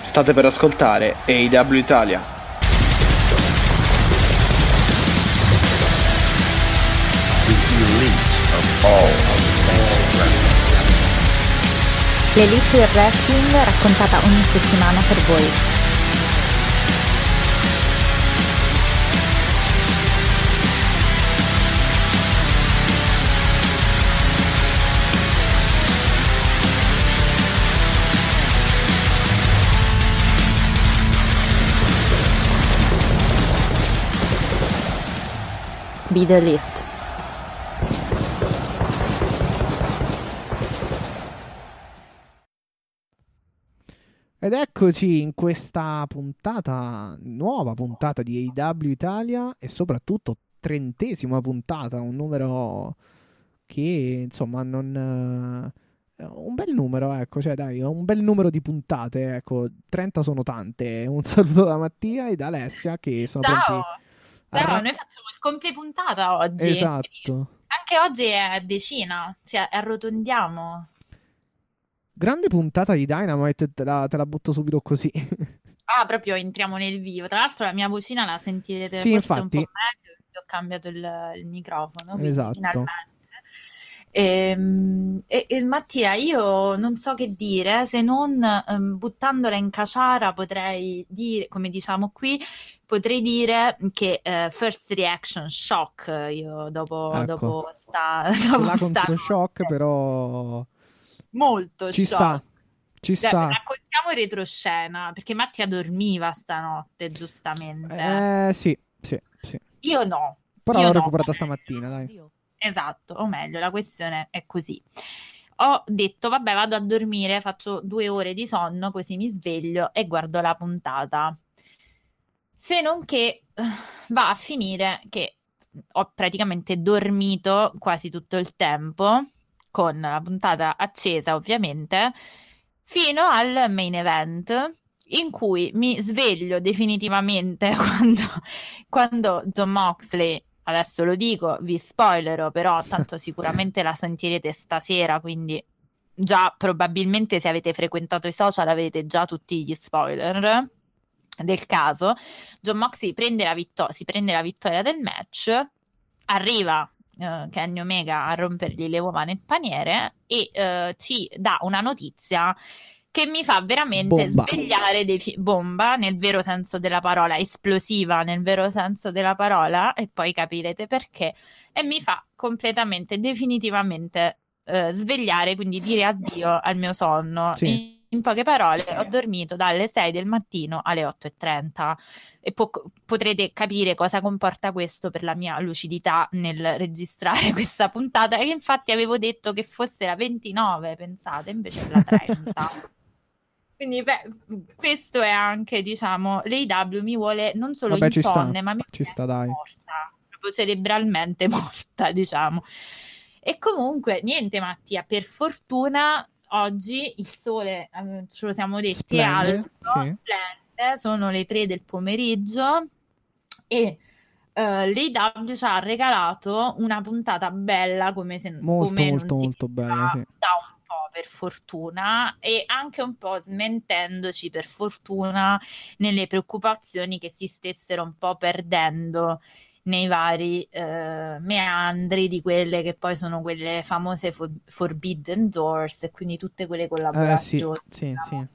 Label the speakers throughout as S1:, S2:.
S1: State per ascoltare AEW Italia.
S2: L'elite del wrestling raccontata ogni settimana per voi. Be the elite.
S3: Ed eccoci in questa puntata, nuova puntata di AEW Italia e soprattutto 30ª puntata, un numero che insomma non... un bel numero, ecco, cioè dai, un bel numero di puntate, ecco, 30 sono tante. Un saluto da Mattia e da Alessia che sono pronti.
S4: Ciao, noi facciamo il compie puntata oggi.
S3: Esatto.
S4: Anche oggi è decina, arrotondiamo.
S3: Grande puntata di Dynamite, te la butto subito così.
S4: Ah, proprio entriamo nel vivo. Tra l'altro la mia vocina la sentirete
S3: sì,
S4: forse
S3: infatti.
S4: un po' meglio perché ho cambiato il microfono.
S3: Esatto.
S4: Finalmente. E Mattia, io non so che dire, se non buttandola in caciara potrei dire, come diciamo qui, potrei dire che first reaction shock io dopo
S3: questo shock però
S4: molto
S3: ci
S4: shock.
S3: Ci sta.
S4: Raccontiamo retroscena, perché Mattia dormiva stanotte, giustamente.
S3: Sì.
S4: Io no.
S3: Però l'ho recuperata stamattina, dai.
S4: Esatto, o meglio, la questione è così. Ho detto, vabbè, vado a dormire, faccio 2 ore di sonno, così mi sveglio e guardo la puntata. Se non che va a finire che ho praticamente dormito quasi tutto il tempo, con la puntata accesa ovviamente, fino al main event, in cui mi sveglio definitivamente quando Jon Moxley, adesso lo dico, vi spoilerò, però tanto sicuramente la sentirete stasera, quindi già probabilmente se avete frequentato i social avete già tutti gli spoiler del caso. Jon Moxley si prende la vittoria del match, arriva Kenny Omega a rompergli le uova nel paniere e ci dà una notizia che mi fa veramente svegliare bomba nel vero senso della parola, esplosiva nel vero senso della parola, e poi capirete perché, e mi fa completamente, definitivamente svegliare, quindi dire addio al mio sonno.
S3: Sì.
S4: In poche parole, ho dormito dalle 6 del mattino alle 8:30 e potrete capire cosa comporta questo per la mia lucidità nel registrare questa puntata, che infatti avevo detto che fosse la 29, pensate, invece è la 30. Quindi questo è anche, diciamo, l'AEW mi vuole non solo insonne, ma mi vuole morta, proprio cerebralmente morta, diciamo. E comunque, niente Mattia, per fortuna oggi il sole, ce lo siamo detti, è alto, splende, sono le 3 del pomeriggio e l'AEW ci ha regalato una puntata bella come
S3: molto bella, sì.
S4: Da un po', per fortuna, e anche un po' smentendoci per fortuna nelle preoccupazioni che si stessero un po' perdendo nei vari meandri di quelle che poi sono quelle famose Forbidden Doors e quindi tutte quelle collaborazioni.
S3: Sì.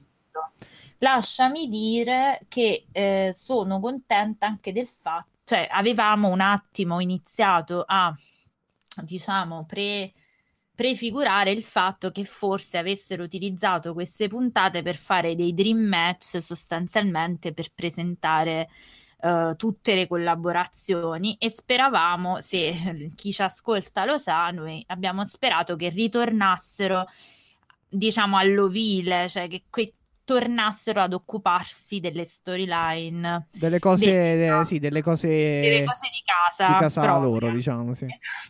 S4: Lasciami dire che sono contenta anche del fatto, cioè avevamo un attimo iniziato a, diciamo, prefigurare il fatto che forse avessero utilizzato queste puntate per fare dei dream match, sostanzialmente per presentare tutte le collaborazioni, e speravamo, se chi ci ascolta lo sa, noi abbiamo sperato che ritornassero, diciamo, all'ovile, cioè che tornassero ad occuparsi delle storyline,
S3: delle cose di casa loro, diciamo, sì.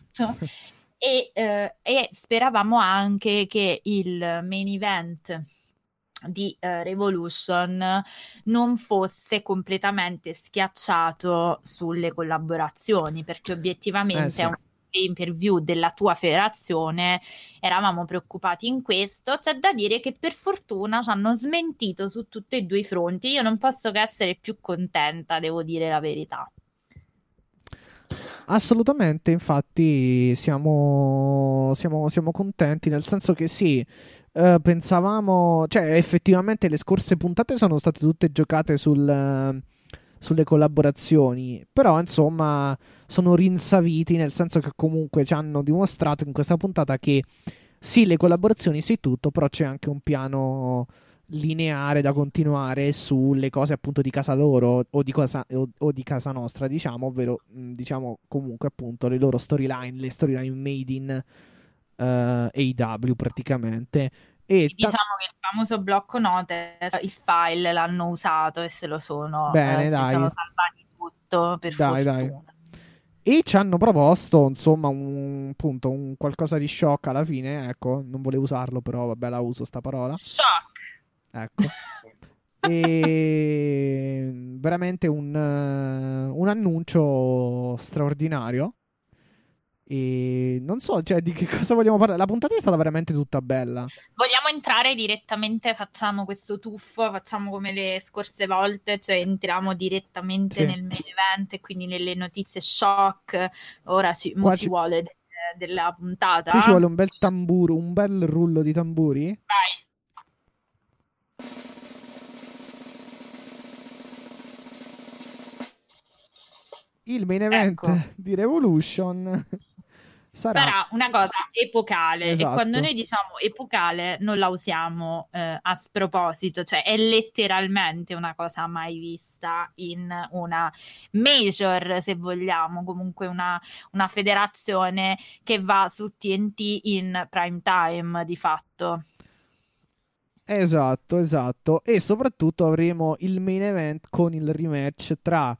S4: E speravamo anche che il main event di Revolution non fosse completamente schiacciato sulle collaborazioni, perché obiettivamente è un pay-per-view della tua federazione, eravamo preoccupati in questo. C'è da dire che per fortuna ci hanno smentito su tutti e due i fronti. Io non posso che essere più contenta, devo dire la verità.
S3: Assolutamente, infatti siamo contenti, nel senso che sì, pensavamo, cioè effettivamente le scorse puntate sono state tutte giocate sulle collaborazioni, però insomma sono rinsaviti, nel senso che comunque ci hanno dimostrato in questa puntata che sì, le collaborazioni sì tutto, però c'è anche un piano lineare da continuare sulle cose appunto di casa loro o di casa nostra, diciamo, ovvero diciamo comunque appunto le loro storyline, le storyline made in AEW praticamente. E
S4: diciamo che il famoso blocco note, il file l'hanno usato e se lo sono,
S3: bene,
S4: si
S3: dai.
S4: sono salvati tutto, per fortuna.
S3: E ci hanno proposto, insomma, un qualcosa di shock alla fine, ecco, non volevo usarlo, però vabbè, la uso sta parola.
S4: Shock!
S3: Ecco. E veramente un annuncio straordinario. E non so, cioè, di che cosa vogliamo parlare. La puntata è stata veramente tutta bella.
S4: Vogliamo entrare direttamente, facciamo questo tuffo, facciamo come le scorse volte, cioè entriamo direttamente nel main event e quindi nelle notizie shock. Ora ci vuole della puntata.
S3: Qui ci vuole un bel tamburo, un bel rullo di tamburi.
S4: Vai.
S3: Il main event di Revolution sarà
S4: una cosa epocale.
S3: Esatto.
S4: E quando noi diciamo epocale non la usiamo a sproposito, cioè è letteralmente una cosa mai vista in una major, se vogliamo, comunque una federazione che va su TNT in prime time di fatto.
S3: Esatto. E soprattutto avremo il main event con il rematch tra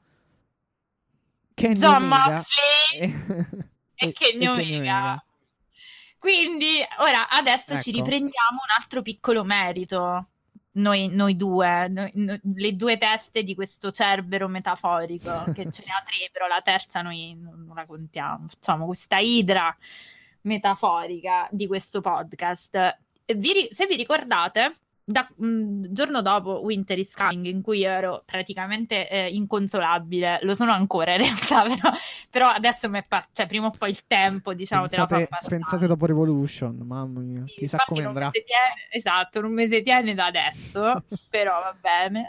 S4: John Moxley e Kenny Omega. Quindi ora adesso ci riprendiamo un altro piccolo merito, noi due, le due teste di questo cerbero metaforico, che ce ne ha tre, però la terza noi non la contiamo, facciamo questa idra metaforica di questo podcast. Se vi ricordate, giorno dopo Winter is Coming, in cui ero praticamente inconsolabile, lo sono ancora in realtà, però adesso cioè prima o poi il tempo, diciamo, te la fa passare.
S3: Pensate dopo Revolution, mamma mia, chissà come andrà.
S4: Esatto, non mi si tiene da adesso, però va bene.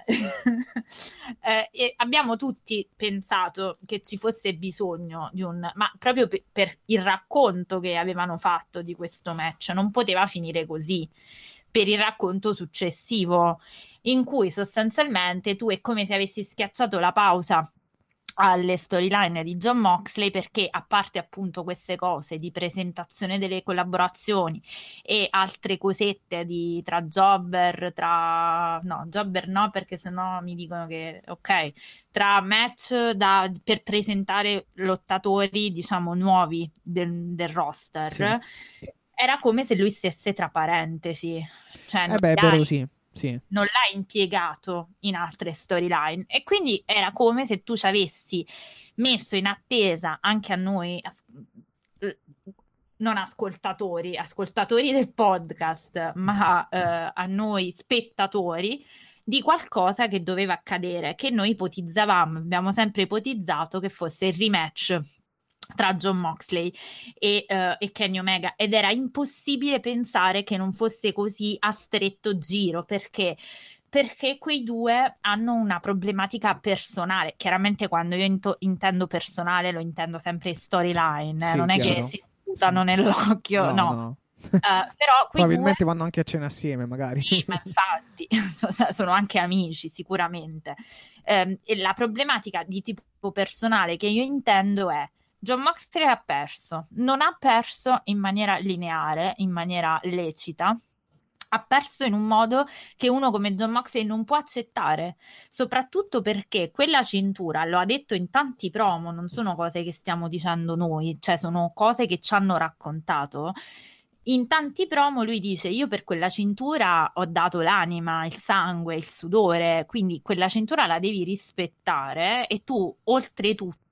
S4: E abbiamo tutti pensato che ci fosse bisogno di ma proprio per il racconto che avevano fatto di questo match, non poteva finire così. Per il racconto successivo, in cui sostanzialmente tu è come se avessi schiacciato la pausa alle storyline di John Moxley, perché a parte appunto queste cose di presentazione delle collaborazioni e altre cosette tra jobber, jobber no, perché sennò mi dicono che tra match per presentare lottatori diciamo nuovi del roster, sì. Era come se lui stesse tra parentesi, cioè non l'ha impiegato in altre storyline, e quindi era come se tu ci avessi messo in attesa anche a noi non ascoltatori del podcast, ma a noi spettatori, di qualcosa che doveva accadere, che noi ipotizzavamo, abbiamo sempre ipotizzato che fosse il rematch tra John Moxley e Kenny Omega, ed era impossibile pensare che non fosse così a stretto giro, perché quei due hanno una problematica personale. Chiaramente quando io intendo personale lo intendo sempre storyline, non è che si sputano nell'occhio, no. Però
S3: probabilmente vanno anche a cena assieme, magari.
S4: Sì, ma infatti sono anche amici sicuramente. E la problematica di tipo personale che io intendo è: John Moxley non ha perso in maniera lineare, in maniera lecita, ha perso in un modo che uno come John Moxley non può accettare, soprattutto perché quella cintura, lo ha detto in tanti promo, non sono cose che stiamo dicendo noi, cioè sono cose che ci hanno raccontato. In tanti promo lui dice: io per quella cintura ho dato l'anima, il sangue, il sudore, quindi quella cintura la devi rispettare, e tu oltretutto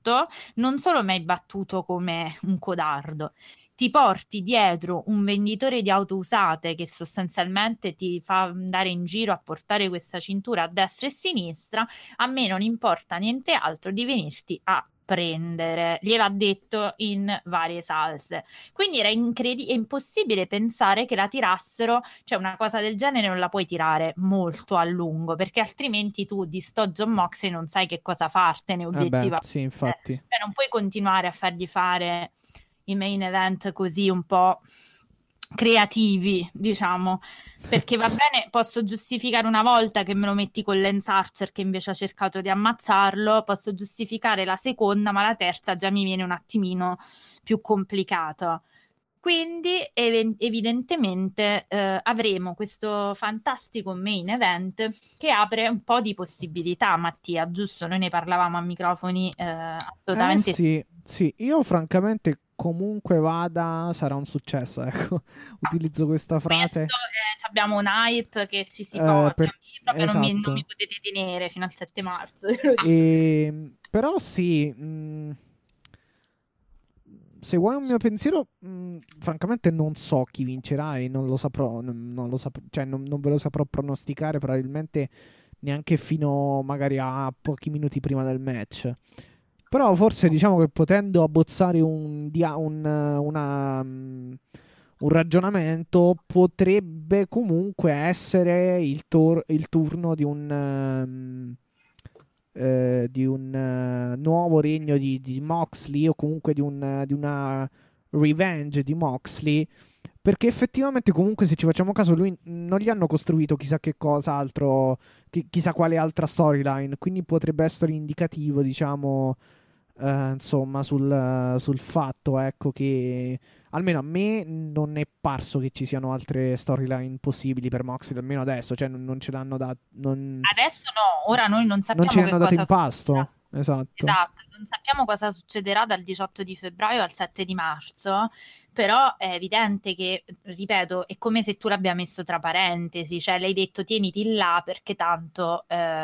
S4: battuto, non solo mi hai battuto come un codardo, ti porti dietro un venditore di auto usate che sostanzialmente ti fa andare in giro a portare questa cintura a destra e a sinistra, a me non importa niente altro di venirti a prendere, gliel'ha detto in varie salse. Quindi era impossibile pensare che la tirassero, cioè una cosa del genere non la puoi tirare molto a lungo, perché altrimenti tu di sto Jon Moxley non sai che cosa fartene obiettivamente.
S3: Sì, infatti.
S4: Cioè, non puoi continuare a fargli fare i main event così un po' creativi, diciamo, perché va bene, posso giustificare una volta che me lo metti con Lance Archer che invece ha cercato di ammazzarlo, posso giustificare la seconda, ma la terza già mi viene un attimino più complicato. Quindi evidentemente avremo questo fantastico main event che apre un po' di possibilità, Mattia, giusto? Noi ne parlavamo a microfoni assolutamente.
S3: Sì, io francamente comunque vada sarà un successo, ecco. Utilizzo questa frase.
S4: Abbiamo un hype che ci si poggia, proprio
S3: esatto.
S4: non mi potete tenere fino al 7 marzo.
S3: Però sì, se vuoi un mio pensiero, francamente non so chi vincerà e non lo saprò, cioè non ve lo saprò pronosticare probabilmente neanche fino magari a pochi minuti prima del match. Però forse diciamo che potendo abbozzare un ragionamento potrebbe comunque essere il turno di un nuovo regno di Moxley, o comunque di una revenge di Moxley, perché effettivamente comunque se ci facciamo caso lui non gli hanno costruito chissà che cosa altro, chissà quale altra storyline, quindi potrebbe essere indicativo, diciamo, insomma, sul fatto, ecco, che almeno a me non è parso che ci siano altre storyline possibili per Moxley, almeno adesso, cioè non ce l'hanno dato.
S4: Adesso no, ora noi non sappiamo
S3: non ce ne hanno dato
S4: cosa
S3: in pasto.
S4: succederà.
S3: Esatto,
S4: non sappiamo cosa succederà dal 18 di febbraio al 7 di marzo, però è evidente che, ripeto, è come se tu l'abbia messo tra parentesi, cioè l'hai detto tieniti là perché tanto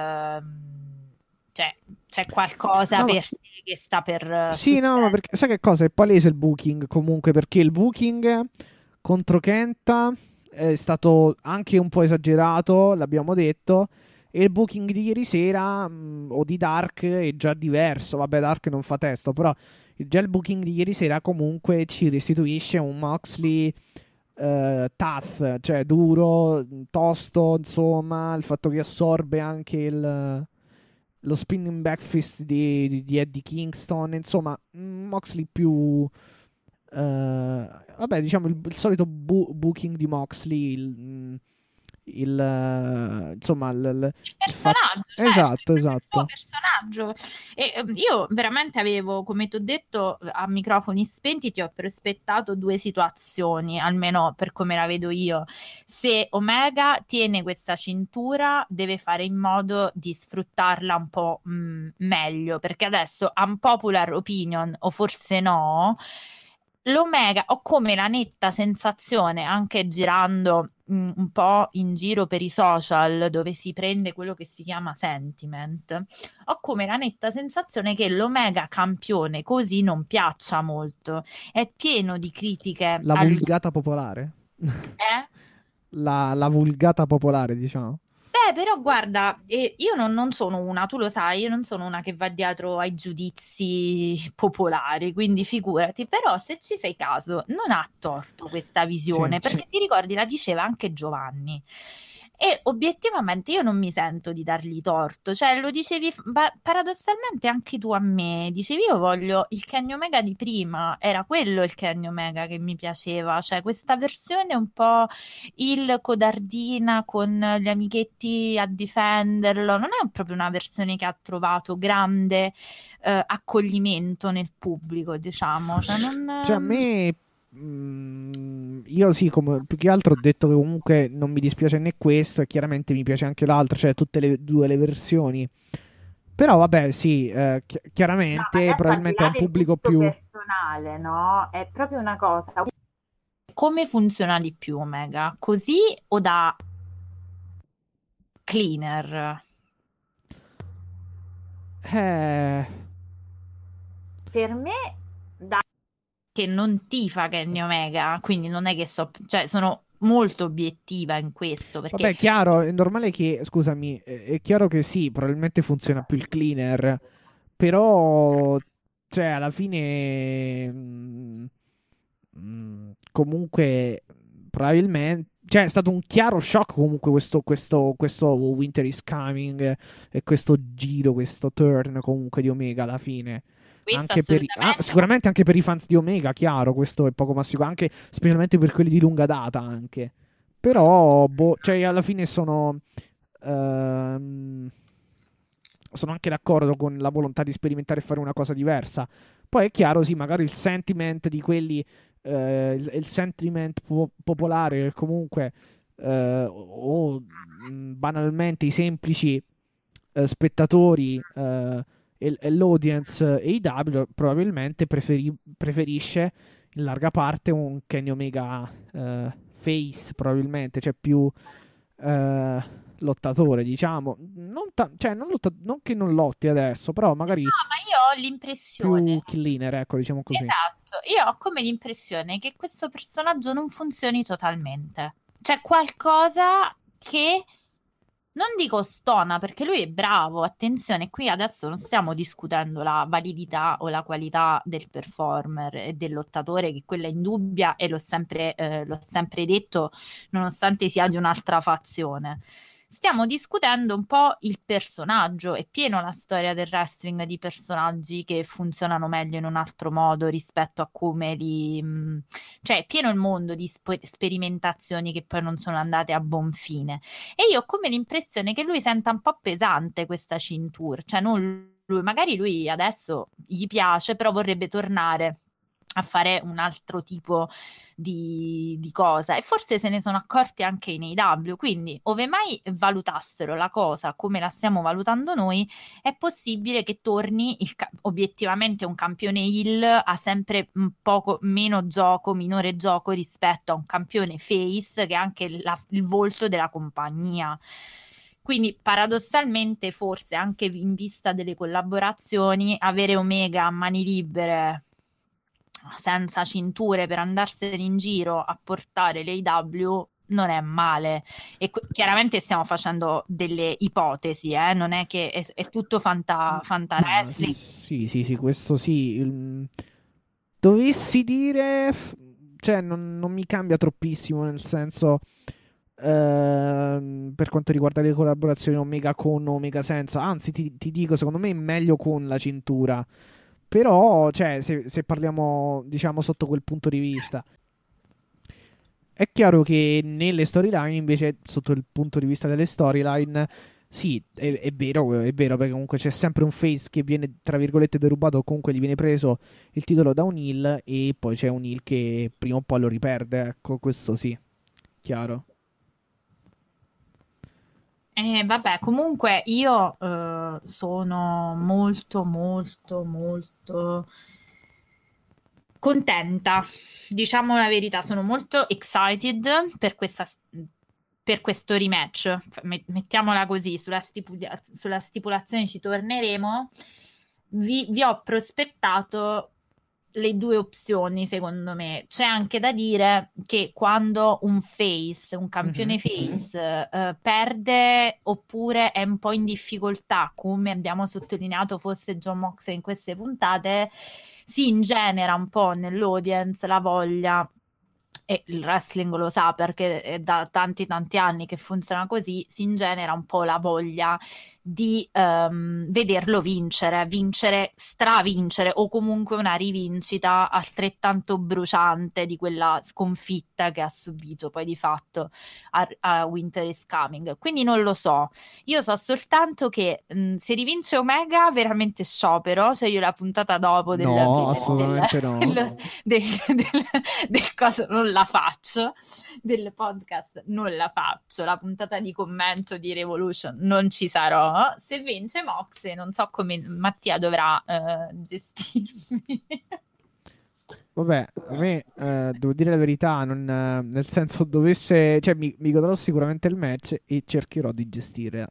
S4: cioè, c'è qualcosa per te che sta per
S3: sì,
S4: succedere.
S3: no, ma perché sai che cosa? È palese il booking comunque, perché il booking contro Kenta è stato anche un po' esagerato, l'abbiamo detto, e il booking di ieri sera o di Dark è già diverso. Vabbè, Dark non fa testo, però già il booking di ieri sera comunque ci restituisce un Moxley tough, cioè duro, tosto, insomma, il fatto che assorbe anche lo spinning back fist di Eddie Kingston, insomma, Moxley più vabbè, diciamo il solito booking di Moxley, insomma
S4: il personaggio,
S3: esatto,
S4: il suo personaggio. E io veramente avevo, come ti ho detto, a microfoni spenti ti ho prospettato due situazioni, almeno per come la vedo io. Se Omega tiene questa cintura, deve fare in modo di sfruttarla un po' meglio, perché adesso unpopular opinion, o forse no, l'Omega, ho come la netta sensazione, anche girando un po' in giro per i social dove si prende quello che si chiama sentiment, ho come la netta sensazione che l'Omega campione così non piaccia molto, è pieno di critiche.
S3: La vulgata popolare? La vulgata popolare, diciamo.
S4: Beh, però guarda, io non sono una, tu lo sai, io non sono una che va dietro ai giudizi popolari, quindi figurati, però se ci fai caso non ha torto questa visione, perché ti ricordi, la diceva anche Giovanni. E obiettivamente io non mi sento di dargli torto, cioè lo dicevi paradossalmente anche tu a me, dicevi io voglio il Kenny Omega di prima, era quello il Kenny Omega che mi piaceva, cioè questa versione un po' il codardina con gli amichetti a difenderlo, non è proprio una versione che ha trovato grande accoglimento nel pubblico, diciamo,
S3: cioè a me io sì, come più che altro ho detto che comunque non mi dispiace né questo e chiaramente mi piace anche l'altro, cioè tutte le due le versioni. Però vabbè, sì, chiaramente
S4: no,
S3: probabilmente è un pubblico più
S4: personale, no? È proprio una cosa. Come funziona di più Omega? Così o da cleaner? per me, che non tifa Kenny Omega, quindi non è che cioè sono molto obiettiva in questo, perché
S3: Vabbè, chiaro, è normale che, scusami, è chiaro che sì, probabilmente funziona più il cleaner, però, cioè, alla fine, comunque, probabilmente, cioè, è stato un chiaro shock comunque questo Winter is Coming e questo giro, questo turn comunque di Omega alla fine.
S4: questo
S3: Anche
S4: assolutamente.
S3: sicuramente anche per i fans di Omega, chiaro, questo è poco ma sicuro, anche specialmente per quelli di lunga data anche. Però, boh, cioè, alla fine sono anche d'accordo con la volontà di sperimentare e fare una cosa diversa. Poi è chiaro, sì, magari il sentiment di quelli, il sentiment popolare, comunque, o banalmente i semplici spettatori e l'audience AEW probabilmente preferisce in larga parte un Kenny Omega face, probabilmente, cioè più lottatore, diciamo. Cioè, non che non lotti adesso, però magari
S4: No, ma io ho
S3: più
S4: l'impressione,
S3: killer, ecco, diciamo così.
S4: esatto, io ho come l'impressione che questo personaggio non funzioni totalmente. C'è qualcosa che non dico stona, perché lui è bravo, attenzione, qui adesso non stiamo discutendo la validità o la qualità del performer e del lottatore, che quella è indubbia e l'ho sempre detto, nonostante sia di un'altra fazione. Stiamo discutendo un po' il personaggio, è pieno la storia del wrestling di personaggi che funzionano meglio in un altro modo rispetto a come cioè è pieno il mondo di sperimentazioni che poi non sono andate a buon fine. E io ho come l'impressione che lui senta un po' pesante questa cintura, cioè non lui, magari lui adesso gli piace, però vorrebbe tornare a fare un altro tipo di cosa, e forse se ne sono accorti anche in AEW, quindi ove mai valutassero la cosa come la stiamo valutando noi, è possibile che torni obiettivamente un campione heel ha sempre un poco meno gioco, minore gioco rispetto a un campione face che è anche il volto della compagnia. Quindi paradossalmente, forse anche in vista delle collaborazioni, avere Omega a mani libere senza cinture per andarsene in giro a portare l'AEW non è male. E chiaramente stiamo facendo delle ipotesi, non è che è tutto fanta wrestling.
S3: Sì, questo sì. Dovessi dire, cioè, non mi cambia troppissimo, nel senso, per quanto riguarda le collaborazioni Omega con Omega senza, anzi, ti dico, secondo me è meglio con la cintura. Però, cioè, se parliamo, diciamo, sotto quel punto di vista, è chiaro che nelle storyline, invece, sotto il punto di vista delle storyline, sì, è vero, perché comunque c'è sempre un face che viene, tra virgolette, derubato, o comunque gli viene preso il titolo da un heel, e poi c'è un heel che prima o poi lo riperde, ecco, questo sì, chiaro.
S4: Vabbè, comunque io sono molto, molto, molto contenta, diciamo la verità, sono molto excited per questo rematch. Mettiamola così, sulla stipulazione ci torneremo. Vi ho prospettato le due opzioni, secondo me. C'è anche da dire che quando un campione face, perde oppure è un po' in difficoltà, come abbiamo sottolineato fosse Jon Moxley in queste puntate, si ingenera un po' nell'audience la voglia, e il wrestling lo sa perché è da tanti anni che funziona così, si ingenera un po' la voglia di vederlo vincere, stravincere, o comunque una rivincita altrettanto bruciante di quella sconfitta che ha subito poi di fatto a Winter is Coming. Quindi non lo so, io so soltanto che se rivince Omega veramente sciopero, cioè io la puntata dopo
S3: assolutamente no.
S4: del coso non la faccio, del podcast non la faccio, la puntata di commento di Revolution non ci sarò. Se vince Mox, non so come Mattia dovrà gestirmi.
S3: Vabbè, a me devo dire la verità, nel senso dovesse, cioè mi godrò sicuramente il match e cercherò di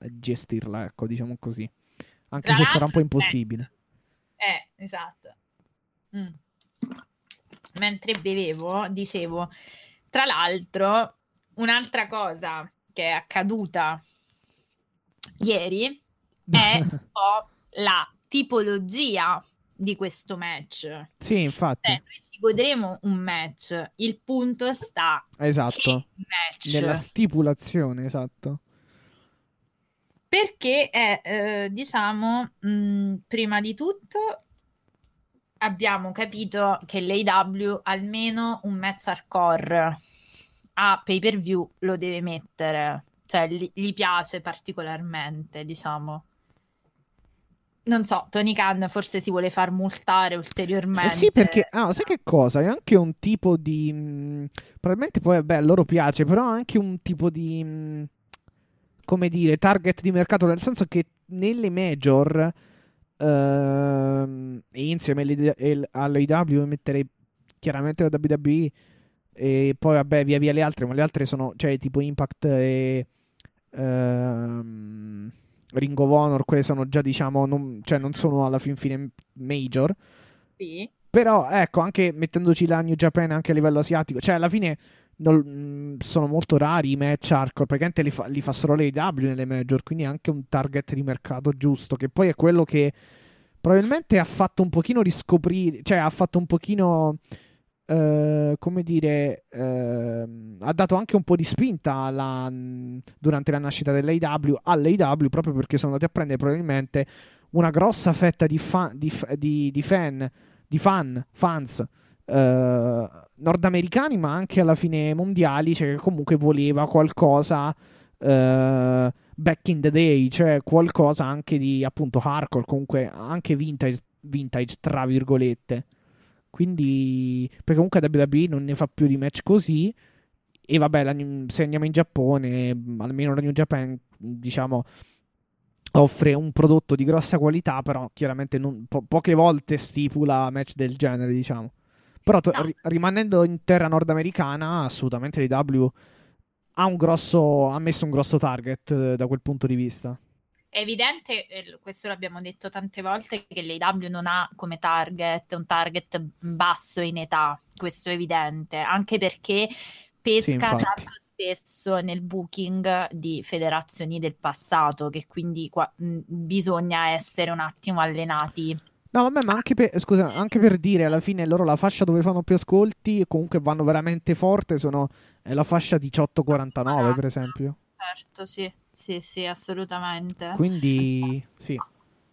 S3: gestirla, ecco, diciamo così. Anche
S4: Tra
S3: se sarà un po'
S4: l'altro,
S3: impossibile.
S4: esatto. Mm. Mentre bevevo, dicevo, tra l'altro, un'altra cosa che è accaduta ieri è un po' la tipologia di questo match.
S3: Sì, infatti.
S4: Noi ci godremo un match, il punto sta
S3: Esatto.
S4: che match.
S3: Nella stipulazione, esatto.
S4: Perché è, diciamo, prima di tutto abbiamo capito che l'AEW almeno un match hardcore a pay-per-view lo deve mettere, cioè gli piace particolarmente, diciamo. Non so, Tony Khan forse si vuole far multare ulteriormente.
S3: Sì, perché sai che cosa? È anche un tipo di probabilmente poi vabbè, a loro piace, però è anche un tipo di come dire, target di mercato, nel senso che nelle major e insieme all'AEW metterei chiaramente la WWE e poi vabbè via via le altre, ma le altre sono, cioè tipo Impact e Ring of Honor, quelle sono già diciamo cioè non sono alla fin fine major.
S4: Sì.
S3: Però ecco, anche mettendoci la New Japan anche a livello asiatico, cioè alla fine sono molto rari i match hardcore, praticamente li fa solo l'AEW nelle major, quindi è anche un target di mercato giusto, che poi è quello che probabilmente ha fatto un pochino riscoprire, cioè ha fatto un pochino, come dire, ha dato anche un po' di spinta durante la nascita dell'AEW all'AEW, proprio perché sono andati a prendere probabilmente una grossa fetta di fans nordamericani, ma anche alla fine mondiali, cioè che comunque voleva qualcosa back in the day, cioè qualcosa anche di appunto hardcore, comunque anche vintage tra virgolette. Quindi, perché comunque WWE non ne fa più di match così. E vabbè, se andiamo in Giappone, almeno la New Japan, diciamo, offre un prodotto di grossa qualità, però chiaramente poche volte stipula match del genere, diciamo. Però
S4: No.
S3: rimanendo in terra nordamericana, assolutamente l'AEW ha messo un grosso target da quel punto di vista.
S4: È evidente, questo l'abbiamo detto tante volte, che l'AEW non ha come target un target basso in età, questo è evidente, anche perché pesca
S3: infatti.
S4: tanto spesso nel booking di federazioni del passato, che quindi bisogna essere un attimo allenati.
S3: No, vabbè, ma anche per dire, alla fine loro la fascia dove fanno più ascolti e comunque vanno veramente forte è la fascia 18-49, per esempio.
S4: Certo, sì, assolutamente.
S3: Quindi, sì.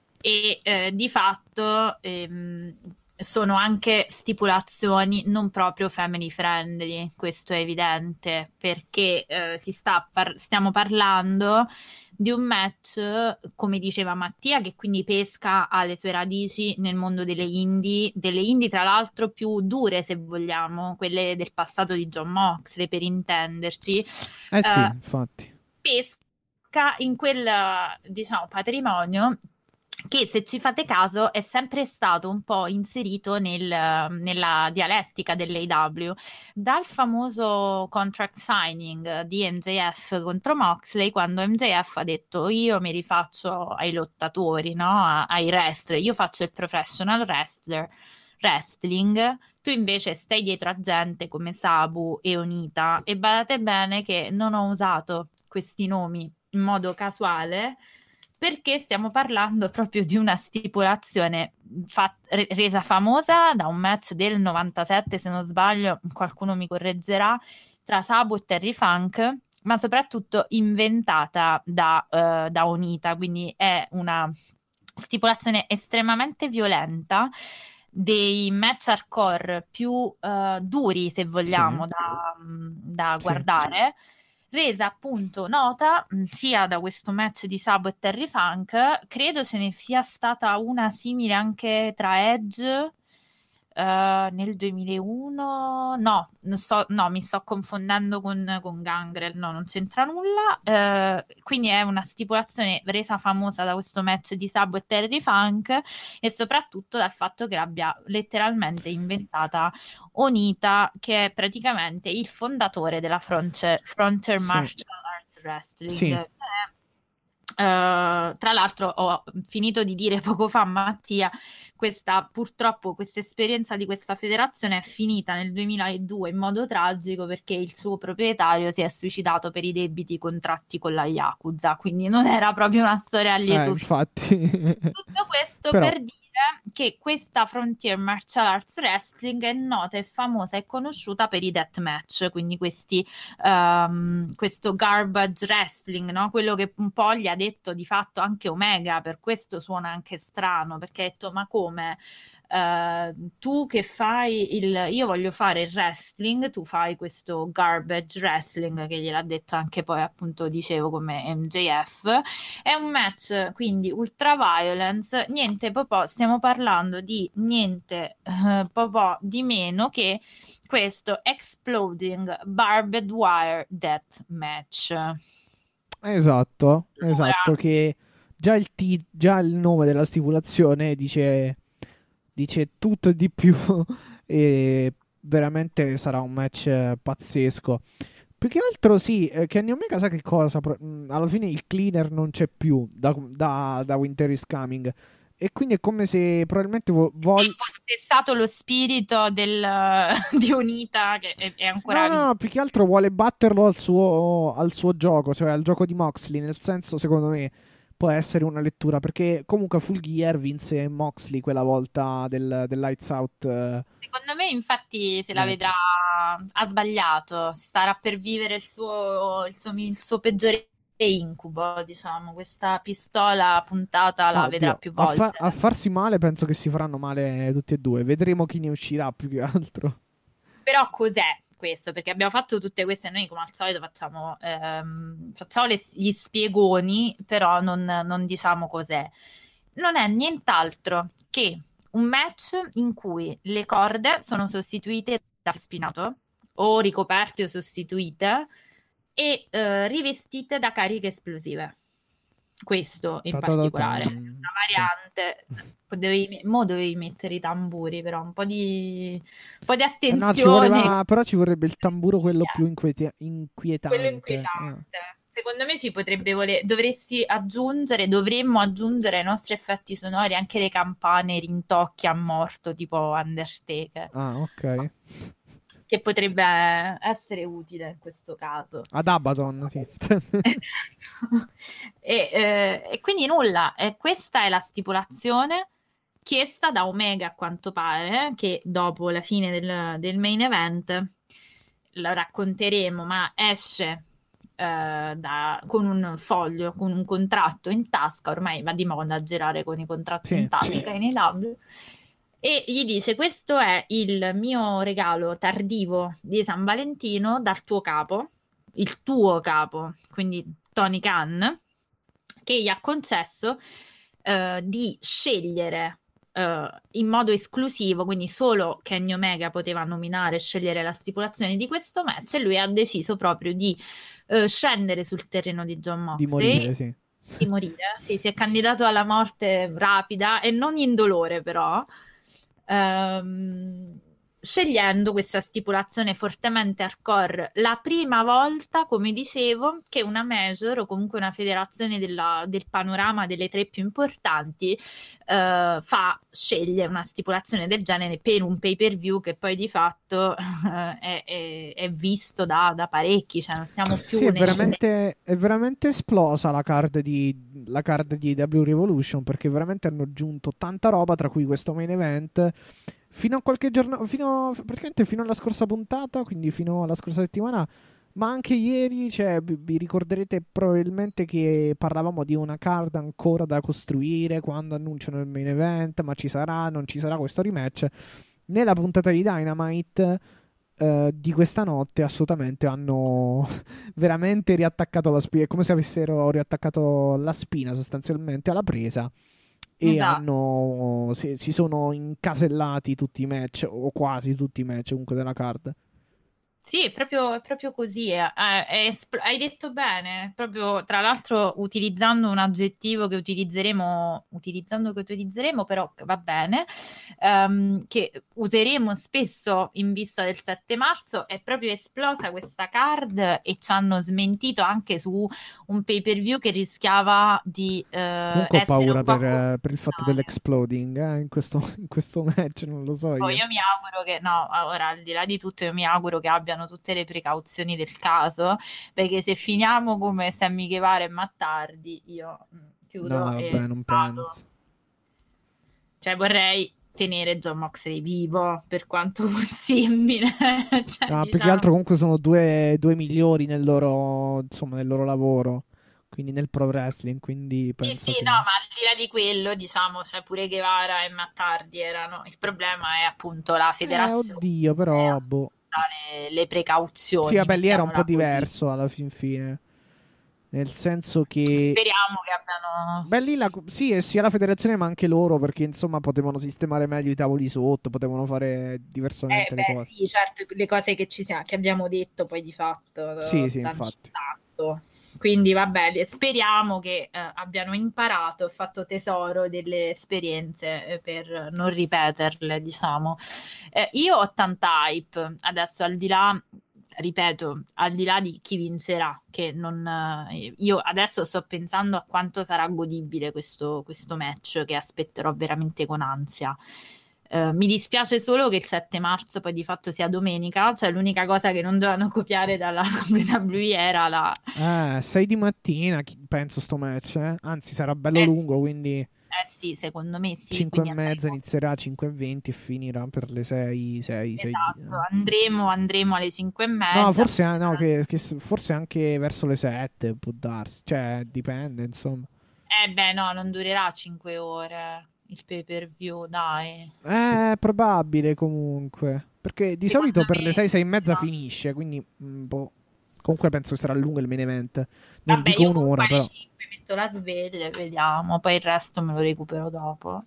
S4: E di fatto sono anche stipulazioni non proprio family friendly, questo è evidente, perché stiamo parlando di un match, come diceva Mattia, che quindi pesca alle sue radici nel mondo delle indie tra l'altro più dure, se vogliamo, quelle del passato di Jon Moxley, per intenderci.
S3: Sì, infatti.
S4: Pesca in quel, diciamo, patrimonio che, se ci fate caso, è sempre stato un po' inserito nella dialettica dell'AEW, dal famoso contract signing di MJF contro Moxley, quando MJF ha detto: io mi rifaccio ai lottatori, no? Ai wrestler, io faccio il professional wrestling, tu invece stai dietro a gente come Sabu e Onita. E badate bene che non ho usato questi nomi in modo casuale, perché stiamo parlando proprio di una stipulazione resa famosa da un match del 97, se non sbaglio, qualcuno mi correggerà, tra Sabu e Terry Funk, ma soprattutto inventata da Onita, quindi è una stipulazione estremamente violenta, dei match hardcore più duri, se vogliamo, da guardare, resa appunto nota sia da questo match di Sabu e Terry Funk. Credo ce ne sia stata una simile anche tra Edge nel 2001, no, mi sto confondendo con Gangrel, no, non c'entra nulla. Quindi è una stipulazione resa famosa da questo match di Sabu e Terry Funk, e soprattutto dal fatto che l'abbia letteralmente inventata Onita, che è praticamente il fondatore della Frontier Martial Arts Wrestling.
S3: Sì.
S4: Tra l'altro ho finito di dire poco fa a Mattia, purtroppo questa esperienza di questa federazione è finita nel 2002 in modo tragico perché il suo proprietario si è suicidato per i debiti contratti con la Yakuza, quindi non era proprio una storia a lieto fine.
S3: Infatti.
S4: Tutto questo
S3: Però,
S4: per dire che questa Frontier Martial Arts Wrestling è nota e famosa e conosciuta per i deathmatch, quindi questo garbage wrestling, no? Quello che un po' gli ha detto di fatto anche Omega, per questo suona anche strano, perché ha detto ma come? Tu che fai io voglio fare il wrestling, tu fai questo garbage wrestling che gliel'ha detto anche poi appunto dicevo come MJF. È un match quindi ultra violence, niente stiamo parlando di niente di meno che questo Exploding Barbed Wire Death Match.
S3: esatto,
S4: Allora,
S3: che già il nome della stipulazione dice tutto e di più e veramente sarà un match pazzesco. Più che altro sì, Kenny Omega sa che cosa? Alla fine il cleaner non c'è più da Winter is Coming e quindi è come se probabilmente
S4: è stato lo spirito di Onita che è ancora vivo.
S3: No, più che altro vuole batterlo al suo gioco, cioè al gioco di Moxley, nel senso secondo me può essere una lettura, perché comunque Full Gear vinse Moxley quella volta del Lights Out
S4: Secondo me, infatti, se la
S3: match.
S4: vedrà, ha sbagliato. Starà per vivere il suo peggiore incubo, diciamo. Questa pistola puntata la vedrà
S3: Oddio,
S4: più volte.
S3: a farsi male penso che si faranno male tutti e due, vedremo chi ne uscirà più che altro.
S4: Però cos'è questo? Perché abbiamo fatto tutte queste, noi come al solito facciamo gli spiegoni, però non diciamo cos'è. Non è nient'altro che un match in cui le corde sono sostituite da spinato o ricoperte o sostituite e rivestite da cariche esplosive. Questo in particolare. Una
S3: Sì.
S4: variante. Dovevi mettere i tamburi, però un po' di
S3: No,
S4: attenzione.
S3: però ci vorrebbe il tamburo quello più
S4: Quello
S3: inquietante.
S4: inquietante. Secondo me ci potrebbe dovremmo aggiungere ai nostri effetti sonori anche le campane rintocchi a morto, tipo Undertaker,
S3: Ah, ok.
S4: che potrebbe essere utile in questo caso.
S3: Ad Abaddon, sì.
S4: E quindi nulla, questa è la stipulazione chiesta da Omega a quanto pare, che dopo la fine del main event lo racconteremo, ma esce con un foglio, con un contratto in tasca, ormai va di moda girare con i contratti in
S3: Sì.
S4: tasca in AEW, e gli dice questo è il mio regalo tardivo di San Valentino dal tuo capo, il tuo capo, quindi Tony Khan, che gli ha concesso di scegliere in modo esclusivo, quindi solo Kenny Omega poteva nominare e scegliere la stipulazione di questo match e lui ha deciso proprio di scendere sul terreno di Jon
S3: Di
S4: Moxley.
S3: morire, sì.
S4: Di morire, sì, si è candidato alla morte rapida e non indolore però, scegliendo questa stipulazione fortemente hardcore la prima volta, come dicevo, che una major o comunque una federazione del panorama delle tre più importanti sceglie una stipulazione del genere per un pay per view che poi di fatto è visto da parecchi, cioè non siamo più
S3: Sì, è veramente esplosa la card di W Revolution, perché veramente hanno aggiunto tanta roba, tra cui questo main event. Fino a qualche giorno, praticamente fino alla scorsa puntata, quindi fino alla scorsa settimana, ma anche ieri, cioè, vi ricorderete probabilmente che parlavamo di una card ancora da costruire quando annunciano il main event, ma ci sarà, non ci sarà questo rematch. Nella puntata di Dynamite di questa notte assolutamente hanno veramente riattaccato la spina, è come se avessero riattaccato la spina sostanzialmente alla presa e
S4: esatto.
S3: si sono incasellati tutti i match o quasi tutti i match comunque della card.
S4: Sì, è proprio così. Hai detto bene. Proprio, tra l'altro, utilizzando un aggettivo che utilizzeremo, però che va bene, che useremo spesso in vista del 7 marzo, è proprio esplosa questa card e ci hanno smentito anche su un pay-per-view che rischiava di
S3: Comunque ho
S4: essere
S3: paura
S4: un po'
S3: per il fatto dell'exploding in questo match, non lo so
S4: Oh,
S3: io.
S4: io mi auguro che, no, ora al di là di tutto, io mi auguro che abbiano tutte le precauzioni del caso, perché se finiamo come Sammy Guevara e Mattardi, io
S3: No,
S4: chiudo
S3: vabbè,
S4: e
S3: non
S4: vado.
S3: penso.
S4: Cioè, vorrei tenere John Moxley vivo per quanto possibile. Cioè,
S3: No, più che
S4: diciamo.
S3: altro comunque sono due migliori nel loro, insomma, nel loro lavoro, quindi nel pro wrestling, quindi
S4: Sì,
S3: penso
S4: sì,
S3: che...
S4: no, ma al di là di quello, diciamo, cioè pure Guevara e Mattardi erano. Il problema è appunto la federazione
S3: Oddio,
S4: che
S3: però, boh.
S4: assuta le
S3: Sì,
S4: precauzioni,
S3: vabbè, lì era un po'
S4: mettiamola così.
S3: diverso alla fin fine. Nel senso che...
S4: Speriamo che abbiano.
S3: Beh, lì sì, e sia la federazione ma anche loro, perché insomma potevano sistemare meglio i tavoli sotto, potevano fare diversamente le
S4: Beh,
S3: cose.
S4: sì, certo, le cose che abbiamo detto poi di fatto
S3: Sì, sì,
S4: t'hanno
S3: infatti.
S4: citato. Quindi vabbè, speriamo che abbiano imparato e fatto tesoro delle esperienze per non ripeterle, diciamo. Io ho tanta hype, adesso al di là, ripeto, al di là di chi vincerà, che non, io adesso sto pensando a quanto sarà godibile questo match che aspetterò veramente con ansia. Mi dispiace solo che il 7 marzo poi di fatto sia domenica, cioè l'unica cosa che non dovevano copiare dalla WWE era la.
S3: 6 di mattina, penso sto match, eh? Anzi, sarà bello
S4: Eh
S3: lungo,
S4: sì,
S3: quindi
S4: secondo me sì,
S3: 5 e
S4: quindi
S3: mezza
S4: andremo.
S3: inizierà, 5:20 e finirà per le 6, 6, 6.
S4: Esatto, andremo alle 5 e
S3: No,
S4: mezza.
S3: forse, no, forse anche verso le 7 può darsi, cioè dipende, insomma.
S4: Beh, no, non durerà 5 ore il pay per view, dai.
S3: Probabile comunque, perché di
S4: Secondo
S3: solito per le 6,
S4: me,
S3: 6 e mezza
S4: no.
S3: finisce, quindi boh. Comunque penso che sarà lungo il main event. Non
S4: Vabbè,
S3: dico
S4: io comunque
S3: un'ora,
S4: alle
S3: però.
S4: 5 metto la sveglia e vediamo, poi il resto me lo recupero dopo.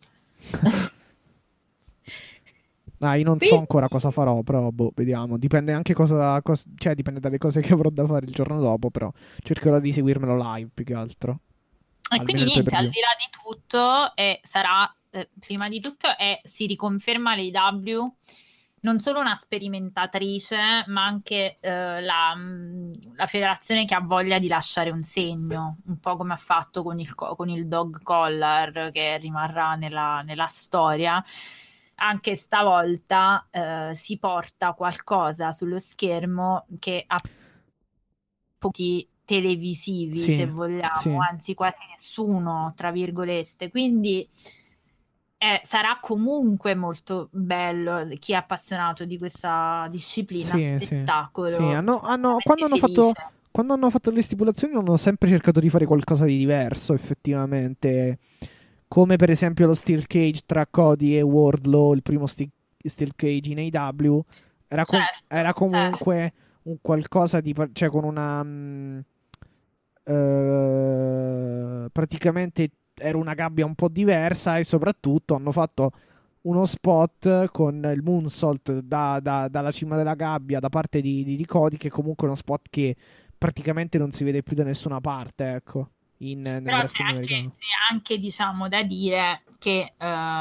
S3: Ah, io non so
S4: Quindi,
S3: ancora cosa farò, però boh, vediamo. Dipende anche cioè dipende dalle cose che avrò da fare il giorno dopo, però cercherò di seguirmelo live più che altro.
S4: e
S3: Almeno
S4: quindi
S3: il pay
S4: niente,
S3: per
S4: al
S3: view.
S4: di là di tutto, sarà, prima di tutto, si riconferma l'AEW non solo una sperimentatrice, ma anche la federazione che ha voglia di lasciare un segno, un po' come ha fatto con il dog collar che rimarrà nella storia. Anche stavolta si porta qualcosa sullo schermo che ha pochi televisivi, se
S3: Sì,
S4: vogliamo,
S3: sì,
S4: anzi quasi nessuno, tra virgolette. Quindi sarà comunque molto bello. Chi è appassionato di questa disciplina,
S3: sì, sì.
S4: spettacolo,
S3: Sì,
S4: sono veramente felice.
S3: quando hanno fatto le stipulazioni hanno sempre cercato di fare qualcosa di diverso, effettivamente. Come per esempio lo Steel Cage tra Cody e Wardlow, il primo Steel Cage in AEW. Era
S4: Certo, certo.
S3: comunque un qualcosa di... cioè con una... praticamente era una gabbia un po' diversa e soprattutto hanno fatto uno spot con il moonsault dalla cima della gabbia da parte di Cody, che comunque è uno spot che praticamente non si vede più da nessuna parte, ecco, nel
S4: Però
S3: wrestling americano.
S4: c'è anche, diciamo, da dire che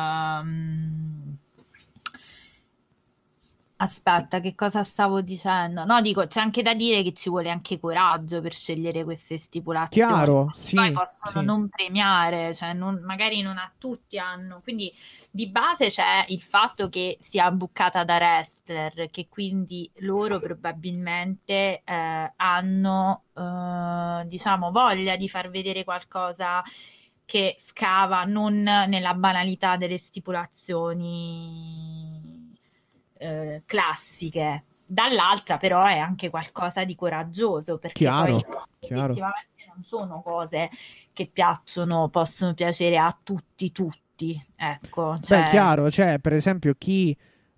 S4: aspetta, che cosa stavo dicendo? No, dico, c'è anche da dire che ci vuole anche coraggio per scegliere queste stipulazioni.
S3: Chiaro,
S4: Poi
S3: sì,
S4: possono
S3: sì,
S4: non premiare, cioè magari non a tutti hanno. Quindi di base c'è il fatto che sia buccata da wrestler, che quindi loro probabilmente hanno, diciamo, voglia di far vedere qualcosa che scava non nella banalità delle stipulazioni classiche. Dall'altra però è anche qualcosa di coraggioso perché poi
S3: chiaro, chiaro.
S4: effettivamente non sono cose che possono piacere a tutti, ecco,
S3: Beh,
S4: cioè.
S3: chiaro, cioè, per esempio, chi...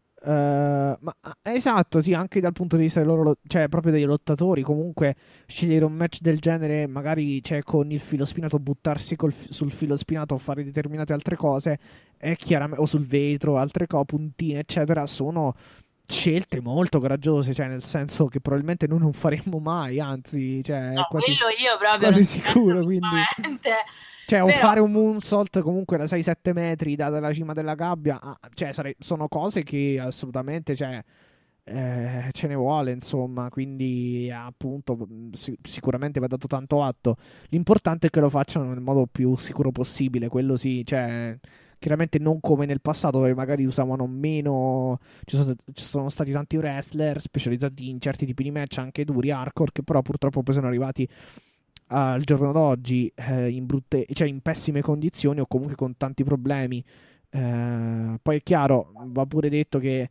S3: esatto, sì, anche dal punto di vista dei loro, cioè, proprio dei lottatori, comunque scegliere un match del genere, magari, cioè, con il filo spinato, buttarsi sul filo spinato o fare determinate altre cose, è chiaramente, o sul vetro, altre cose, puntine, eccetera, sono scelte molto coraggiose, cioè nel senso che probabilmente noi non faremmo mai, anzi, cioè è
S4: No,
S3: quasi,
S4: quello io proprio
S3: quasi
S4: non ci penso
S3: sicuro, quindi...
S4: minimamente.
S3: Cioè, o
S4: Però
S3: fare un moonsault comunque da 6-7 metri dalla cima della gabbia, cioè, sono cose che assolutamente, cioè, ce ne vuole, insomma, quindi appunto sicuramente va dato tanto atto. L'importante è che lo facciano nel modo più sicuro possibile, quello sì, cioè, chiaramente non come nel passato dove magari usavano meno, ci sono stati tanti wrestler specializzati in certi tipi di match, anche duri, hardcore, che però purtroppo poi sono arrivati al giorno d'oggi cioè in pessime condizioni o comunque con tanti problemi. Poi è chiaro, va pure detto che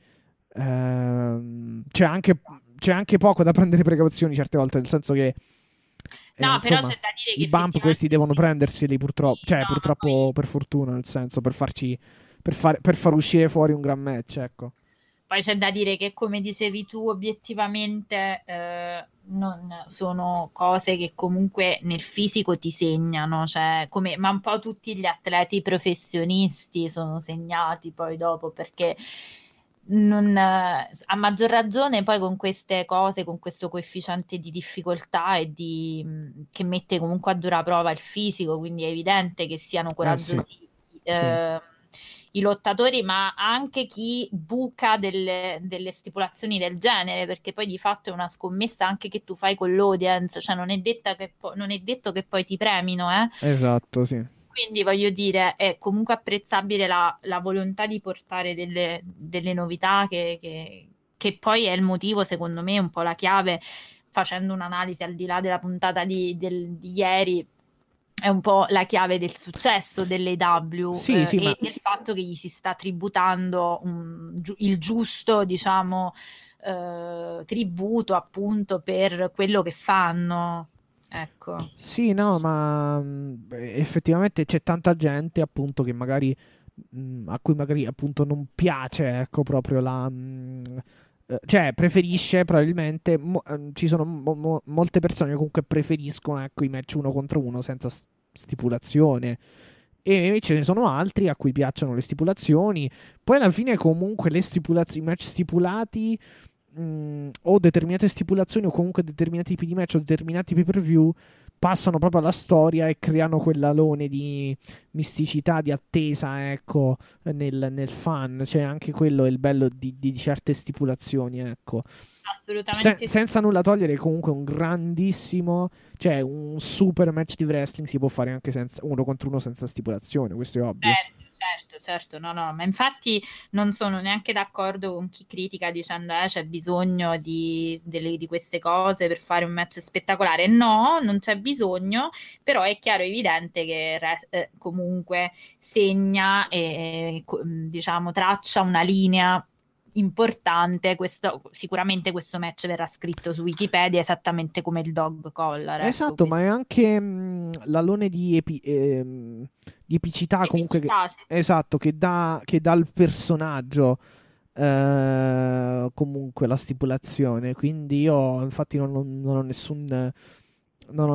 S3: c'è anche poco da prendere precauzioni certe volte, nel senso che
S4: no, però
S3: insomma
S4: c'è da dire che
S3: i bump questi
S4: effettivamente
S3: devono prenderseli purtroppo,
S4: sì,
S3: cioè
S4: no, ma
S3: purtroppo per fortuna, nel senso per far uscire fuori un gran match, ecco.
S4: poi c'è da dire che, come dicevi tu, obiettivamente non sono cose che comunque nel fisico ti segnano, cioè, ma un po' tutti gli atleti professionisti sono segnati poi dopo, perché a maggior ragione poi con queste cose, con questo coefficiente di difficoltà che mette comunque a dura prova il fisico, quindi è evidente che siano
S3: Sì,
S4: coraggiosi.
S3: sì.
S4: I lottatori, ma anche chi buca delle stipulazioni del genere, perché poi di fatto è una scommessa anche che tu fai con l'audience, cioè non è non è detto che poi ti premino, eh.
S3: Esatto, sì.
S4: Quindi voglio dire, è comunque apprezzabile la volontà di portare delle novità che poi è il motivo, secondo me, un po' la chiave, facendo un'analisi al di là della puntata di ieri, è un po' la chiave del successo dell'AEW
S3: Sì, sì, ma
S4: e del fatto che gli si sta tributando il giusto, diciamo, tributo appunto per quello che fanno. Ecco.
S3: sì, no, ma effettivamente c'è tanta gente appunto che magari a cui magari appunto non piace, ecco, proprio cioè preferisce probabilmente ci sono molte persone che comunque preferiscono, ecco, i match uno contro uno senza stipulazione. E invece ne sono altri a cui piacciono le stipulazioni. Poi alla fine comunque i match stipulati o determinate stipulazioni o comunque determinati tipi di match o determinati pay-per-view passano proprio alla storia e creano quell'alone di misticità, di attesa, ecco, nel fan. Cioè anche quello è il bello di certe stipulazioni, ecco.
S4: Assolutamente sì.
S3: Senza nulla togliere, comunque un grandissimo, cioè un super match di wrestling si può fare anche senza uno contro uno senza stipulazione, questo è ovvio.
S4: Certo, no, no, ma infatti non sono neanche d'accordo con chi critica dicendo c'è bisogno di queste cose per fare un match spettacolare. No, non c'è bisogno, però è chiaro e evidente che comunque segna e diciamo traccia una linea importante. Sicuramente questo match verrà scritto su Wikipedia esattamente come il dog collar. Ecco,
S3: Esatto, ma è anche l'alone di epicità comunque
S4: epicità, sì.
S3: esatto, che dà al personaggio comunque la stipulazione. Quindi io infatti non ho non ho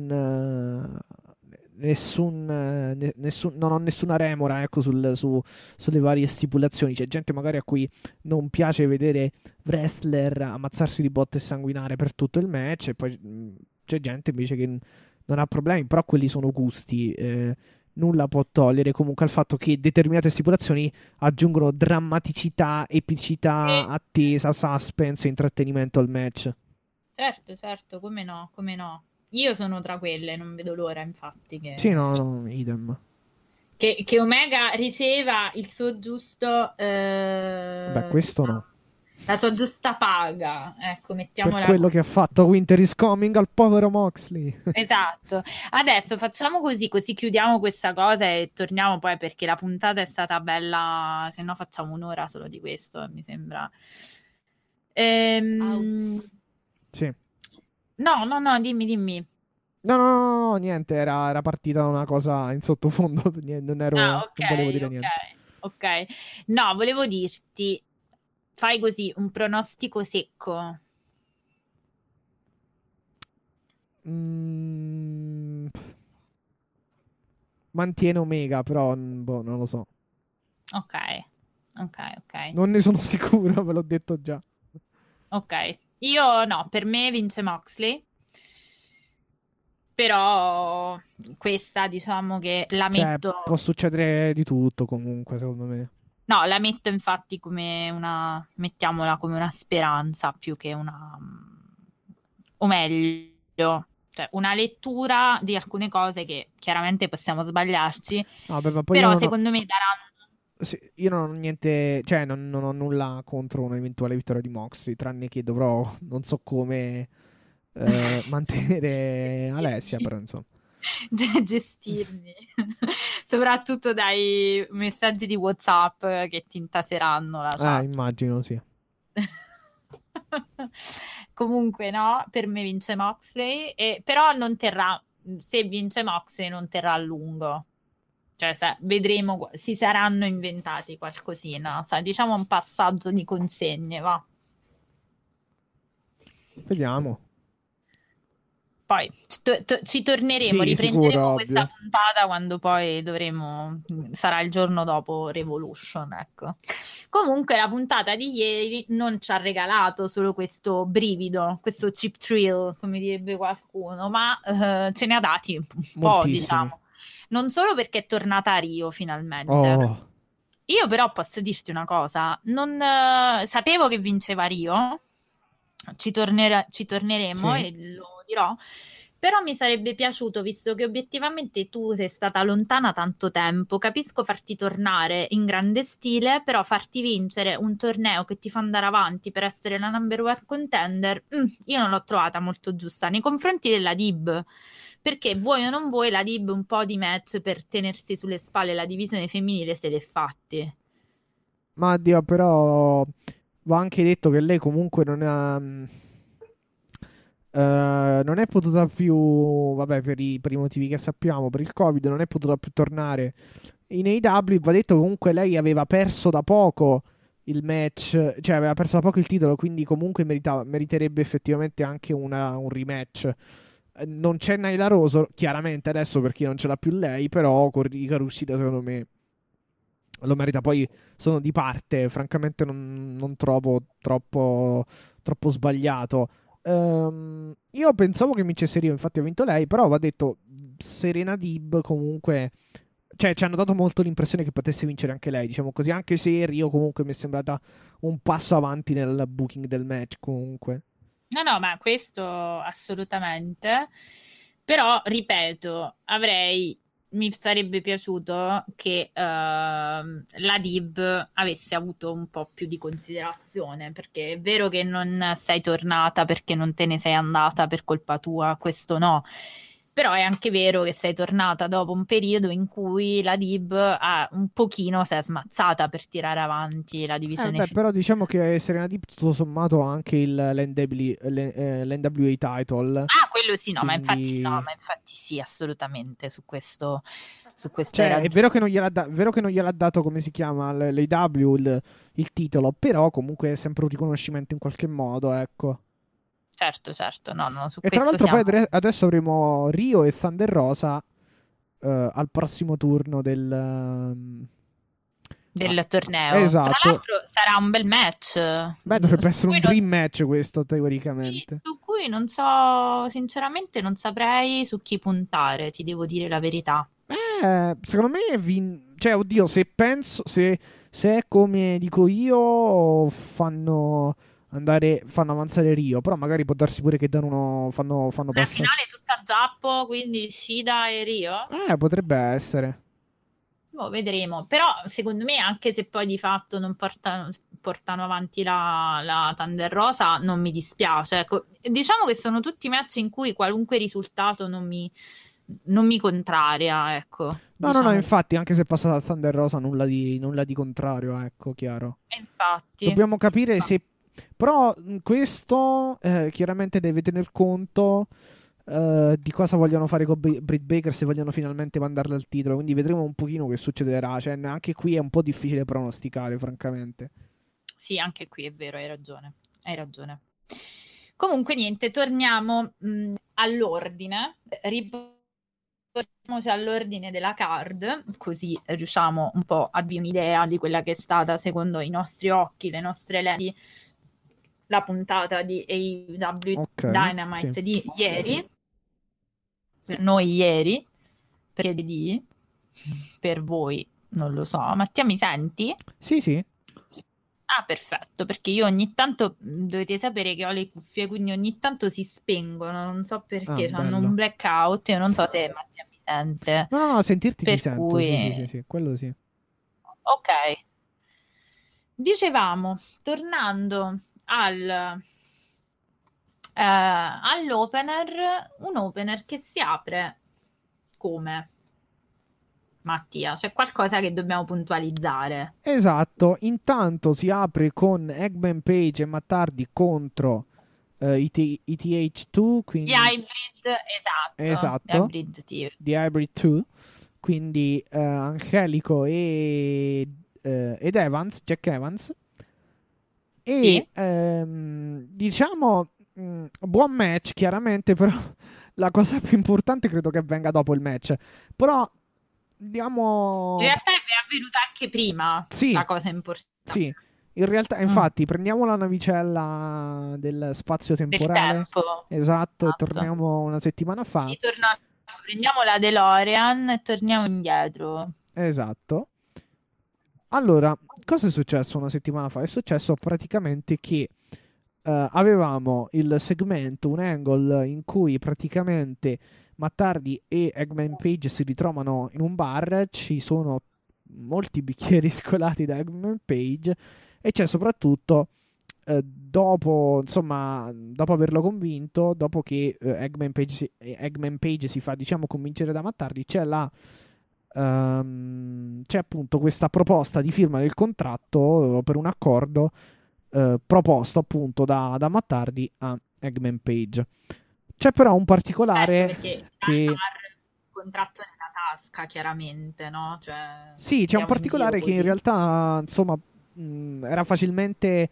S3: non ho nessuna remora, ecco, sulle varie stipulazioni. C'è gente magari a cui non piace vedere wrestler ammazzarsi di botte e sanguinare per tutto il match, e poi c'è gente invece che non ha problemi, però quelli sono gusti. Nulla può togliere comunque al fatto che determinate stipulazioni aggiungono drammaticità, epicità, attesa, suspense e intrattenimento al match.
S4: Certo, come no, come no. Io sono tra quelle, non vedo l'ora, infatti,
S3: Sì, no, idem.
S4: che Omega riceva il suo giusto,
S3: Beh, questo no.
S4: la sua giusta paga. Ecco,
S3: Per
S4: mettiamola
S3: quello
S4: così.
S3: che ha fatto Winter is Coming al povero Moxley.
S4: Esatto. Adesso facciamo così chiudiamo questa cosa e torniamo poi perché la puntata è stata bella, se no facciamo un'ora solo di questo, mi sembra.
S3: Sì.
S4: No, dimmi.
S3: No, niente, era partita una cosa in sottofondo,
S4: Ah, ok,
S3: non volevo dire niente.
S4: ok. No, volevo dirti, fai così, un pronostico secco.
S3: Mantiene Omega, però boh, non lo so.
S4: Ok, Ok.
S3: Non ne sono sicuro, ve l'ho detto già.
S4: Ok, io no, per me vince Moxley, però questa diciamo che la
S3: Cioè,
S4: metto,
S3: può succedere di tutto comunque, secondo me.
S4: no, la metto infatti come mettiamola come una speranza più che o meglio, cioè una lettura di alcune cose che chiaramente possiamo sbagliarci,
S3: No, beh, ma poi
S4: però secondo me daranno...
S3: sì, io non ho niente, cioè non ho nulla contro un'eventuale vittoria di Moxley, tranne che dovrò, non so come, mantenere Alessia, però insomma.
S4: gestirmi, soprattutto dai messaggi di WhatsApp che ti intaseranno la chat.
S3: Immagino, sì.
S4: Comunque, no, per me vince Moxley, però non terrà, se vince Moxley non terrà a lungo. Cioè, vedremo, si saranno inventati qualcosina, diciamo un passaggio di consegne, va.
S3: Vediamo.
S4: Poi ci torneremo,
S3: Sì, sicuro,
S4: riprenderemo questa
S3: ovvio.
S4: puntata quando poi sarà il giorno dopo Revolution, ecco. Comunque la puntata di ieri non ci ha regalato solo questo brivido, questo cheap thrill, come direbbe qualcuno, ma ce ne ha dati un po',
S3: Moltissimi.
S4: diciamo. Non solo perché è tornata a Rio finalmente.
S3: Oh,
S4: Io però posso dirti una cosa, non sapevo che vinceva Rio, ci torneremo
S3: sì.
S4: e lo dirò, però mi sarebbe piaciuto, visto che obiettivamente tu sei stata lontana tanto tempo, capisco farti tornare in grande stile, però farti vincere un torneo che ti fa andare avanti per essere la number one contender, io non l'ho trovata molto giusta nei confronti della DIB. Perché vuoi o non vuoi, la DIB un po' di match per tenersi sulle spalle la divisione femminile se l'è fatti.
S3: Ma Dio, però va anche detto che lei comunque non è potuta più, vabbè, per i motivi che sappiamo, per il Covid, non è potuta più tornare in AEW. Va detto che comunque lei aveva perso da poco il match, cioè aveva perso da poco il titolo, quindi comunque meriterebbe effettivamente anche un rematch. Non c'è Nyla Rose, chiaramente adesso perché non ce l'ha più lei, però con Hikaru Shida secondo me lo merita. Poi sono di parte, francamente non trovo troppo sbagliato. Io pensavo che vincesse Rio, infatti ha vinto lei, però va detto Serena Dib comunque, cioè ci hanno dato molto l'impressione che potesse vincere anche lei, diciamo così, anche se Rio comunque mi è sembrata un passo avanti nel booking del match comunque.
S4: No, ma questo assolutamente. Però, ripeto, mi sarebbe piaciuto che la DIB avesse avuto un po' più di considerazione, perché è vero che non sei tornata perché non te ne sei andata per colpa tua, questo no. Però è anche vero che sei tornata dopo un periodo in cui la DIB un pochino si è smazzata per tirare avanti la divisione
S3: Beh, però diciamo che Serena Deeb tutto sommato ha anche l'NWA title,
S4: Ah, quello sì, no,
S3: quindi
S4: ma infatti sì, assolutamente, su questo hai
S3: cioè è
S4: ragione.
S3: vero che non vero che non gliel'ha dato, come si chiama, l'AEW il titolo, però comunque è sempre un riconoscimento in qualche modo, ecco.
S4: Certo, no, su
S3: E tra
S4: questo
S3: l'altro poi
S4: siamo
S3: adesso avremo Rio e Thunder Rosa al prossimo turno
S4: del torneo. Tra
S3: esatto.
S4: l'altro sarà un bel match,
S3: Beh, dovrebbe
S4: su
S3: essere un
S4: cui
S3: dream match questo,
S4: sì,
S3: teoricamente.
S4: su cui non so, sinceramente non saprei su chi puntare, ti devo dire la verità.
S3: Secondo me, cioè, oddio, se penso, se è come dico io, fanno avanzare Rio, però magari può darsi pure che fanno
S4: Una
S3: passare.
S4: finale tutta a Giappo, quindi Shida e Rio?
S3: Potrebbe essere.
S4: Boh, vedremo, però secondo me anche se poi di fatto non portano avanti la Thunder Rosa non mi dispiace. Ecco, diciamo che sono tutti match in cui qualunque risultato non mi contraria, ecco,
S3: No,
S4: diciamo.
S3: infatti, anche se è passata Thunder Rosa, nulla di contrario, ecco, chiaro.
S4: E infatti,
S3: Dobbiamo capire se. Però questo chiaramente deve tener conto di cosa vogliono fare con Britt Baker, se vogliono finalmente mandarla al titolo. Quindi vedremo un pochino che succederà. Cioè, anche qui è un po' difficile pronosticare, francamente.
S4: sì, anche qui è vero, hai ragione, hai ragione. Comunque niente, torniamo all'ordine. Torniamoci all'ordine della card, così riusciamo un po' a darvi un'idea di quella che è stata, secondo i nostri occhi, le nostre lenti, la puntata di AEW Dynamite
S3: sì.
S4: di ieri. Per noi ieri, per voi non lo so. Mattia, mi senti?
S3: Sì.
S4: Ah, perfetto, perché io ogni tanto dovete sapere che ho le cuffie, quindi ogni tanto si spengono, non so perché, hanno
S3: bello.
S4: un blackout, io non so se Mattia mi sente.
S3: No, sentirti ti
S4: Per
S3: sento.
S4: cui...
S3: Sì, quello sì.
S4: Ok. Dicevamo, tornando all'opener, un opener che si apre come? Mattia, c'è qualcosa che dobbiamo puntualizzare.
S3: Esatto, intanto si apre con Eggman Page e Matt Hardy contro ETH2, quindi...
S4: Gli hybrid, esatto.
S3: Esatto,
S4: Hybrid team.
S3: di Hybrid 2, quindi Angelico ed Evans, Jack Evans. E
S4: Sì.
S3: diciamo, buon match chiaramente, però la cosa più importante credo che venga dopo il match. Però, diamo...
S4: In realtà è avvenuta anche prima,
S3: Sì,
S4: la cosa importante.
S3: sì. In realtà, infatti, prendiamo la navicella del spazio
S4: Del
S3: temporale.
S4: tempo.
S3: Esatto, e torniamo una settimana fa.
S4: Prendiamo la DeLorean e torniamo indietro.
S3: Esatto. Allora, cosa è successo una settimana fa? È successo praticamente che avevamo il segmento, un angle in cui praticamente Matt Hardy e Eggman Page si ritrovano in un bar, ci sono molti bicchieri scolati da Eggman Page e c'è soprattutto dopo averlo convinto, dopo che Eggman Page si fa, diciamo, convincere da Matt Hardy, c'è appunto questa proposta di firma del contratto per un accordo proposto appunto da Matt Hardy a Eggman Page. C'è però un particolare
S4: perché
S3: che...
S4: il contratto nella tasca, chiaramente, no? Cioè,
S3: Sì, c'è un particolare che in realtà, insomma, era facilmente,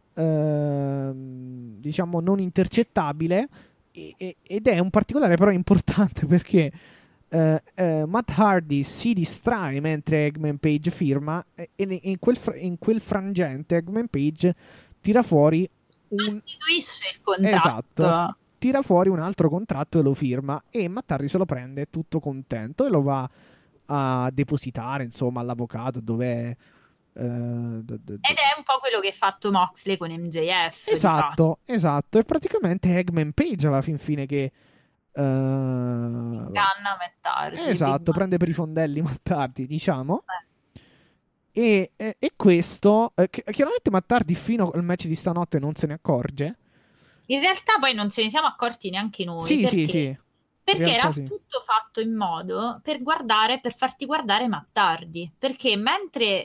S3: diciamo, non intercettabile ed è un particolare però importante perché Matt Hardy si distrae mentre Eggman Page firma e in quel frangente Eggman Page tira fuori
S4: sostituisce il contratto.
S3: Esatto. Tira fuori un altro contratto e lo firma e Matt Hardy se lo prende tutto contento e lo va a depositare, insomma, all'avvocato dove...
S4: Ed è un po' quello che ha fatto Moxley con MJF.
S3: Esatto. E praticamente Eggman Page alla fin fine che...
S4: Ganna Matt Hardy.
S3: Esatto, prende per i fondelli Matt Hardy, diciamo. E questo... chiaramente Matt Hardy fino al match di stanotte non se ne accorge.
S4: In realtà poi non ce ne siamo accorti neanche noi.
S3: Sì.
S4: Perché era tutto fatto in modo per farti guardare Matt Hardy. Perché mentre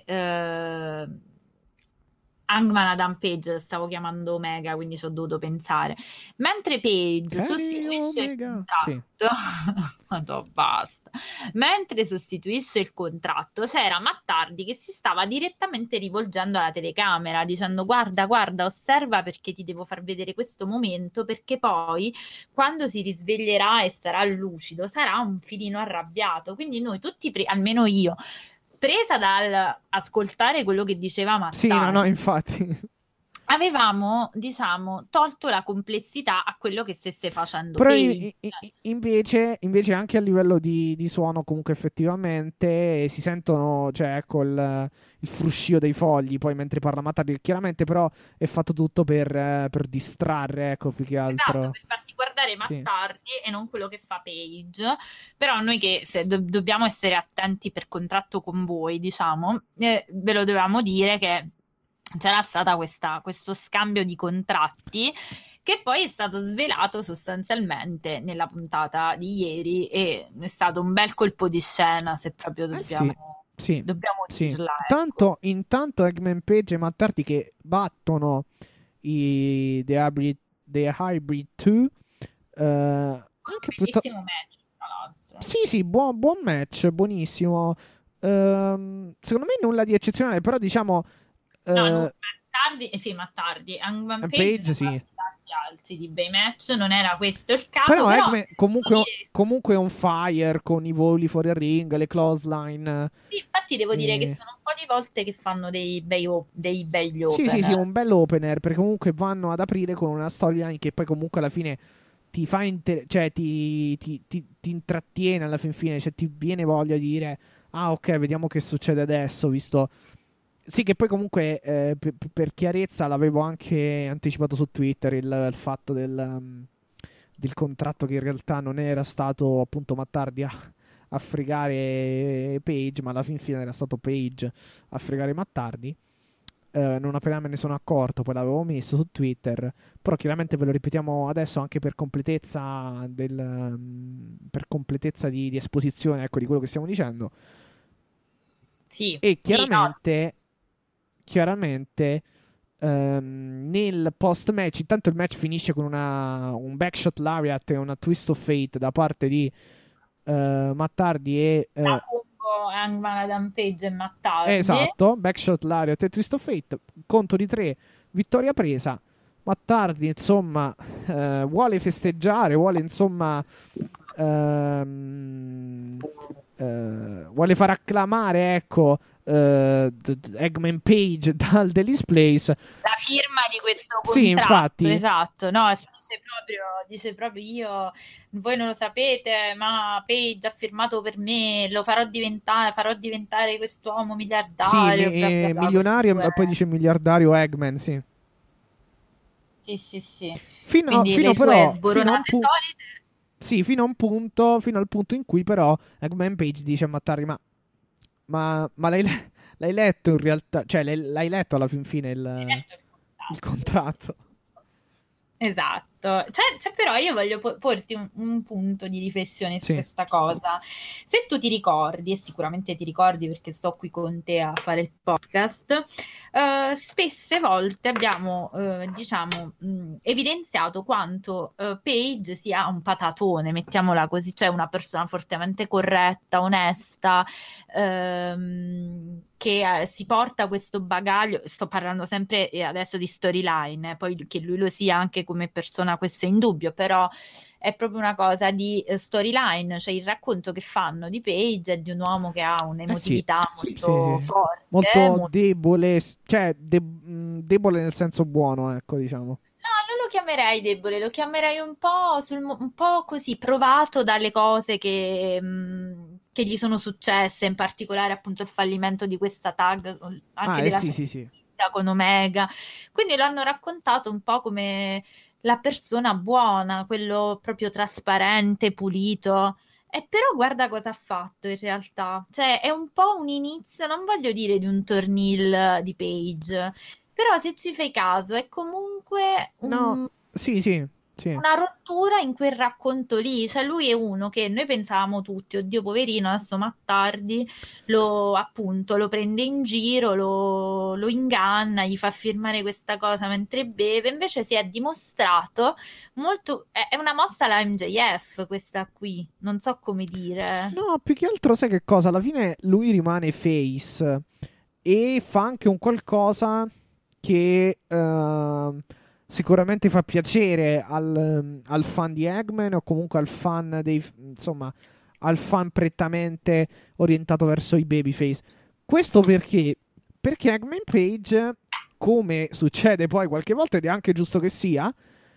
S4: Hangman Adam Page, stavo chiamando Omega, quindi ci ho dovuto pensare. Mentre Page sostituisce il contratto, basta. Mentre sostituisce il contratto, c'era Matt Hardy che si stava direttamente rivolgendo alla telecamera, dicendo: guarda, osserva perché ti devo far vedere questo momento, perché poi quando si risveglierà e starà lucido sarà un filino arrabbiato. Quindi noi tutti, almeno io, presa dal ascoltare quello che diceva Matt Hardy,
S3: no, infatti
S4: avevamo, diciamo, tolto la complessità a quello che stesse facendo.
S3: Però invece anche a livello di suono comunque effettivamente si sentono, cioè ecco il fruscio dei fogli poi mentre parla Matt Hardy, chiaramente però è fatto tutto per distrarre, ecco, più che altro.
S4: Esatto, per farti guardare Matt Hardy e non quello che fa Page. Però noi che dobbiamo essere attenti per contratto con voi, diciamo, ve lo dovevamo dire che c'era stata questo scambio di contratti che poi è stato svelato sostanzialmente nella puntata di ieri e è stato un bel colpo di scena, se proprio dobbiamo dirla.
S3: Ecco. Intanto Eggman Page e Matt Hardy che battono The Hybrid 2 anche
S4: bellissimo match, tra l'altro.
S3: Sì, buon match, buonissimo. Secondo me nulla di eccezionale, però diciamo
S4: Matt Hardy, Hangman Page
S3: sì.
S4: altri di bei match, non era questo il caso,
S3: Però
S4: però
S3: Eggman comunque è on fire con i voli fuori al ring, le clothesline.
S4: sì, infatti devo dire che sono un po' di volte che fanno dei begli
S3: Sì, sì,
S4: opener.
S3: sì, un bel opener, perché comunque vanno ad aprire con una storyline che poi comunque alla fine ti fa cioè ti intrattiene alla fin fine, cioè ti viene voglia di dire ah ok, vediamo che succede adesso, visto. Sì, che poi comunque per chiarezza l'avevo anche anticipato su Twitter il fatto del contratto che in realtà non era stato appunto Mattardi a fregare Page, ma alla fin fine era stato Page a fregare Mattardi. Non appena me ne sono accorto, poi l'avevo messo su Twitter. Però chiaramente ve lo ripetiamo adesso anche per completezza per completezza di esposizione, ecco, di quello che stiamo dicendo.
S4: Sì,
S3: E
S4: sì, no,
S3: chiaramente nel post match, intanto il match finisce con un backshot lariat e una twist of fate da parte di Mattardi e
S4: la combo Hangman Adam Page e Mattardi.
S3: esatto, backshot lariat e twist of fate, conto di 3, vittoria presa. Mattardi insomma vuole festeggiare, vuole insomma vuole far acclamare, ecco, Eggman Page dal Daily's Place.
S4: La firma di questo
S3: Sì,
S4: contratto,
S3: infatti.
S4: esatto, no, si dice proprio io, voi non lo sapete, ma Page ha firmato per me, farò diventare quest'uomo
S3: Sì,
S4: miliardario, bla bla bla,
S3: milionario,
S4: questi
S3: e poi dice miliardario Eggman, sì.
S4: sì.
S3: Fino
S4: Quindi le sue
S3: però, fino a un
S4: sboronate
S3: punto.
S4: solite.
S3: Sì, fino al punto in cui però Eggman Page dice a Mattardi, ma l'hai letto in realtà? Cioè, l'hai letto alla fin fine il contratto?
S4: Esatto, cioè, però io voglio porti un punto di riflessione su
S3: Sì.
S4: questa cosa. Se tu ti ricordi, e sicuramente ti ricordi perché sto qui con te a fare il podcast, spesse volte abbiamo, diciamo, evidenziato quanto Paige sia un patatone, mettiamola così, cioè una persona fortemente corretta, onesta, che si porta questo bagaglio, sto parlando sempre adesso di storyline, poi che lui lo sia anche come persona, questo è indubbio, però è proprio una cosa di storyline, cioè il racconto che fanno di Paige è di un uomo che ha un'emotività molto
S3: sì.
S4: forte,
S3: Molto debole, cioè debole nel senso buono, ecco, diciamo.
S4: No, non lo chiamerei debole, lo chiamerei un po', un po' così provato dalle cose che gli sono successe, in particolare appunto il fallimento di questa tag, anche della
S3: Sì.
S4: sfida con Omega. Quindi lo hanno raccontato un po' come la persona buona, quello proprio trasparente, pulito. E però guarda cosa ha fatto in realtà. Cioè è un po' un inizio, non voglio dire di un tornil di Paige, però se ci fai caso è comunque
S3: No, sì.
S4: una rottura in quel racconto lì. Cioè lui è uno che noi pensavamo tutti, oddio poverino, adesso Mattardi appunto lo prende in giro, lo inganna, gli fa firmare questa cosa mentre beve. Invece si è dimostrato molto, è una mossa alla MJF questa qui, non so come dire.
S3: No, più che altro sai che cosa? Alla fine lui rimane face e fa anche un qualcosa che sicuramente fa piacere al fan di Eggman o comunque al fan insomma, al fan prettamente orientato verso i babyface. Questo perché? Perché Eggman Page, come succede poi qualche volta, ed è anche giusto che sia,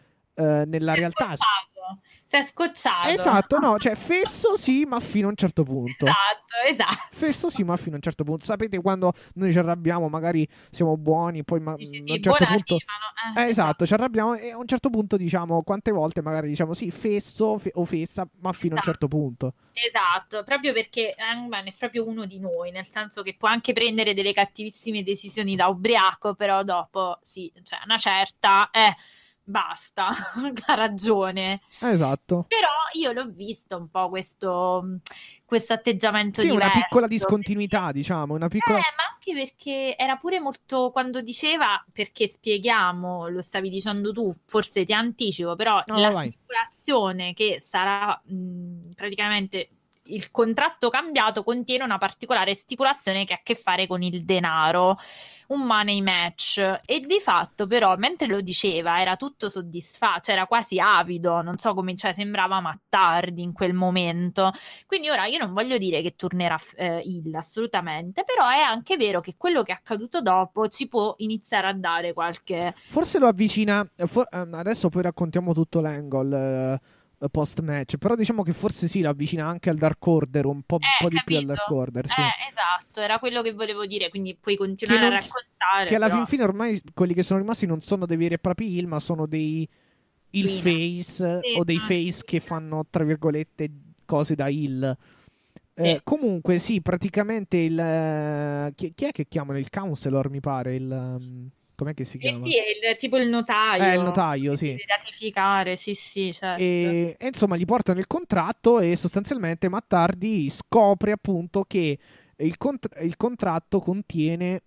S3: nella realtà.
S4: Si è scocciato.
S3: Esatto, no, cioè fesso sì, ma fino a un certo punto.
S4: Esatto.
S3: Fesso sì, ma fino a un certo punto. Sapete quando noi ci arrabbiamo, magari siamo buoni, poi a un certo punto. Esatto, ci arrabbiamo e a un certo punto diciamo quante volte magari diciamo sì, fesso o fessa, ma fino a un certo punto.
S4: Esatto, proprio perché Hangman è proprio uno di noi, nel senso che può anche prendere delle cattivissime decisioni da ubriaco, però dopo sì, cioè una certa basta, ha ragione.
S3: Esatto.
S4: Però io l'ho visto un po' questo atteggiamento
S3: sì,
S4: diverso.
S3: Una piccola discontinuità, diciamo, una piccola.
S4: Ma anche perché era pure molto, quando diceva, perché spieghiamo, lo stavi dicendo tu, forse ti anticipo, però l'assicurazione che sarà praticamente il contratto cambiato contiene una particolare stipulazione che ha a che fare con il denaro, un money match, e di fatto però mentre lo diceva era tutto soddisfatto, cioè era quasi avido, non so come, cioè sembrava mattardi in quel momento. Quindi ora io non voglio dire che tornerà Hill assolutamente, però è anche vero che quello che è accaduto dopo ci può iniziare a dare qualche...
S3: Forse lo avvicina, adesso poi raccontiamo tutto l'angle post match, però diciamo che forse sì, lo avvicina anche al Dark Order, un po' di più al
S4: capito?
S3: Dark Order, sì.
S4: Esatto, era quello che volevo dire, quindi puoi continuare a raccontare.
S3: Che alla
S4: però...
S3: fin fine ormai quelli che sono rimasti non sono dei veri e propri heel, ma sono dei heel face o dei face che fanno, tra virgolette, cose da heel.
S4: Sì.
S3: Comunque sì, praticamente chi è che chiamano il counselor, mi pare, com'è che si chiama?
S4: Sì, è tipo il notaio.
S3: Il notaio, sì.
S4: Devi ratificare, sì, certo.
S3: E insomma gli portano il contratto e sostanzialmente Matt Hardy scopre appunto che il contratto contiene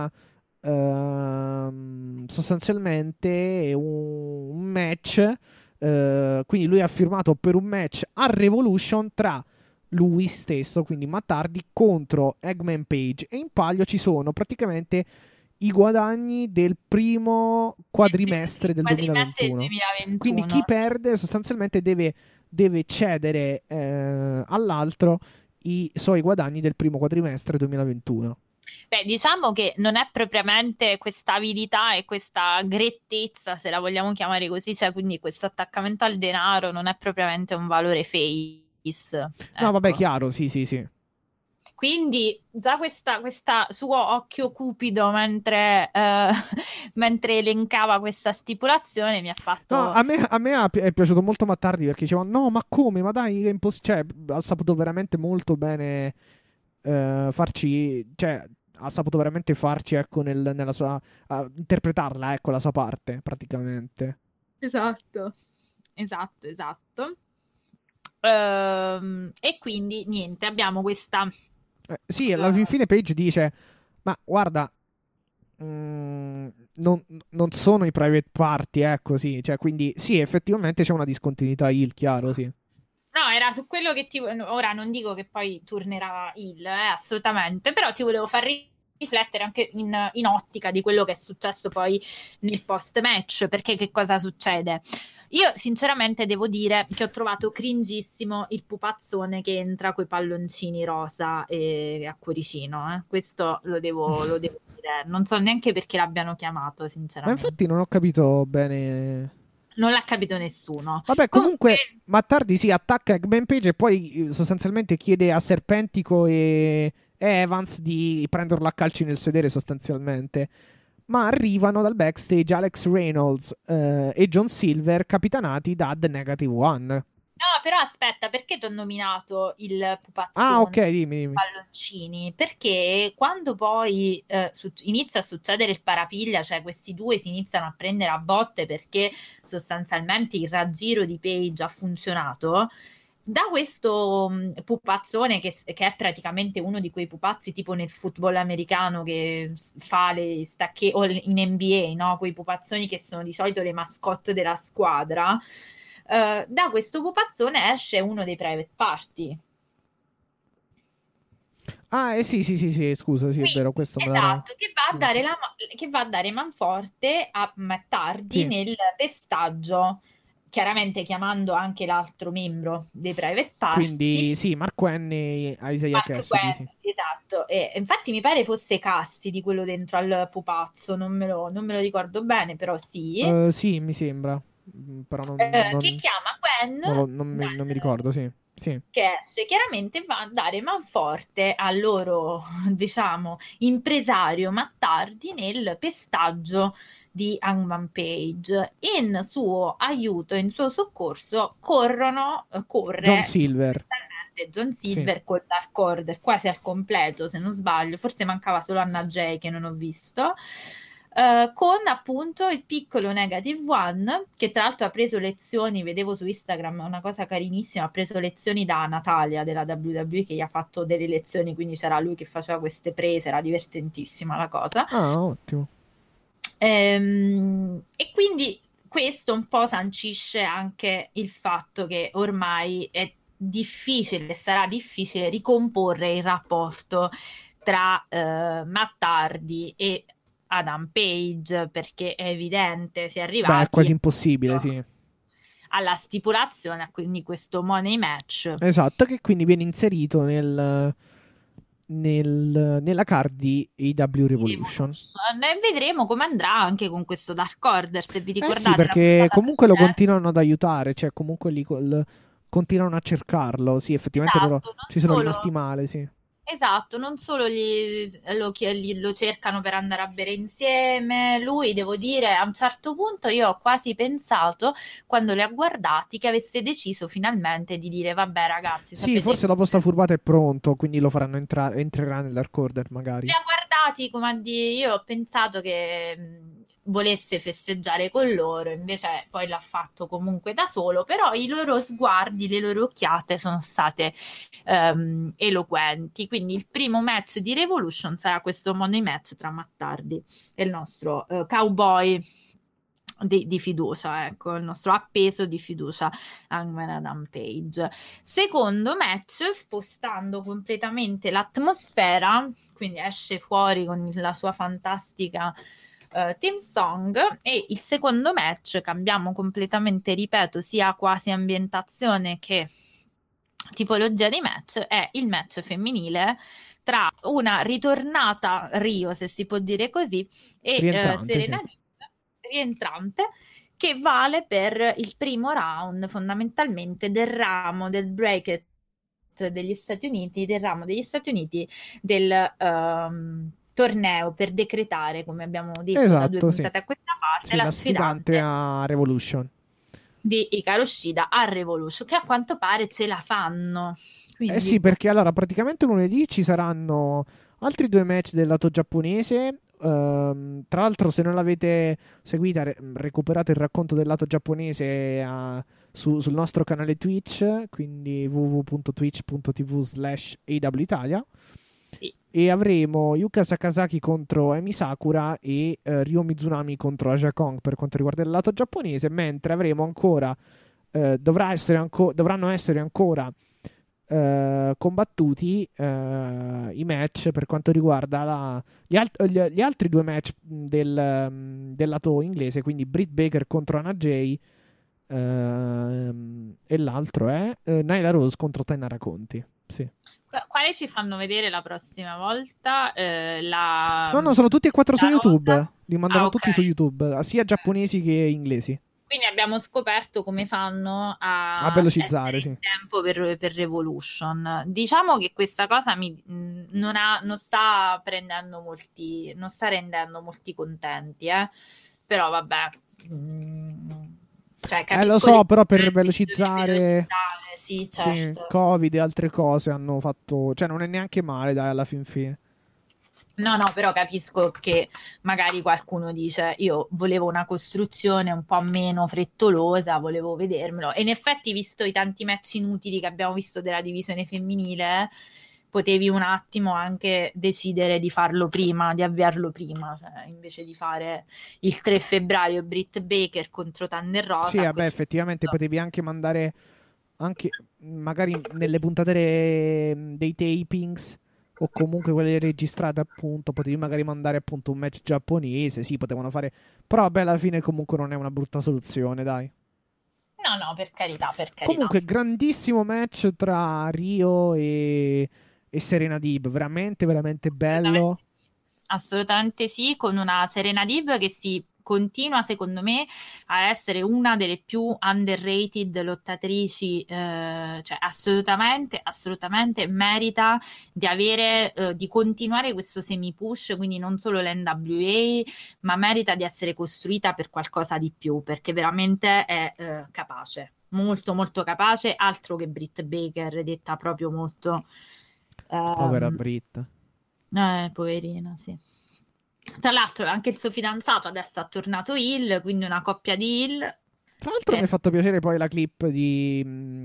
S3: sostanzialmente un match, quindi lui ha firmato per un match a Revolution tra lui stesso, quindi Matt Hardy, contro Eggman Page, e in palio ci sono praticamente i guadagni del primo quadrimestre del 2021. Quindi chi perde sostanzialmente deve cedere all'altro i suoi guadagni del primo quadrimestre 2021.
S4: Beh, diciamo che non è propriamente questa abilità e questa grettezza, se la vogliamo chiamare così, cioè quindi questo attaccamento al denaro non è propriamente un valore face.
S3: No, vabbè, chiaro, sì.
S4: Quindi già questa suo occhio cupido mentre elencava questa stipulazione mi ha fatto...
S3: No, a me è piaciuto molto Matt Hardy perché diceva no, ma come? Ma dai, è impossibile. Cioè, ha saputo veramente molto bene farci... Cioè, ha saputo veramente farci, ecco, nella sua... interpretarla, ecco, la sua parte, praticamente.
S4: Esatto. E quindi, niente, abbiamo questa...
S3: Sì, alla fine Page dice ma guarda, non sono i private party, ecco, sì. Cioè, quindi sì, effettivamente c'è una discontinuità heel, chiaro, sì.
S4: No, era su quello che ora non dico che poi tornerà heel, assolutamente, però ti volevo far riflettere anche in ottica di quello che è successo poi nel post-match, perché che cosa succede? Io sinceramente devo dire che ho trovato cringissimo il pupazzone che entra coi palloncini rosa e a cuoricino, Questo lo devo dire, non so neanche perché l'abbiano chiamato, sinceramente.
S3: Ma infatti non ho capito bene.
S4: Non l'ha capito nessuno.
S3: Vabbè, comunque Matt Hardy si attacca a Eggman Page e poi sostanzialmente chiede a Serpentico e Evans di prenderlo a calci nel sedere, sostanzialmente. Ma arrivano dal backstage Alex Reynolds e John Silver, capitanati da The Negative One.
S4: No, però aspetta, perché ti ho nominato il pupazzone?
S3: Ah, ok, dimmi.
S4: Palloncini, perché quando poi inizia a succedere il parapiglia, cioè questi due si iniziano a prendere a botte perché sostanzialmente il raggiro di Page ha funzionato, da questo pupazzone che è praticamente uno di quei pupazzi tipo nel football americano che fa le stacche, o in NBA, no? Quei pupazzoni che sono di solito le mascotte della squadra. Da questo pupazzone esce uno dei private party.
S3: Ah, sì, scusa, sì,
S4: Quindi,
S3: è vero, questo
S4: esatto, che va a dare manforte a Matt Hardy
S3: sì.
S4: nel pestaggio, chiaramente chiamando anche l'altro membro dei private party.
S3: Quindi sì, Mark Quinn e Isaiah Cassidy, sì.
S4: Esatto, e infatti mi pare fosse Cassidy quello dentro al pupazzo, non me lo ricordo bene, però sì.
S3: Sì, mi sembra. Però
S4: che chiama Gwen
S3: non mi ricordo, sì.
S4: Che esce, chiaramente va a dare manforte al loro, diciamo, impresario Matt Hardy nel pestaggio di Hangman Page. In suo aiuto, in suo soccorso corre
S3: John Silver
S4: sì. Col Dark Order quasi al completo, se non sbaglio, forse mancava solo Anna Jay che non ho visto. Con appunto il piccolo Negative One, che tra l'altro ha preso lezioni, vedevo su Instagram una cosa carinissima, ha preso lezioni da Natalia della WWE che gli ha fatto delle lezioni, quindi c'era lui che faceva queste prese, era divertentissima la cosa.
S3: Ah, ottimo.
S4: E quindi questo un po' sancisce anche il fatto che ormai è sarà difficile ricomporre il rapporto tra Matt Hardy e Adam Page, perché è evidente, si è arrivati
S3: è quasi impossibile, sì.
S4: alla stipulazione, quindi questo money match.
S3: Esatto, che quindi viene inserito nella card di AEW Revolution.
S4: E vedremo come andrà anche con questo Dark Order, se vi ricordate.
S3: Sì, perché comunque lo continuano ad aiutare, cioè comunque lì continuano a cercarlo. Sì, effettivamente loro ci sono rimasti male, sì.
S4: Esatto, non solo lo cercano per andare a bere insieme, lui, devo dire, a un certo punto io ho quasi pensato, quando li ha guardati, che avesse deciso finalmente di dire, vabbè ragazzi,
S3: sì, forse dopo sta furbata è pronto, quindi lo faranno entrerà nel Dark Order magari.
S4: Li ha guardati come a dire, io ho pensato che volesse festeggiare con loro, invece poi l'ha fatto comunque da solo, però i loro sguardi, le loro occhiate sono state eloquenti. Quindi il primo match di Revolution sarà questo money match tra Matt Hardy e il nostro cowboy di fiducia, ecco, il nostro appeso di fiducia, Hangman Adam Page. Secondo match, spostando completamente l'atmosfera, quindi esce fuori con la sua fantastica team song, e il secondo match cambiamo completamente, ripeto, sia quasi ambientazione che tipologia di match, è il match femminile tra una ritornata Rio, se si può dire così, e Serena Deeb, rientrante, che vale per il primo round fondamentalmente del ramo del bracket degli Stati Uniti, del torneo per decretare, come abbiamo detto da 2 puntate a questa parte, la sfidante
S3: a Revolution
S4: di Hikaru Shida a Revolution, che a quanto pare ce la fanno. Quindi...
S3: sì, perché allora praticamente lunedì ci saranno altri 2 match del lato giapponese. Tra l'altro, se non l'avete seguita, recuperate il racconto del lato giapponese sul nostro canale Twitch, quindi www.twitch.tv/AWItalia.
S4: Sì.
S3: E avremo Yuka Sakazaki contro Emi Sakura e Ryo Mizunami contro Aja Kong per quanto riguarda il lato giapponese, mentre avremo ancora dovranno essere ancora combattuti i match per quanto riguarda gli altri 2 match del lato inglese, quindi Britt Baker contro Anna Jay e l'altro è Nyla Rose contro Tainara Conti. Sì.
S4: Quale ci fanno vedere la prossima volta?
S3: No, sono tutti e 4 su YouTube. Li mandano tutti su YouTube, sia giapponesi che inglesi.
S4: Quindi abbiamo scoperto come fanno a
S3: velocizzare, sì,
S4: il tempo per Revolution. Diciamo che questa cosa non sta rendendo molti contenti, però vabbè. Cioè,
S3: lo so, però per velocizzare
S4: sì, certo.
S3: Sì, Covid e altre cose hanno fatto, cioè non è neanche male, dai, alla fin fine.
S4: No, però capisco che magari qualcuno dice io volevo una costruzione un po' meno frettolosa, volevo vedermelo. E in effetti, visto i tanti match inutili che abbiamo visto della divisione femminile, potevi un attimo anche decidere di farlo prima, di avviarlo prima, cioè, invece di fare il 3 febbraio Britt Baker contro Thunder Rosa.
S3: Sì, vabbè, effettivamente potevi anche mandare anche magari nelle puntate dei tapings o comunque quelle registrate, appunto, potevi magari mandare appunto un match giapponese, sì, potevano fare, però vabbè, alla fine comunque non è una brutta soluzione, dai.
S4: No, per carità.
S3: Comunque, grandissimo match tra Rio e Serena Deeb, veramente, veramente bello.
S4: Assolutamente sì, con una Serena Deeb che si continua, secondo me, a essere una delle più underrated lottatrici, cioè assolutamente merita di avere, di continuare questo semi-push, quindi non solo l'NWA, ma merita di essere costruita per qualcosa di più, perché veramente è capace, molto molto capace, altro che Britt Baker, detta proprio molto...
S3: Povera Britt.
S4: Poverina, sì. Tra l'altro anche il suo fidanzato adesso ha tornato heel, quindi una coppia di heel.
S3: Tra l'altro mi ha fatto piacere poi la clip di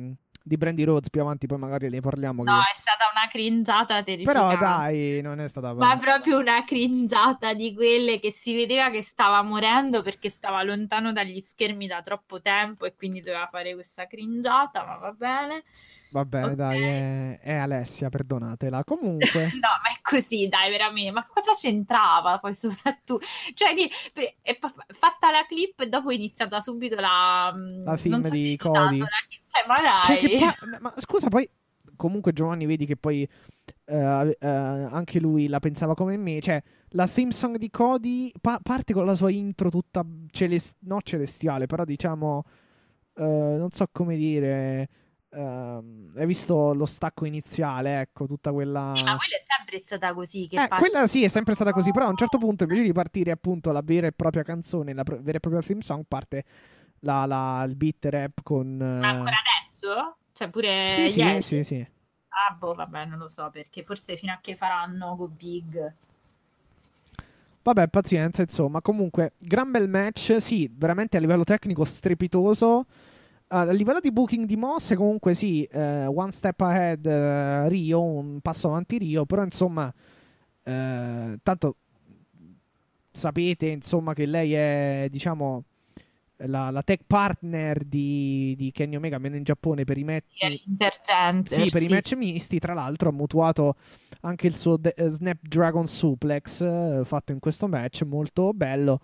S3: di Brandy Rhodes più avanti, poi magari ne parliamo.
S4: No, è stata una cringiata terrificante.
S3: Però dai, non è stata
S4: Ma proprio una cringiata di quelle che si vedeva che stava morendo perché stava lontano dagli schermi da troppo tempo e quindi doveva fare questa cringiata, ma va bene.
S3: Va bene,
S4: Ok.
S3: dai, è Alessia, perdonatela. Comunque,
S4: No, ma è così, dai, veramente. Ma cosa c'entrava poi soprattutto? Cioè, fatta la clip e dopo è iniziata subito
S3: la
S4: non
S3: film
S4: so
S3: di
S4: se hai notato,
S3: Cody.
S4: cioè, ma
S3: Cioè, che
S4: dai.
S3: ma scusa, poi comunque Giovanni, vedi che poi anche lui la pensava come me. Cioè, la theme song di Cody parte con la sua intro tutta no celestiale, però diciamo, non so come dire. Hai visto lo stacco iniziale, ecco, tutta quella.
S4: Sì, ma quella è sempre stata così, che parte...
S3: Quella sì, è sempre stata così, però a un certo punto, invece di partire appunto la vera e propria canzone, la vera e propria theme song, parte il beat rap con...
S4: Ma ancora adesso? Cioè, pure
S3: Sì,
S4: ieri?
S3: sì, sì.
S4: Ah, boh, vabbè, non lo so, perché forse fino a che faranno Go Big.
S3: Vabbè, pazienza, insomma. Comunque, gran bel match, sì, veramente a livello tecnico strepitoso. A livello di booking di mosse, comunque sì, one step ahead Rio, un passo avanti Rio, però insomma, tanto sapete insomma che lei è, diciamo, la tech partner di Kenny Omega, almeno in Giappone, per i match.
S4: Intergender,
S3: Sì, per i match misti, tra l'altro ha mutuato anche il suo Snapdragon Suplex fatto in questo match, molto bello.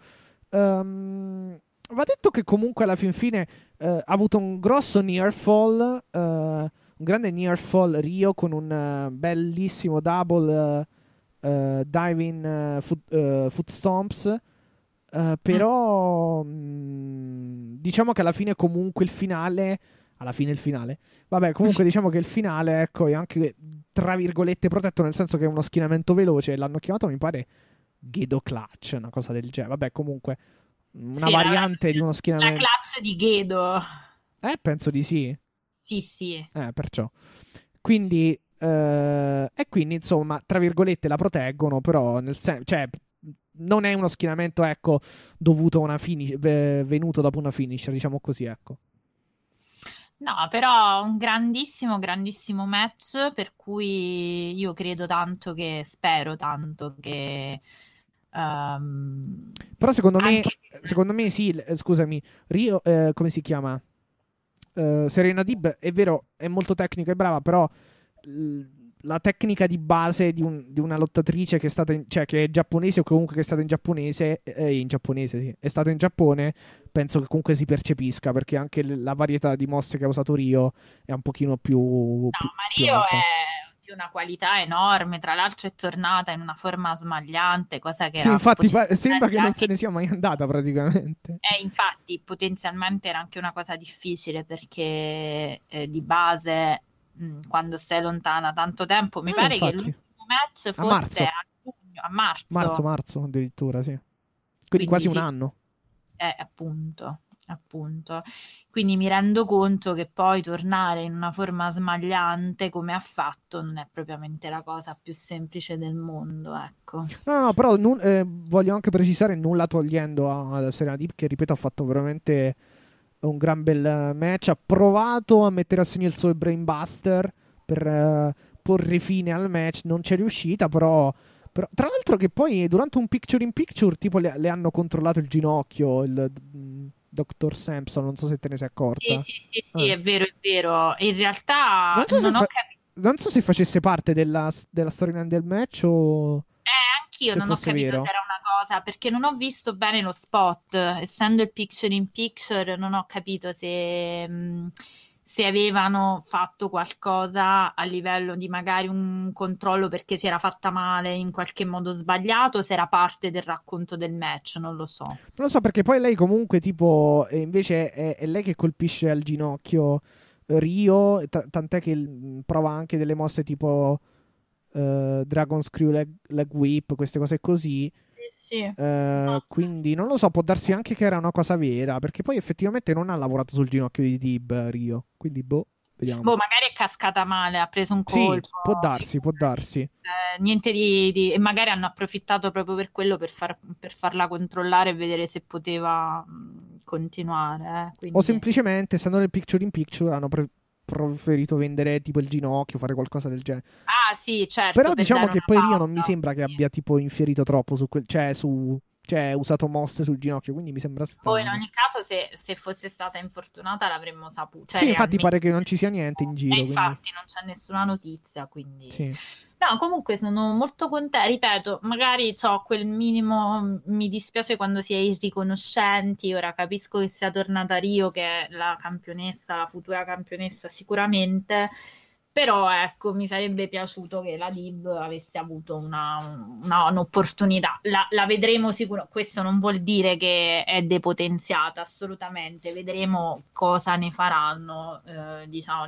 S3: Va detto che comunque alla fin fine ha avuto un grosso near fall, un grande near fall Rio con un bellissimo double diving foot stomps. Però diciamo che alla fine comunque il finale. Vabbè, comunque diciamo che il finale, ecco, è anche tra virgolette protetto, nel senso che è uno schienamento veloce. L'hanno chiamato, mi pare, Gedo Clutch, una cosa del genere. Vabbè, comunque una
S4: sì,
S3: variante di uno
S4: la
S3: schienamento.
S4: clutch di Gedo.
S3: Penso di sì.
S4: Sì.
S3: Perciò. Quindi, e quindi, insomma, tra virgolette la proteggono, però nel senso, cioè, non è uno schienamento, ecco, dovuto a una finish, venuto dopo una finish, diciamo così, ecco.
S4: No, però un grandissimo, grandissimo match, per cui io credo tanto che, spero tanto che...
S3: Però secondo me sì, scusami, Rio, come si chiama? Serena Dib, è vero, è molto tecnica e brava, però la tecnica di base di una lottatrice che è stata cioè che è giapponese o comunque che è stata in giapponese, sì, è stata in Giappone, penso che comunque si percepisca, perché anche la varietà di mosse che ha usato Rio è un pochino più
S4: No, ma
S3: più
S4: Rio
S3: alta.
S4: è di una qualità enorme, tra l'altro è tornata in una forma smagliante, cosa che
S3: Sì,
S4: era
S3: infatti
S4: potenzialmente
S3: sembra che non se ne
S4: anche...
S3: sia mai andata praticamente.
S4: Infatti, potenzialmente era anche una cosa difficile perché di base, quando sei lontana tanto tempo, mi pare che
S3: Infatti.
S4: l'ultimo match
S3: A
S4: fosse
S3: marzo.
S4: a giugno, a marzo.
S3: Marzo addirittura, sì. Quindi
S4: Quindi
S3: quasi un
S4: sì,
S3: anno.
S4: appunto. Quindi mi rendo conto che poi tornare in una forma smagliante come ha fatto non è propriamente la cosa più semplice del mondo, ecco.
S3: No, però voglio anche precisare, nulla togliendo a Serena Deeb, che ripeto ha fatto veramente un gran bel match. Ha provato a mettere a segno il suo Brainbuster per porre fine al match, non c'è riuscita, però tra l'altro che poi durante un picture in picture tipo le hanno controllato il ginocchio, il Dr. Sampson, non so se te ne sei accorta.
S4: Sì, è vero, è vero. In realtà
S3: Non so
S4: non
S3: se
S4: ho capito.
S3: non so se facesse parte della storyline del match o
S4: Anch'io
S3: se
S4: non ho
S3: fosse
S4: capito
S3: vero.
S4: se era una cosa, perché non ho visto bene lo spot, essendo il picture in picture, non ho capito se avevano fatto qualcosa a livello di magari un controllo perché si era fatta male in qualche modo sbagliato, se era parte del racconto del match, non lo so.
S3: Non lo so perché poi lei comunque tipo invece è lei che colpisce al ginocchio Rio, tant'è che prova anche delle mosse tipo Dragon Screw leg Whip, queste cose così.
S4: Sì. No.
S3: Quindi non lo so, può darsi anche che era una cosa vera, perché poi effettivamente non ha lavorato sul ginocchio di Dib Rio, quindi vediamo.
S4: Boh, magari è cascata male, ha preso un colpo.
S3: Sì, può darsi.
S4: Niente e magari hanno approfittato proprio per quello, per farla controllare e vedere se poteva continuare. Quindi...
S3: O semplicemente, essendo nel picture in picture, preferito vendere tipo il ginocchio, fare qualcosa del genere.
S4: Ah, sì, certo.
S3: Però
S4: per
S3: diciamo
S4: dare
S3: che
S4: una
S3: poi Rio non
S4: pausa.
S3: mi sembra che abbia tipo infierito troppo su quel, cioè usato mosse sul ginocchio, quindi mi sembra
S4: Poi in
S3: strano.
S4: ogni caso, se fosse stata infortunata l'avremmo saputo, cioè
S3: Sì, infatti pare
S4: realmente.
S3: che non ci sia niente in
S4: E
S3: giro, quindi
S4: infatti non c'è nessuna notizia, quindi.
S3: sì.
S4: No, comunque sono molto contenta, ripeto, magari ho quel minimo, mi dispiace quando si è irriconoscenti, ora capisco che sia tornata Rio, che è la campionessa, la futura campionessa sicuramente, però ecco, mi sarebbe piaciuto che la DIB avesse avuto un'opportunità. La vedremo sicuro, questo non vuol dire che è depotenziata, assolutamente, vedremo cosa ne faranno, diciamo,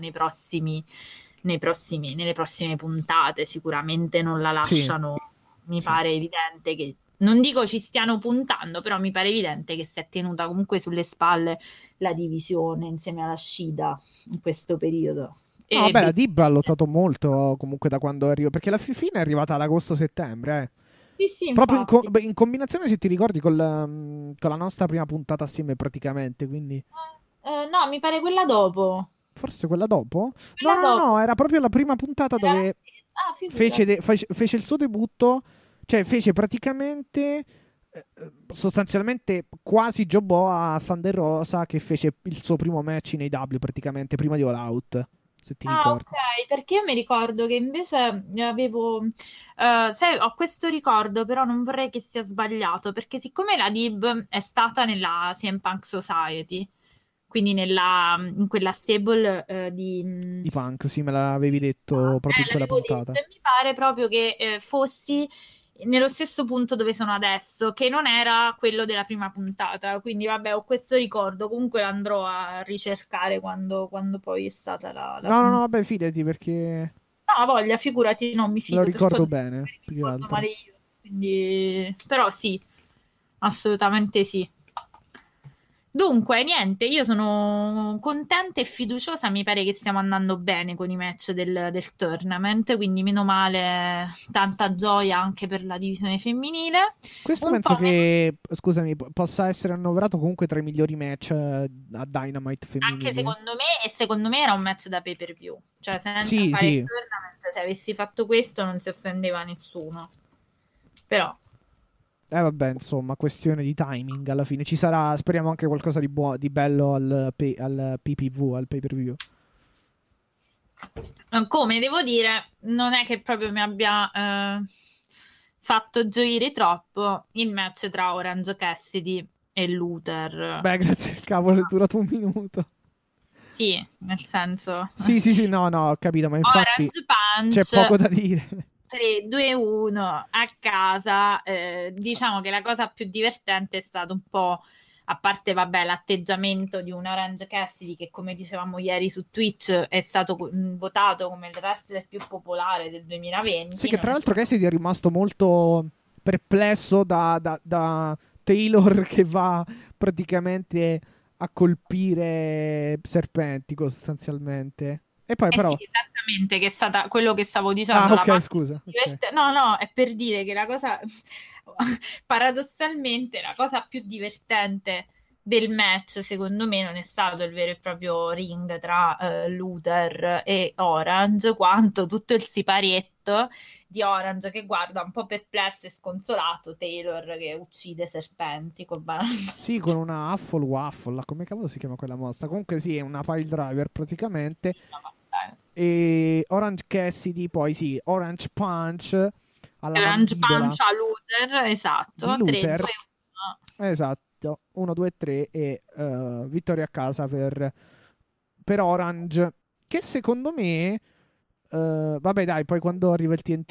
S4: nelle prossime puntate. Sicuramente non la
S3: Sì,
S4: lasciano. Mi
S3: sì.
S4: pare evidente che, non dico ci stiano puntando, però mi pare evidente che si è tenuta comunque sulle spalle la divisione insieme alla Shida in questo periodo.
S3: No,
S4: E
S3: vabbè, la Dib ha lottato molto comunque da quando arriva, perché la fine è arrivata ad agosto-settembre, eh.
S4: sì, sì,
S3: Proprio
S4: infatti.
S3: in combinazione, se ti ricordi, con la nostra prima puntata assieme praticamente, quindi
S4: No, mi pare quella dopo.
S3: forse quella dopo? No,
S4: Quella
S3: no, no,
S4: dopo.
S3: no, era proprio la prima puntata
S4: Era la
S3: dove
S4: stessa. Ah, figura.
S3: fece il suo debutto, cioè fece praticamente sostanzialmente quasi jobbò a Thunder Rosa che fece il suo primo match in AEW praticamente prima di All Out, se ti
S4: Ah,
S3: ricordi.
S4: ok, perché io mi ricordo che invece avevo, sai, ho questo ricordo, però non vorrei che sia sbagliato, perché siccome la DIB è stata nella CM Punk Society, quindi in quella stable
S3: Di Punk, sì, me l'avevi detto proprio in quella
S4: l'avevo detto,
S3: puntata.
S4: e mi pare proprio che fossi nello stesso punto dove sono adesso, che non era quello della prima puntata. Quindi, vabbè, ho questo ricordo. Comunque l'andrò a ricercare quando poi è stata la
S3: No, no, no,
S4: puntata.
S3: vabbè, fidati perché
S4: No, voglia, figurati, non mi
S3: me lo
S4: fido, perciò
S3: ricordo
S4: dico
S3: bene,
S4: che mi
S3: più che
S4: ricordo
S3: altro.
S4: male io. Quindi, però sì, assolutamente sì. Dunque, niente, io sono contenta e fiduciosa, mi pare che stiamo andando bene con i match del tournament, quindi meno male, tanta gioia anche per la divisione femminile.
S3: Questo
S4: Un
S3: penso
S4: po' meno,
S3: che, scusami, possa essere annoverato comunque tra i migliori match a Dynamite
S4: anche
S3: femminili.
S4: secondo me, e secondo me era un match da pay per view, cioè senza
S3: Sì,
S4: fare il
S3: sì.
S4: tournament, se avessi fatto questo non si offendeva nessuno. Però.
S3: Vabbè, insomma, questione di timing alla fine. Ci sarà, speriamo, anche qualcosa di bello al PPV, al pay per view.
S4: Come devo dire, non è che proprio mi abbia fatto gioire troppo il match tra Orange Cassidy e Luther.
S3: Beh, grazie al cavolo, è durato un minuto.
S4: Sì, nel senso
S3: Sì, sì, sì, no, no, ho capito, ma infatti
S4: Orange
S3: c'è
S4: Punch
S3: poco da dire.
S4: 3-2-1 a casa. Diciamo che la cosa più divertente è stato un po', a parte, vabbè, l'atteggiamento di un Orange Cassidy che, come dicevamo ieri su Twitch, è stato votato come il wrestler più popolare del
S3: Sì,
S4: 2020.
S3: che
S4: Non
S3: tra
S4: è
S3: l'altro
S4: stato.
S3: Cassidy è rimasto molto perplesso da Taylor che va praticamente a colpire Serpentico sostanzialmente. E poi
S4: Eh sì,
S3: però...
S4: esattamente, che è stata quello che stavo
S3: Ah,
S4: dicendo, la
S3: ok,
S4: parte
S3: scusa.
S4: più
S3: Ok.
S4: no, no, è per dire che la cosa, paradossalmente, la cosa più divertente del match, secondo me, non è stato il vero e proprio ring tra Luther e Orange, quanto tutto il siparietto di Orange che guarda un po' perplesso e sconsolato Taylor che uccide Serpentico, banalmente.
S3: Sì, con una Huffle Waffle, come cavolo si chiama quella mossa? Comunque sì, è una pile driver praticamente.
S4: No, vabbè.
S3: E Orange Cassidy, poi sì, Orange Punch alla
S4: Orange
S3: mandibola
S4: pancia Luther,
S3: di
S4: esatto, 3, 2,
S3: Luther.
S4: 1.
S3: Esatto, 1, 2, 3 e vittoria a casa per Orange. Che secondo me, vabbè dai, poi quando arriva il TNT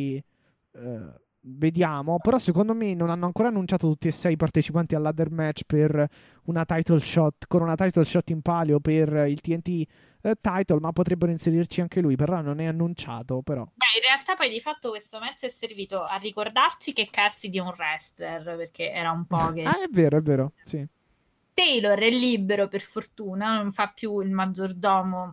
S3: vediamo, però secondo me non hanno ancora annunciato tutti e 6 i partecipanti al ladder match per una title shot, con una title shot in palio per il TNT title, ma potrebbero inserirci anche lui, però non è annunciato, però.
S4: Beh, in realtà poi di fatto questo match è servito a ricordarci che Cassidy è un wrestler, perché era un po' che.
S3: Ah, è vero, sì.
S4: Taylor è libero per fortuna, non fa più il maggiordomo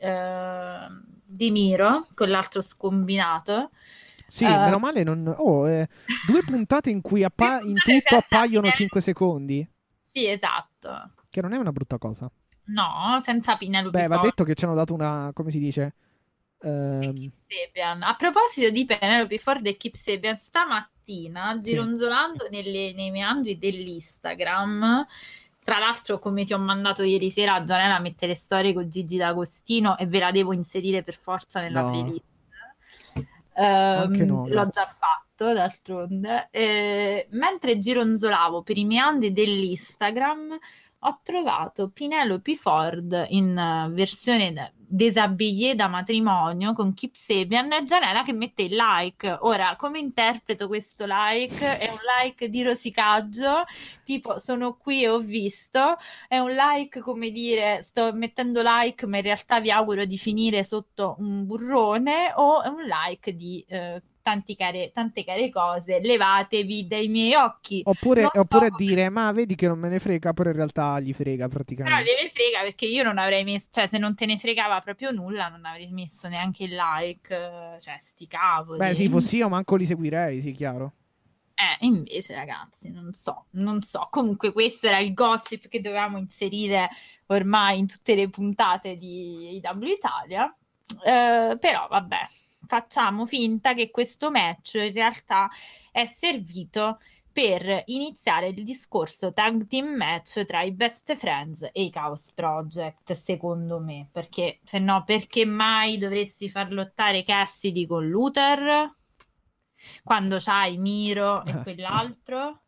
S4: di Miro, quell'altro scombinato.
S3: Sì, meno male non... Oh, 2 puntate in cui in tutto
S4: senza
S3: appaiono
S4: fine.
S3: 5 secondi,
S4: Sì, esatto.
S3: che non è una brutta cosa.
S4: No, senza Penelope
S3: Beh, va
S4: Ford
S3: detto che ci hanno dato una, come si dice?
S4: e Kip Sabian. A proposito di Penelope Ford e Kip Sabian, stamattina,
S3: Sì.
S4: gironzolando nei meandri dell'Instagram, tra l'altro, come ti ho mandato ieri sera a Gianella a mettere storie con Gigi D'Agostino e ve la devo inserire per forza nella
S3: No,
S4: playlist.
S3: anche no,
S4: L'ho
S3: grazie.
S4: già fatto d'altronde. Mentre gironzolavo per i meandri dell'Instagram, ho trovato Penelope Ford in versione déshabillée da matrimonio con Kip Sabian e Gianella che mette il like. Ora, come interpreto questo like? È un like di rosicaggio, tipo sono qui e ho visto, è un like come dire sto mettendo like, ma in realtà vi auguro di finire sotto un burrone, o è un like di tante care cose, levatevi dai miei occhi. Non so
S3: Oppure
S4: come.
S3: dire, ma vedi che non me ne frega, però in realtà gli frega
S4: Però
S3: praticamente.
S4: gliene frega perché io non avrei messo, cioè se non te ne fregava proprio nulla non avrei messo neanche il like, cioè sti
S3: Beh,
S4: cavoli.
S3: sì, fossi io, manco li seguirei, sì, chiaro.
S4: Invece ragazzi, non so. Comunque questo era il gossip che dovevamo inserire ormai in tutte le puntate di AW Italia. Però vabbè, facciamo finta che questo match in realtà è servito per iniziare il discorso tag team match tra i Best Friends e i Chaos Project, secondo me, perché se no, perché mai dovresti far lottare Cassidy con Luther quando c'hai Miro e quell'altro?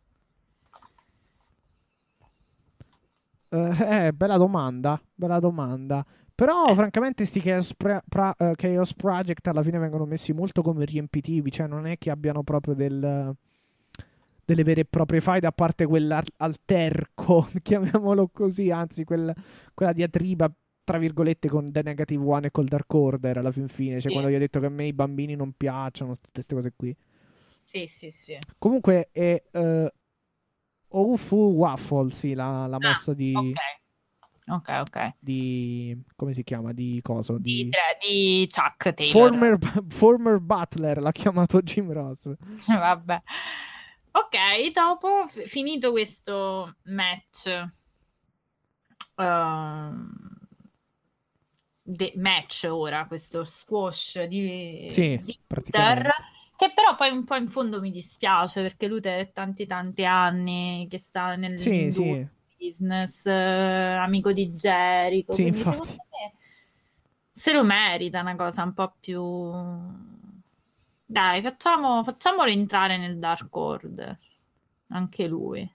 S3: Bella domanda, bella domanda. Però, francamente, sti Chaos Project alla fine vengono messi molto come riempitivi, cioè non è che abbiano proprio delle vere e proprie fight, a parte quell'alterco, chiamiamolo così, anzi, quella diatriba, tra virgolette, con The Negative One e col Dark Order alla fin fine, cioè
S4: Sì,
S3: quando gli ho detto che a me i bambini non piacciono, tutte queste cose qui.
S4: sì, sì, sì.
S3: Comunque è Ofu Waffle, sì, la
S4: Ah,
S3: mossa
S4: ok, ok, ok.
S3: come si chiama? Di coso?
S4: Di Chuck Taylor.
S3: Former, former Butler, l'ha chiamato Jim Ross.
S4: Vabbè. Ok, dopo, finito questo match, ehm, match ora, questo squash
S3: Sì,
S4: di Luther,
S3: praticamente.
S4: che però poi un po' in fondo mi dispiace perché Luther è tanti anni che sta
S3: Sì,
S4: nell'industria
S3: sì,
S4: business, amico di Jericho,
S3: sì,
S4: quindi secondo
S3: infatti.
S4: me se lo merita una cosa un po' più. Dai, facciamolo entrare nel Dark Order, anche lui.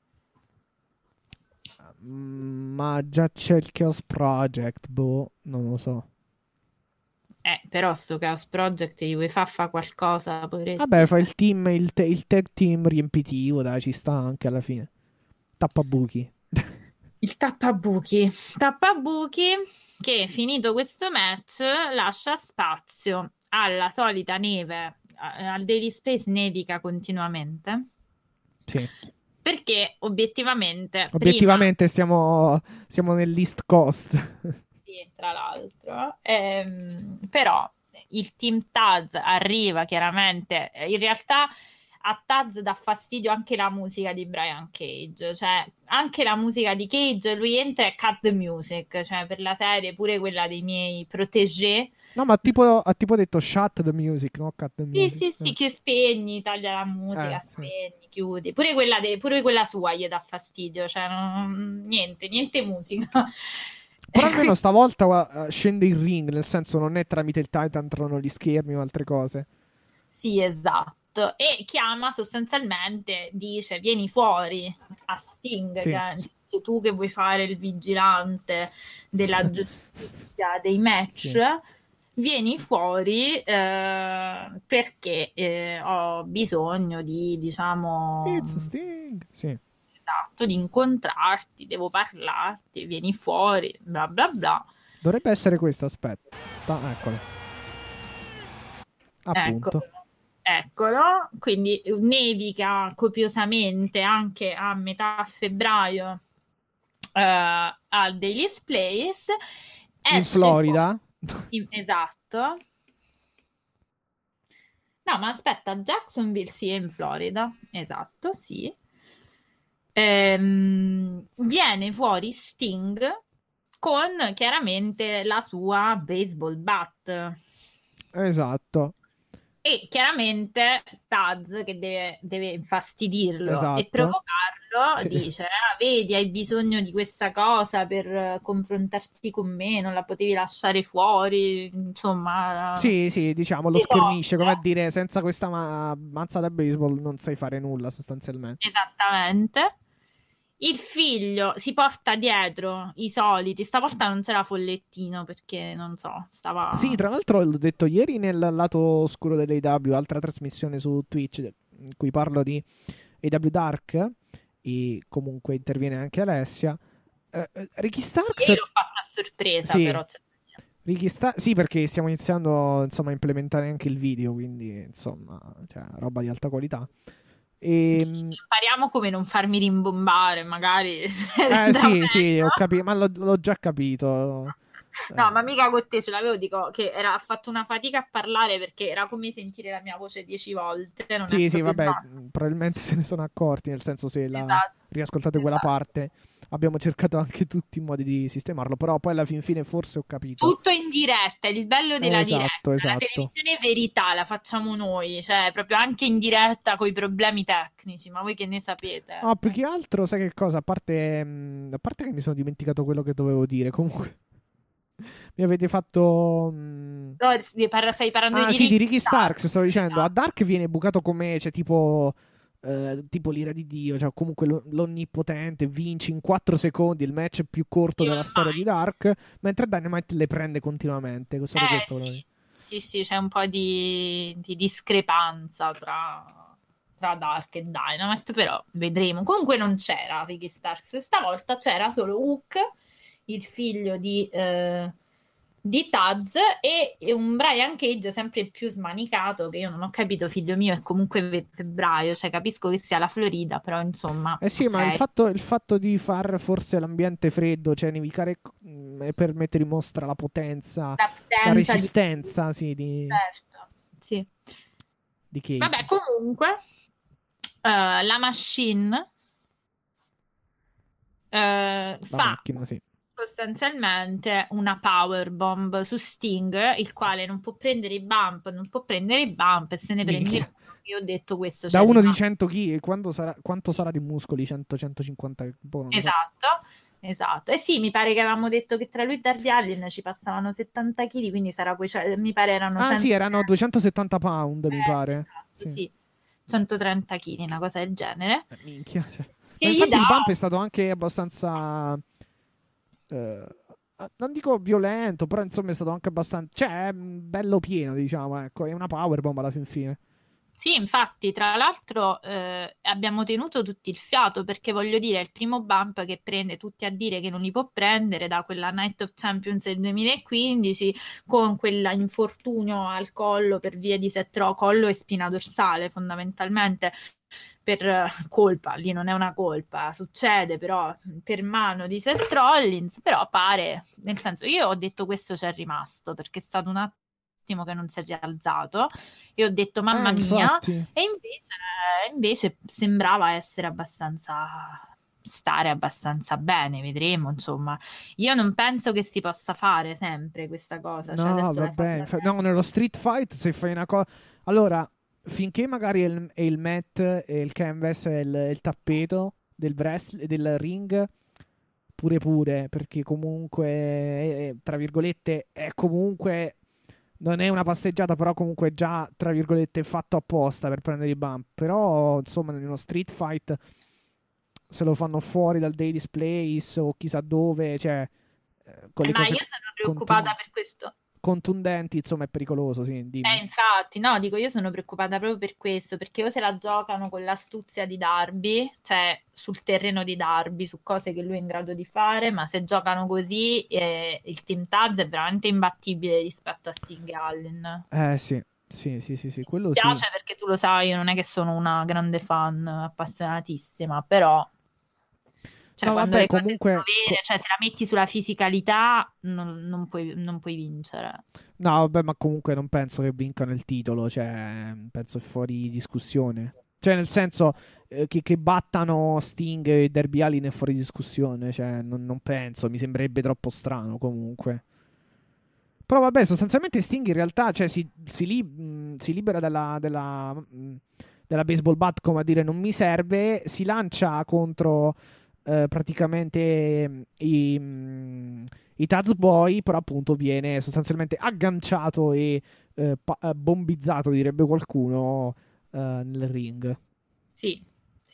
S3: Ma già c'è il Chaos Project, boh, non lo so.
S4: Però sto Chaos Project gli vuoi fa qualcosa,
S3: Vabbè,
S4: poveretti.
S3: fa il team, il tag team riempitivo, dai, ci sta anche alla fine. Tappabuchi.
S4: Il tappabuchi che finito questo match lascia spazio alla solita neve, al Daily Space nevica continuamente,
S3: Sì.
S4: perché obiettivamente prima.
S3: Obiettivamente siamo nell'East Coast.
S4: Sì, tra l'altro. Però il team Taz arriva chiaramente, in realtà a Taz dà fastidio anche la musica di Brian Cage, cioè anche la musica di Cage, lui entra e cut the music, cioè per la serie pure quella dei miei protégé.
S3: No, ma ha tipo detto shut the music, no? Cut the
S4: Sì,
S3: music.
S4: sì, sì, che spegni, taglia la musica,
S3: Sì.
S4: spegni, chiudi. Pure quella sua gli dà fastidio, cioè niente musica.
S3: Però almeno stavolta scende in ring, nel senso non è tramite il Titan trono gli schermi o altre cose.
S4: Sì, esatto. E chiama sostanzialmente, dice, vieni fuori a Sting,
S3: Sì.
S4: dice, tu che vuoi fare il vigilante della giustizia, dei match,
S3: Sì.
S4: vieni fuori perché ho bisogno di, diciamo,
S3: It's a Sting. Sì.
S4: esatto, di incontrarti, devo parlarti, vieni fuori, bla bla bla.
S3: Dovrebbe essere questo, aspetta. Eccolo.
S4: Ecco,
S3: Appunto.
S4: eccolo, quindi nevica copiosamente anche a metà febbraio al Daily's Place,
S3: In
S4: esce
S3: Florida.
S4: fuori, esatto, no ma aspetta, Jacksonville sì è in Florida, esatto, sì. Viene fuori Sting con chiaramente la sua baseball bat.
S3: Esatto.
S4: E chiaramente Taz, che deve infastidirlo
S3: Esatto.
S4: e provocarlo,
S3: Sì.
S4: dice: vedi, hai bisogno di questa cosa per confrontarti con me, non la potevi lasciare fuori, insomma.
S3: Sì, diciamo, lo
S4: Esatto.
S3: schernisce, come a dire, senza questa mazza da baseball non sai fare nulla, sostanzialmente.
S4: Esattamente. Il figlio si porta dietro i soliti, stavolta non c'era Follettino perché non so, stava.
S3: Sì, tra l'altro l'ho detto ieri nel lato oscuro dell'AW, altra trasmissione su Twitch in cui parlo di AW Dark e comunque interviene anche Alessia. Ricky Starks...
S4: Io l'ho fatta a sorpresa,
S3: Sì.
S4: però.
S3: Sì, perché stiamo iniziando insomma a implementare anche il video, quindi insomma, cioè, roba di alta qualità.
S4: Impariamo come non farmi rimbombare, magari.
S3: Sì, ho capito, ma l'ho già capito.
S4: No, ma mica con te ce l'avevo, dico che ha fatto una fatica a parlare perché era come sentire la mia voce 10 volte. Non
S3: Sì,
S4: è
S3: vabbè,
S4: proprio
S3: probabilmente se ne sono accorti, nel senso se
S4: esatto,
S3: riascoltate quella parte, abbiamo cercato anche tutti i modi di sistemarlo, però poi alla fine forse ho capito.
S4: tutto in diretta, è il bello della diretta.
S3: Esatto.
S4: La televisione verità la facciamo noi, cioè proprio anche in diretta con i problemi tecnici, ma voi che ne sapete?
S3: No, più che altro, sai che cosa? A parte che mi sono dimenticato quello che dovevo dire, comunque mi avete fatto...
S4: No, stai parlando
S3: di Ricky Starks, stavo dicendo. A
S4: esatto.
S3: Dark viene bucato come, cioè, tipo l'ira di Dio, cioè comunque l'onnipotente, vince in 4 secondi il match più corto della storia di Dark, mentre Dynamite le prende continuamente. Solo questo volevo dire.
S4: Sì, c'è un po' di discrepanza tra Dark e Dynamite, però vedremo. Comunque non c'era Ricky Starks, stavolta c'era solo Hook, il figlio di Taz, e un Brian Cage sempre più smanicato, che io non ho capito, figlio mio, è comunque febbraio, cioè capisco che sia la Florida, però insomma.
S3: Sì,
S4: ok.
S3: ma il fatto di far forse l'ambiente freddo, cioè nevicare, per mettere in mostra la potenza, la resistenza,
S4: Certo, sì.
S3: di Cage.
S4: Vabbè, comunque, la Machine fa
S3: macchina, sì.
S4: sostanzialmente una powerbomb su Sting, il quale non può prendere i bump, e se ne prende uno. Io ho detto questo.
S3: Da uno di 100 kg, quanto sarà di muscoli? 100-150? Boh, non lo so.
S4: Esatto. E sì, mi pare che avevamo detto che tra lui e Darby Allin ci passavano 70 kg, quindi sarà mi pare erano 100...
S3: sì, erano 270 pound, mi pare.
S4: Esatto, sì. 130 kg, una cosa del genere.
S3: Minchia, cioè.
S4: Che
S3: Ma infatti
S4: gli
S3: il
S4: dà...
S3: bump è stato anche abbastanza... non dico violento, però insomma è stato anche abbastanza... Cioè, è bello pieno, diciamo, ecco. È una powerbomb alla fin fine.
S4: Sì, infatti, tra l'altro abbiamo tenuto tutti il fiato, perché voglio dire, è il primo bump che prende tutti a dire che non li può prendere da quella Night of Champions del 2015, con quell'infortunio al collo per via di collo e spina dorsale, fondamentalmente per colpa, lì non è una colpa, succede però per mano di Seth Rollins, però pare, nel senso, io ho detto questo c'è rimasto, perché è stato un attimo che non si è rialzato, e ho detto mamma mia, e invece sembrava essere stare abbastanza bene, vedremo, insomma. Io non penso che si possa fare sempre questa cosa.
S3: No, vabbè, nello street fight se fai una cosa... Allora, finché magari è il mat e il canvas e il tappeto del ring, pure, perché comunque, tra virgolette, è comunque... Non è una passeggiata, però comunque è già, tra virgolette, fatto apposta per prendere i bump. Però, insomma, nello street fight, se lo fanno fuori dal Daily's Place o chissà dove, cioè, con le cose
S4: io sono preoccupata per questo.
S3: Contundenti, insomma, è pericoloso, sì.
S4: Infatti, no, dico, io sono preoccupata proprio per questo, perché o se la giocano con l'astuzia di Darby, cioè sul terreno di Darby, su cose che lui è in grado di fare, ma se giocano così, il Team Taz è veramente imbattibile rispetto a Sting e Allen.
S3: Sì, quello
S4: Mi piace perché tu lo sai, io non è che sono una grande fan appassionatissima, però... Cioè, no, quando vabbè, comunque cioè, se la metti sulla fisicalità non puoi vincere.
S3: No, vabbè, ma comunque non penso che vincano il titolo, cioè penso è fuori discussione. Cioè, nel senso che battano Sting e Darby Allin è fuori discussione. Cioè, non penso, mi sembrerebbe troppo strano comunque. Però vabbè, sostanzialmente Sting in realtà cioè, si libera della baseball bat, come a dire non mi serve, si lancia contro praticamente i Taz Boy, però appunto viene sostanzialmente agganciato e bombizzato, direbbe qualcuno, nel ring.
S4: Sì.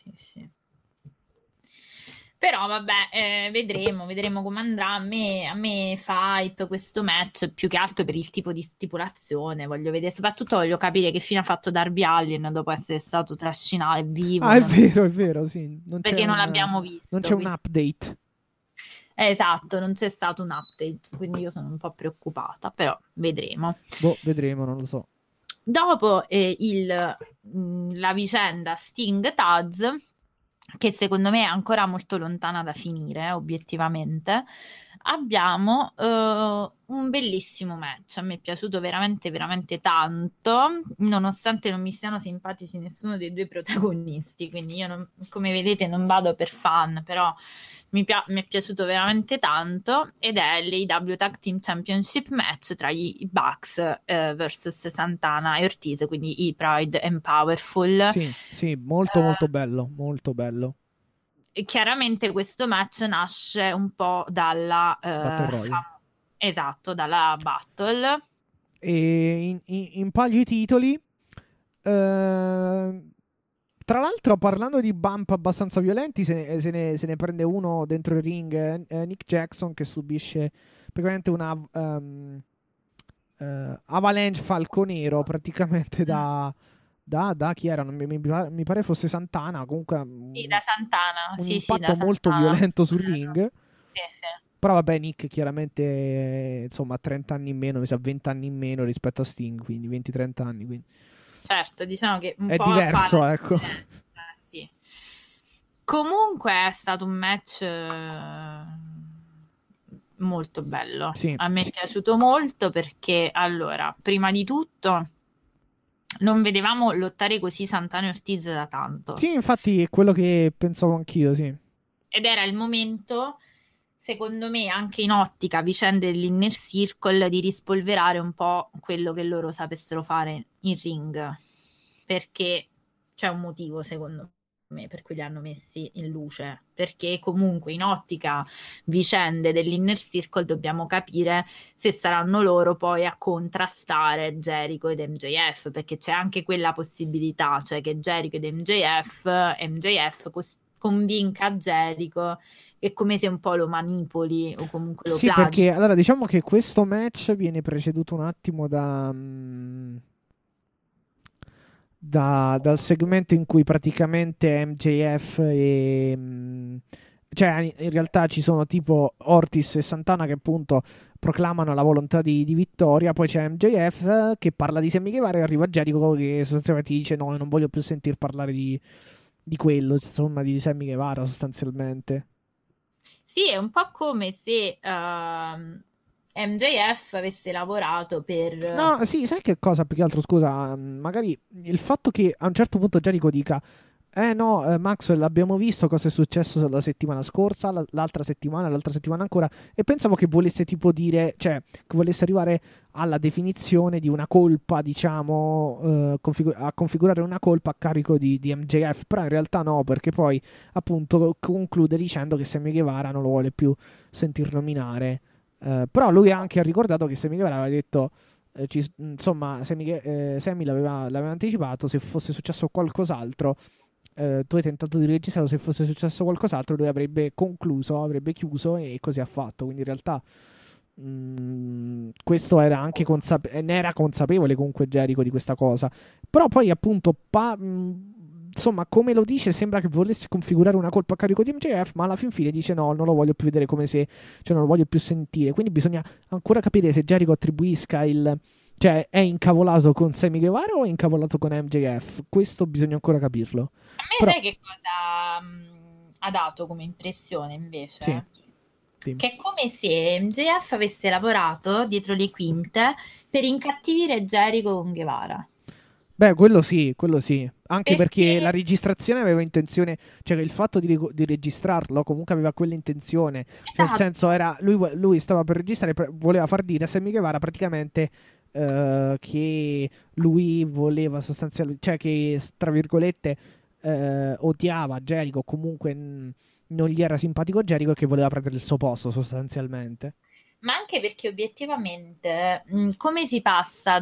S4: Però vabbè, vedremo come andrà. A me fa hype questo match, più che altro per il tipo di stipulazione. Voglio vedere, soprattutto voglio capire che fine ha fatto Darby Allin dopo essere stato trascinato vivo.
S3: Ah, è vero, sì.
S4: Perché non l'abbiamo visto.
S3: Non c'è un update.
S4: Esatto, non c'è stato un update, quindi io sono un po' preoccupata, però vedremo.
S3: Vedremo, non lo so.
S4: Dopo la vicenda Sting-Taz, che secondo me è ancora molto lontana da finire, obiettivamente, abbiamo un bellissimo match. A me è piaciuto veramente, veramente tanto, nonostante non mi siano simpatici nessuno dei due protagonisti, quindi io, come vedete, non vado per fan, però mi è piaciuto veramente tanto, ed è l'AEW Tag Team Championship match tra i Bucks versus Santana e Ortiz, quindi i Pride and Powerful.
S3: Sì, molto bello, molto bello.
S4: E chiaramente questo match nasce un po' dalla
S3: Battle Royale.
S4: Esatto, dalla Battle.
S3: E in palio i titoli. Tra l'altro, parlando di bump abbastanza violenti, se ne prende uno dentro il ring, Nick Jackson, che subisce praticamente una avalanche falconero praticamente da chi era? Mi pare fosse Santana. Comunque,
S4: sì, da Santana.
S3: Un
S4: sì,
S3: impatto
S4: da
S3: molto
S4: Santana.
S3: violento sul ring.
S4: Sì.
S3: Però vabbè, Nick chiaramente insomma ha 30 anni in meno, mi sa 20 anni in meno rispetto a Sting, quindi 20-30 anni. Quindi.
S4: Certo, diciamo che un
S3: è
S4: po'
S3: diverso, ecco.
S4: Sì. Comunque è stato un match molto bello.
S3: Sì,
S4: a me è piaciuto molto perché, allora, prima di tutto non vedevamo lottare così Santana e Ortiz da tanto.
S3: Sì, infatti è quello che pensavo anch'io, sì.
S4: Ed era il momento, secondo me, anche in ottica vicende dell'Inner Circle, di rispolverare un po' quello che loro sapessero fare in ring, perché c'è un motivo, secondo me, per cui li hanno messi in luce, perché comunque in ottica vicende dell'Inner Circle dobbiamo capire se saranno loro poi a contrastare Jericho ed MJF, perché c'è anche quella possibilità, cioè che Jericho ed MJF convinca Jericho, è come se un po' lo manipoli o comunque lo
S3: sì,
S4: plagi.
S3: perché allora diciamo che questo match viene preceduto un attimo dal segmento in cui praticamente MJF cioè in realtà ci sono tipo Ortiz e Santana che appunto proclamano la volontà di vittoria, poi c'è MJF che parla di Sammy Guevara e arriva Jericho che sostanzialmente dice no, non voglio più sentir parlare di quello, insomma, di Sammy Guevara sostanzialmente.
S4: Sì, è un po' come se MJF avesse lavorato per...
S3: No, sì, sai che cosa? Più che altro, scusa, magari il fatto che a un certo punto Jericho dica no, Maxwell, abbiamo visto cosa è successo la settimana scorsa, l'altra settimana ancora, e pensavo che volesse tipo dire, cioè, che volesse arrivare alla definizione di una colpa, diciamo, a configurare una colpa a carico di MJF, però in realtà no, perché poi appunto conclude dicendo che Sammy Guevara non lo vuole più sentir nominare. Però lui anche ha ricordato che Sammy Guevara aveva detto insomma Sammy l'aveva anticipato, se fosse successo qualcos'altro tu hai tentato di registrarlo, se fosse successo qualcos'altro lui avrebbe chiuso e così ha fatto, quindi in realtà questo era anche ne era consapevole comunque Jericho di questa cosa, però poi appunto insomma, come lo dice, sembra che volesse configurare una colpa a carico di MJF, ma alla fin fine dice no, non lo voglio più vedere come se, cioè non lo voglio più sentire. Quindi bisogna ancora capire se Jericho attribuisca cioè è incavolato con Sammy Guevara o è incavolato con MJF. Questo bisogna ancora capirlo.
S4: A me sai che cosa ha dato come impressione invece?
S3: Sì.
S4: Che è come se MJF avesse lavorato dietro le quinte per incattivire Jericho con Guevara.
S3: Beh, quello sì, quello sì. Anche perché la
S4: Perché
S3: registrazione aveva intenzione, cioè il fatto di registrarlo comunque aveva quell'intenzione. Nel senso,
S4: esatto.
S3: lui stava per registrare, voleva far dire a Sammy Guevara praticamente che lui voleva sostanzialmente, cioè che, tra virgolette, odiava Jericho, comunque non gli era simpatico Jericho e che voleva prendere il suo posto sostanzialmente.
S4: Ma anche perché obiettivamente, come si passa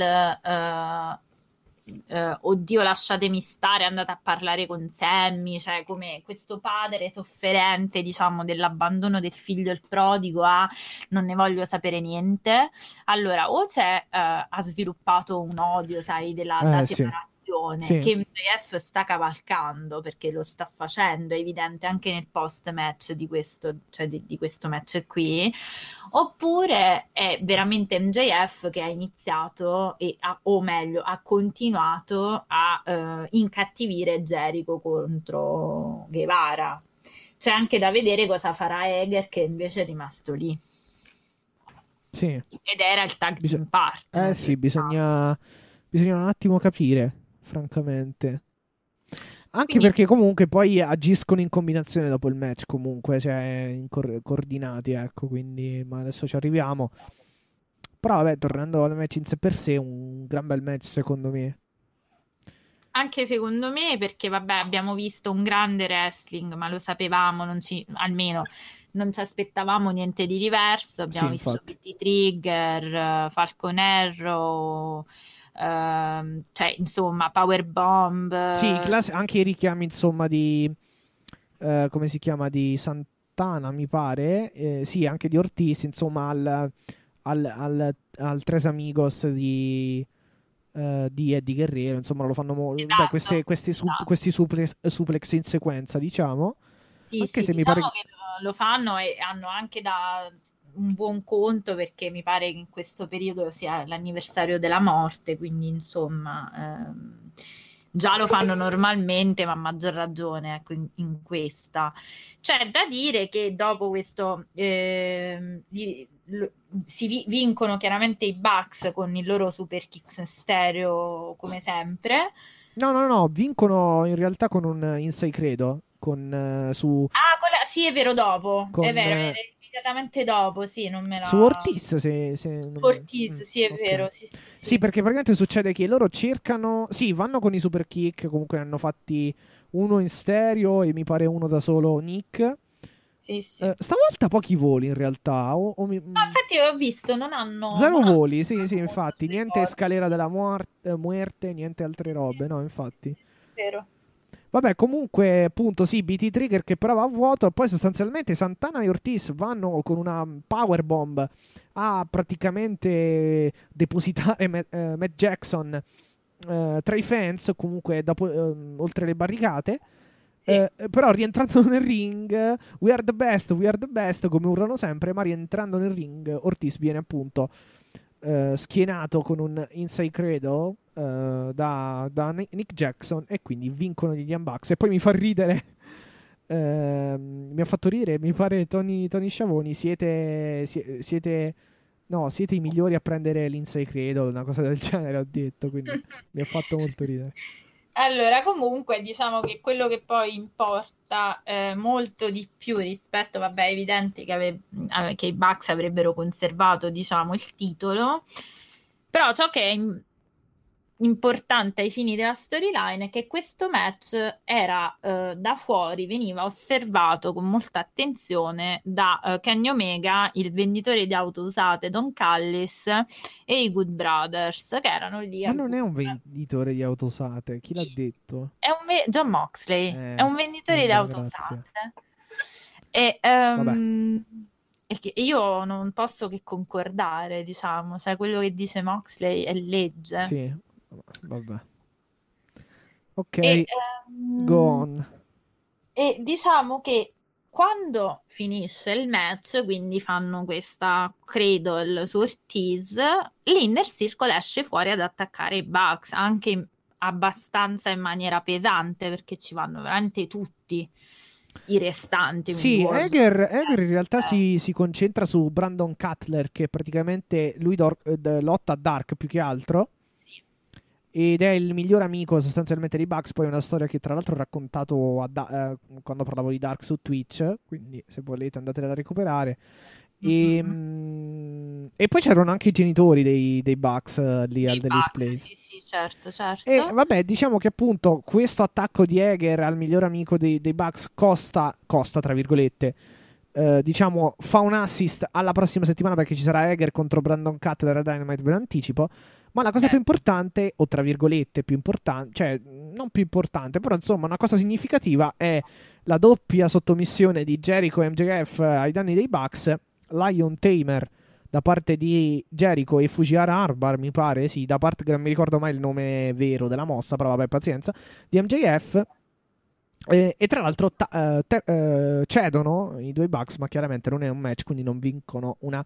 S4: oddio, lasciatemi stare, andate a parlare con Sammy, cioè come questo padre sofferente, diciamo, dell'abbandono del figlio il prodigo a non ne voglio sapere niente. Allora, o ha sviluppato un odio, sai, da
S3: Sì,
S4: separazione
S3: sì,
S4: che MJF sta cavalcando perché lo sta facendo, è evidente anche nel post-match di questo, cioè di questo match qui. Oppure è veramente MJF che ha iniziato, o meglio, ha continuato a incattivire Jericho contro Guevara. C'è anche da vedere cosa farà Eger, che invece è rimasto lì.
S3: sì.
S4: Ed era il tag
S3: Bis-
S4: team partner.
S3: sì, bisogna un attimo capire, francamente. Anche
S4: Quindi
S3: perché comunque poi agiscono in combinazione dopo il match, comunque, cioè coordinati, ecco, quindi ma adesso ci arriviamo. Però vabbè, tornando al match in sé per sé, un gran bel match secondo me.
S4: anche secondo me, perché vabbè, abbiamo visto un grande wrestling, ma lo sapevamo, almeno non ci aspettavamo niente di diverso.
S3: Sì,
S4: Abbiamo visto
S3: infatti.
S4: PT Trigger, Falcon Arrow, cioè insomma, Powerbomb.
S3: Sì, anche i richiami, insomma, di come si chiama, di Santana, mi pare. Sì, anche di Ortiz, insomma, al Tres Amigos di Eddie Guerrero, insomma, lo fanno beh,
S4: Esatto, esatto.
S3: questi suplex in sequenza, diciamo.
S4: Sì,
S3: Anche
S4: sì,
S3: se mi pare
S4: diciamo
S3: che...
S4: che lo fanno e hanno anche da un buon conto perché mi pare che in questo periodo sia l'anniversario della morte, quindi insomma già lo fanno normalmente, ma a maggior ragione ecco, in questa. C'è da dire che dopo questo vincono chiaramente i Bucks con il loro super kicks in stereo come sempre.
S3: No, no, no, vincono in realtà con un Inside Credo,
S4: Ah, sì, è vero, dopo. È
S3: con,
S4: vero, è immediatamente dopo, sì, non me
S3: su
S4: la...
S3: Ortiz, se non...
S4: Ortiz, sì, è
S3: ok.
S4: vero, sì, sì,
S3: Sì,
S4: sì,
S3: perché praticamente succede che loro cercano... Sì, vanno con i super kick, comunque ne hanno fatti uno in stereo e mi pare uno da solo Nick.
S4: sì, sì.
S3: Stavolta pochi voli in realtà,
S4: No, infatti ho visto,
S3: zero
S4: non
S3: voli, sì, sì,
S4: hanno molto
S3: infatti, niente
S4: ricordo,
S3: scalera della muerte, niente altre robe, no, infatti.
S4: vero.
S3: Vabbè, comunque, appunto, sì, BT Trigger che prova a vuoto e poi sostanzialmente Santana e Ortiz vanno con una powerbomb a praticamente depositare Matt Jackson tra i fans, comunque oltre le barricate.
S4: Sì.
S3: Però rientrando nel ring, we are the best, come urlano sempre, ma rientrando nel ring, Ortiz viene appunto schienato con un Inside Credo da Nick Jackson e quindi vincono gli Young Bucks. E poi mi fa ridere, mi ha fatto ridere, mi pare Tony Sciavoni, no, siete i migliori a prendere l'Inside Credo, una cosa del genere ho detto, quindi mi ha fatto molto ridere.
S4: Allora, comunque, diciamo che quello che poi importa molto di più rispetto, vabbè, è evidente che i Bucks avrebbero conservato, diciamo, il titolo, però ciò che è importante ai fini della storyline è che questo match era da fuori, veniva osservato con molta attenzione da Kenny Omega, il venditore di auto usate, Don Callis e i Good Brothers, che erano lì
S3: Ma
S4: a
S3: non è un venditore di auto usate, chi l'ha detto?
S4: John Moxley è un venditore di
S3: Vabbè,
S4: auto
S3: grazie.
S4: usate. E,
S3: Vabbè,
S4: e che io non posso che concordare, diciamo, cioè quello che dice Moxley è legge.
S3: sì, vabbè. Ok,
S4: E,
S3: go
S4: ehm,
S3: on.
S4: e diciamo che quando finisce il match, quindi fanno questa cradle su Ortiz, l'Inner Circle esce fuori ad attaccare i Bucks, anche abbastanza in maniera pesante, perché ci vanno veramente tutti i restanti, quindi
S3: Sì,
S4: Wars.
S3: Eger in realtà si concentra su Brandon Cutler, che praticamente lui lotta a Dark più che altro. ed è il miglior amico sostanzialmente dei Bucks. Poi è una storia che tra l'altro ho raccontato quando parlavo di Dark su Twitch, quindi se volete andatela a recuperare. E poi c'erano anche i genitori dei Bucks lì al Daily Display.
S4: Sì, certo.
S3: E vabbè, diciamo che appunto questo attacco di Hager al miglior amico dei Bucks costa tra virgolette, diciamo fa un assist alla prossima settimana, perché ci sarà Hager contro Brandon Cutler a Dynamite, ve lo anticipo. Ma la cosa più importante, o tra virgolette più importante, cioè non più importante, però insomma una cosa significativa, è la doppia sottomissione di Jericho e MJF ai danni dei Bucks. Lion Tamer da parte di Jericho e Fujiwara Arbar, mi pare, sì, da parte che non mi ricordo mai il nome vero della mossa, però vabbè, pazienza, di MJF. E tra l'altro cedono i due Bucks, ma chiaramente non è un match, quindi non vincono una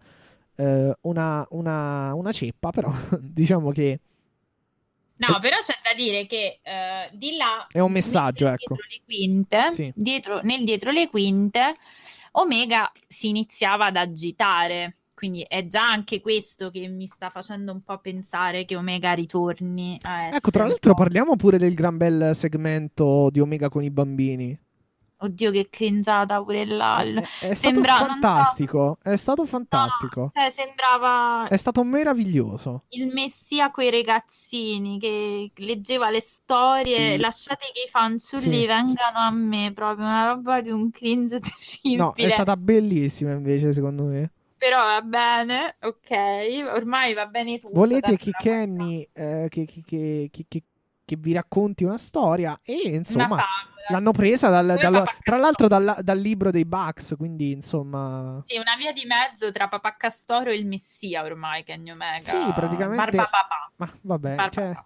S3: ceppa, però diciamo che
S4: no, però c'è da dire che di là
S3: è un messaggio, ecco.
S4: Dietro le quinte,
S3: sì.
S4: dietro le quinte, Omega si iniziava ad agitare, quindi è già anche questo che mi sta facendo un po' pensare che Omega ritorni a essere.
S3: Ecco, tra l'altro parliamo pure del gran bel segmento di Omega con i bambini.
S4: Oddio, che cringiata pure là.
S3: È stato fantastico. È stato fantastico.
S4: No, cioè, sembrava.
S3: È stato meraviglioso.
S4: Il messia coi ragazzini che leggeva le storie. Lasciate che i fanciulli vengano a me. Proprio una roba di un cringe terribile.
S3: No, è stata bellissima invece, secondo me.
S4: Però va bene, ok. Ormai va bene tutto.
S3: Volete che Kenny che vi racconti una storia, e insomma l'hanno presa tra l'altro dal libro dei Bucks, quindi insomma
S4: sì, una via di mezzo tra Papà Castoro e il messia ormai, Kenny Omega.
S3: Sì, praticamente
S4: Barba
S3: ma vabbè, cioè,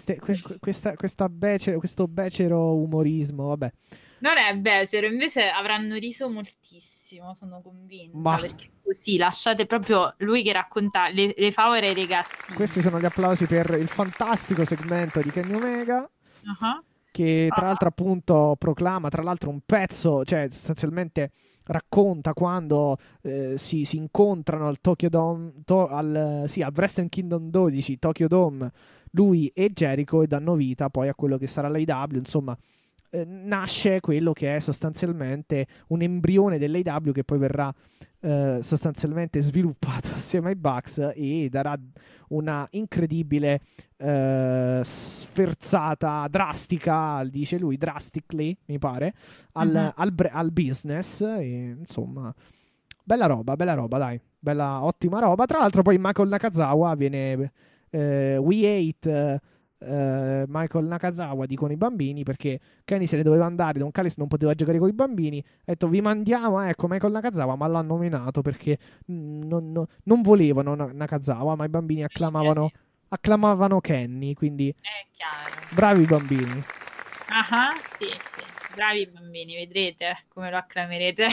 S3: questo becero umorismo, vabbè.
S4: Non è becero, invece avranno riso moltissimo, sono convinta, perché così lasciate proprio lui che racconta le favole ai ragazzi.
S3: Questi sono gli applausi per il fantastico segmento di Kenny Omega, che tra l'altro appunto proclama tra l'altro un pezzo, cioè sostanzialmente racconta quando si incontrano al Tokyo Dome, al Wrestle Kingdom 12, Tokyo Dome, lui e Jericho, e danno vita poi a quello che sarà l'AEW, insomma. Nasce quello che è sostanzialmente un embrione dell'AEW, che poi verrà sostanzialmente sviluppato assieme ai Bucks e darà una incredibile sferzata drastica, dice lui, drastically mi pare, al business, e, insomma bella roba dai, bella ottima roba. Tra l'altro poi Michael Nakazawa viene We Hate Michael Nakazawa, dicono i bambini, perché Kenny se ne doveva andare, Don Callis non poteva giocare con i bambini, ha detto vi mandiamo, ecco, Michael Nakazawa, ma l'hanno nominato perché non volevano Nakazawa, ma i bambini acclamavano Kenny, quindi
S4: è chiaro.
S3: Bravi i bambini.
S4: Sì, bravi i bambini, vedrete come lo acclamerete.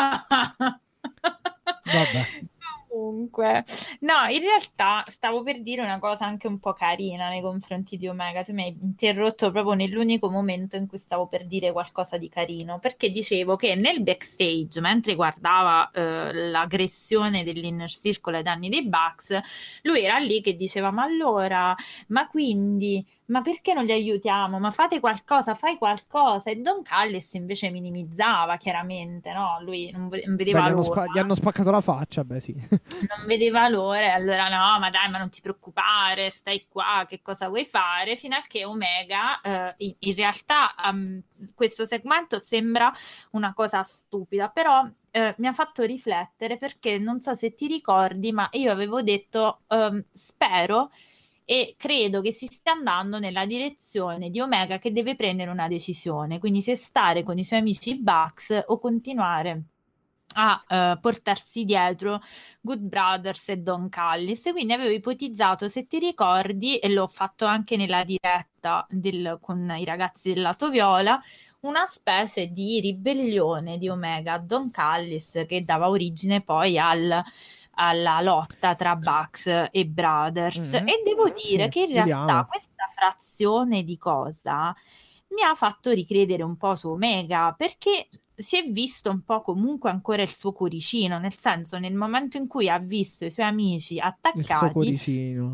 S3: Vabbè.
S4: Comunque, no, in realtà stavo per dire una cosa anche un po' carina nei confronti di Omega. Tu mi hai interrotto proprio nell'unico momento in cui stavo per dire qualcosa di carino, perché dicevo che nel backstage, mentre guardava l'aggressione dell'Inner Circle ai danni dei Bucks, lui era lì che diceva: ma allora, ma quindi, ma perché non li aiutiamo? Ma fate qualcosa, fai qualcosa. E Don Callis invece minimizzava, chiaramente, no? Lui non vedeva l'ora.
S3: Gli hanno spaccato la faccia, beh sì.
S4: Non vedeva l'ora, allora no, ma dai, ma non ti preoccupare, stai qua, che cosa vuoi fare? Fino a che Omega, in realtà questo segmento sembra una cosa stupida, però mi ha fatto riflettere, perché non so se ti ricordi, ma io avevo detto spero e credo che si stia andando nella direzione di Omega che deve prendere una decisione, quindi se stare con i suoi amici Bucks o continuare a portarsi dietro Good Brothers e Don Callis. Quindi avevo ipotizzato, se ti ricordi, e l'ho fatto anche nella diretta con i ragazzi del lato viola, una specie di ribellione di Omega a Don Callis, che dava origine poi alla lotta tra Bucks e Brothers. E devo dire che in realtà questa frazione di cosa mi ha fatto ricredere un po' su Omega, perché si è visto un po' comunque ancora il suo cuoricino, nel senso, nel momento in cui ha visto i suoi amici attaccati,
S3: il suo cuoricino,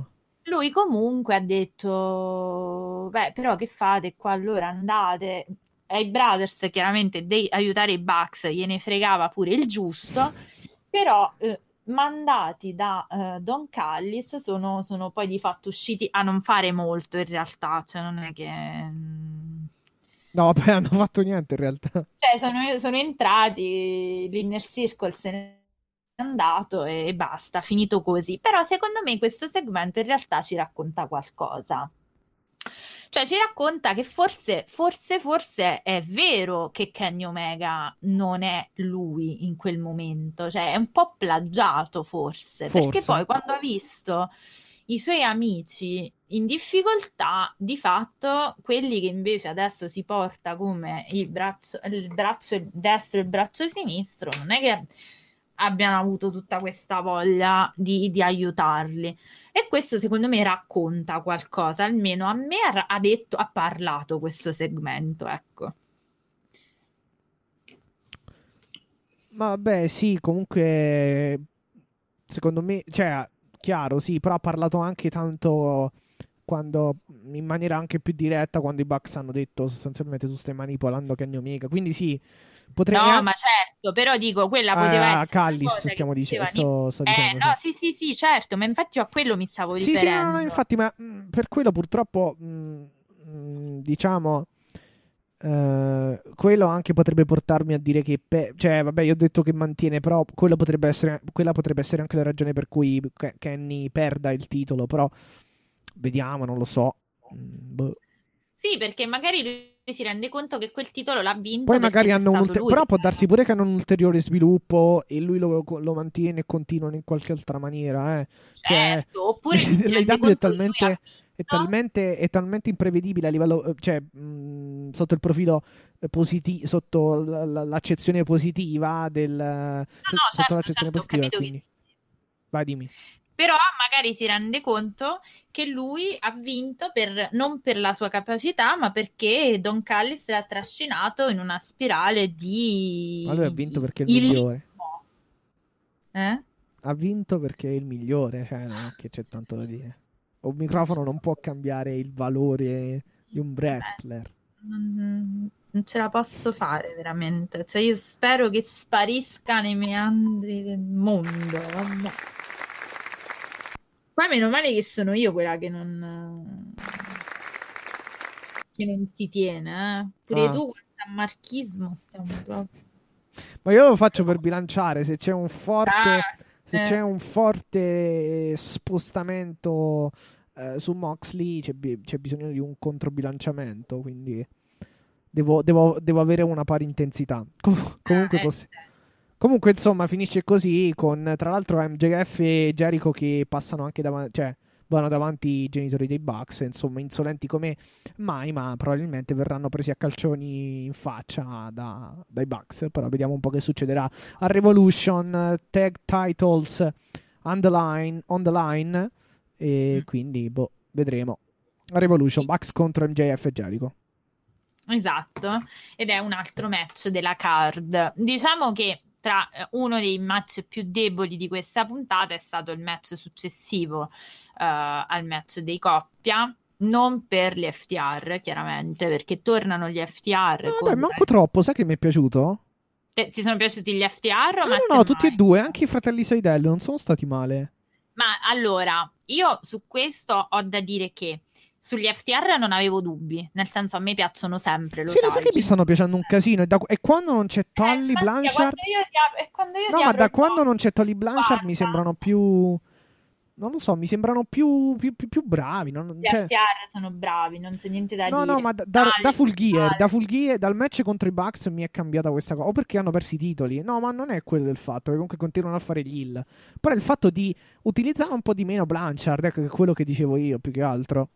S4: Lui comunque ha detto, beh, però che fate qua? Allora andate ai Brothers, chiaramente di aiutare i Bucks, gliene fregava pure il giusto, però mandati da Don Callis sono poi di fatto usciti a non fare molto in realtà, cioè non è che...
S3: No, vabbè, hanno fatto niente in realtà.
S4: Cioè, sono entrati, l'Inner Circle se n'è andato e basta, finito così. Però secondo me questo segmento in realtà ci racconta qualcosa. Cioè, ci racconta che forse è vero che Kenny Omega non è lui in quel momento. Cioè, è un po' plagiato forse. Perché
S3: Forse.
S4: poi quando ha visto i suoi amici in difficoltà, di fatto, quelli che invece adesso si porta come il braccio destro e il braccio sinistro, non è che abbiano avuto tutta questa voglia di aiutarli. E questo secondo me racconta qualcosa, almeno a me ha parlato questo segmento, ecco.
S3: Ma vabbè, sì, comunque, secondo me, cioè, chiaro, sì, però ha parlato anche tanto quando, in maniera anche più diretta, quando i Bucks hanno detto sostanzialmente tu stai manipolando Kenny Omega. Quindi sì, potrei...
S4: No, ma certo, però dico, quella poteva essere una
S3: Callis,
S4: cosa che
S3: stiamo dicendo,
S4: poteva
S3: sto dicendo, sì.
S4: no, sì, certo, ma infatti io a quello mi stavo
S3: Sì, sì, no,
S4: riferendo.
S3: infatti, ma per quello purtroppo, diciamo, quello anche potrebbe portarmi a dire che, cioè, vabbè, io ho detto che mantiene, però quella potrebbe essere anche la ragione per cui Kenny perda il titolo, però vediamo, non lo so. Boh.
S4: Sì, perché magari lui si rende conto che quel titolo l'ha
S3: Poi
S4: vinto perché
S3: magari
S4: c'è
S3: hanno
S4: stato lui.
S3: però può darsi pure che hanno un ulteriore sviluppo e lui lo mantiene e continuano in qualche altra maniera, eh. Cioè,
S4: Certo, oppure si rende
S3: l'AEW
S4: conto che lui ha vinto.
S3: è talmente imprevedibile a livello, cioè, sotto il profilo positivo, sotto l'accezione positiva
S4: No, no,
S3: sotto
S4: certo,
S3: l'accezione
S4: certo, ho
S3: positiva, e
S4: capito che...
S3: quindi vai, dimmi.
S4: Però magari si rende conto che lui ha vinto non per la sua capacità, ma perché Don Callis l'ha trascinato in una spirale
S3: Ma lui ha
S4: di
S3: vinto perché è il migliore.
S4: illiquidità. Eh?
S3: Ha vinto perché è il migliore, cioè non è che c'è tanto da dire. Un microfono non può cambiare il valore di un wrestler.
S4: Non ce la posso fare veramente. Cioè, io spero che sparisca nei meandri del mondo. Vabbè. Poi meno male che sono io quella che non si tiene, eh. Pure
S3: Ah.
S4: tu, quanto a marchismo stiamo proprio.
S3: Ma io lo faccio per bilanciare, se c'è un forte,
S4: Ah,
S3: se c'è un forte spostamento su Moxley, c'è bisogno di un controbilanciamento, quindi devo avere una pari intensità. Comunque, comunque, insomma, finisce così con, tra l'altro, MJF e Jericho che passano anche davanti, cioè vanno davanti i genitori dei Bucks, insomma, insolenti come mai, ma probabilmente verranno presi a calcioni in faccia dai Bucks. Però vediamo un po' che succederà a Revolution. Tag titles on the line. E quindi, boh, vedremo. A Revolution, Bucks contro MJF e Jericho.
S4: esatto, ed è un altro match della card. Diciamo che tra uno dei match più deboli di questa puntata è stato il match successivo al match dei coppia. Non per gli FTR, chiaramente, perché tornano gli FTR.
S3: No, dai, manco troppo, sai che mi è piaciuto?
S4: Ti sono piaciuti gli FTR o
S3: No, tutti e due, anche i fratelli Seidello, non sono stati male.
S4: Ma allora, io su questo ho da dire che sugli FTR non avevo dubbi, nel senso a me piacciono sempre, lo
S3: Sì, lo sai che mi stanno piacendo un casino. E quando non c'è Tully Blanchard... No, ma da quando non c'è Tully Blanchard mi sembrano più... Non lo so, mi sembrano più bravi.
S4: Gli
S3: Cioè...
S4: FTR sono bravi, non c'è niente da dire.
S3: No, ma da Full Gear, dal match contro i Bucks mi è cambiata questa cosa. O perché hanno perso i titoli. No, ma non è quello il fatto, che comunque continuano a fare gli heel. Però è il fatto di utilizzare un po' di meno Blanchard, ecco, che è quello che dicevo io, più che altro.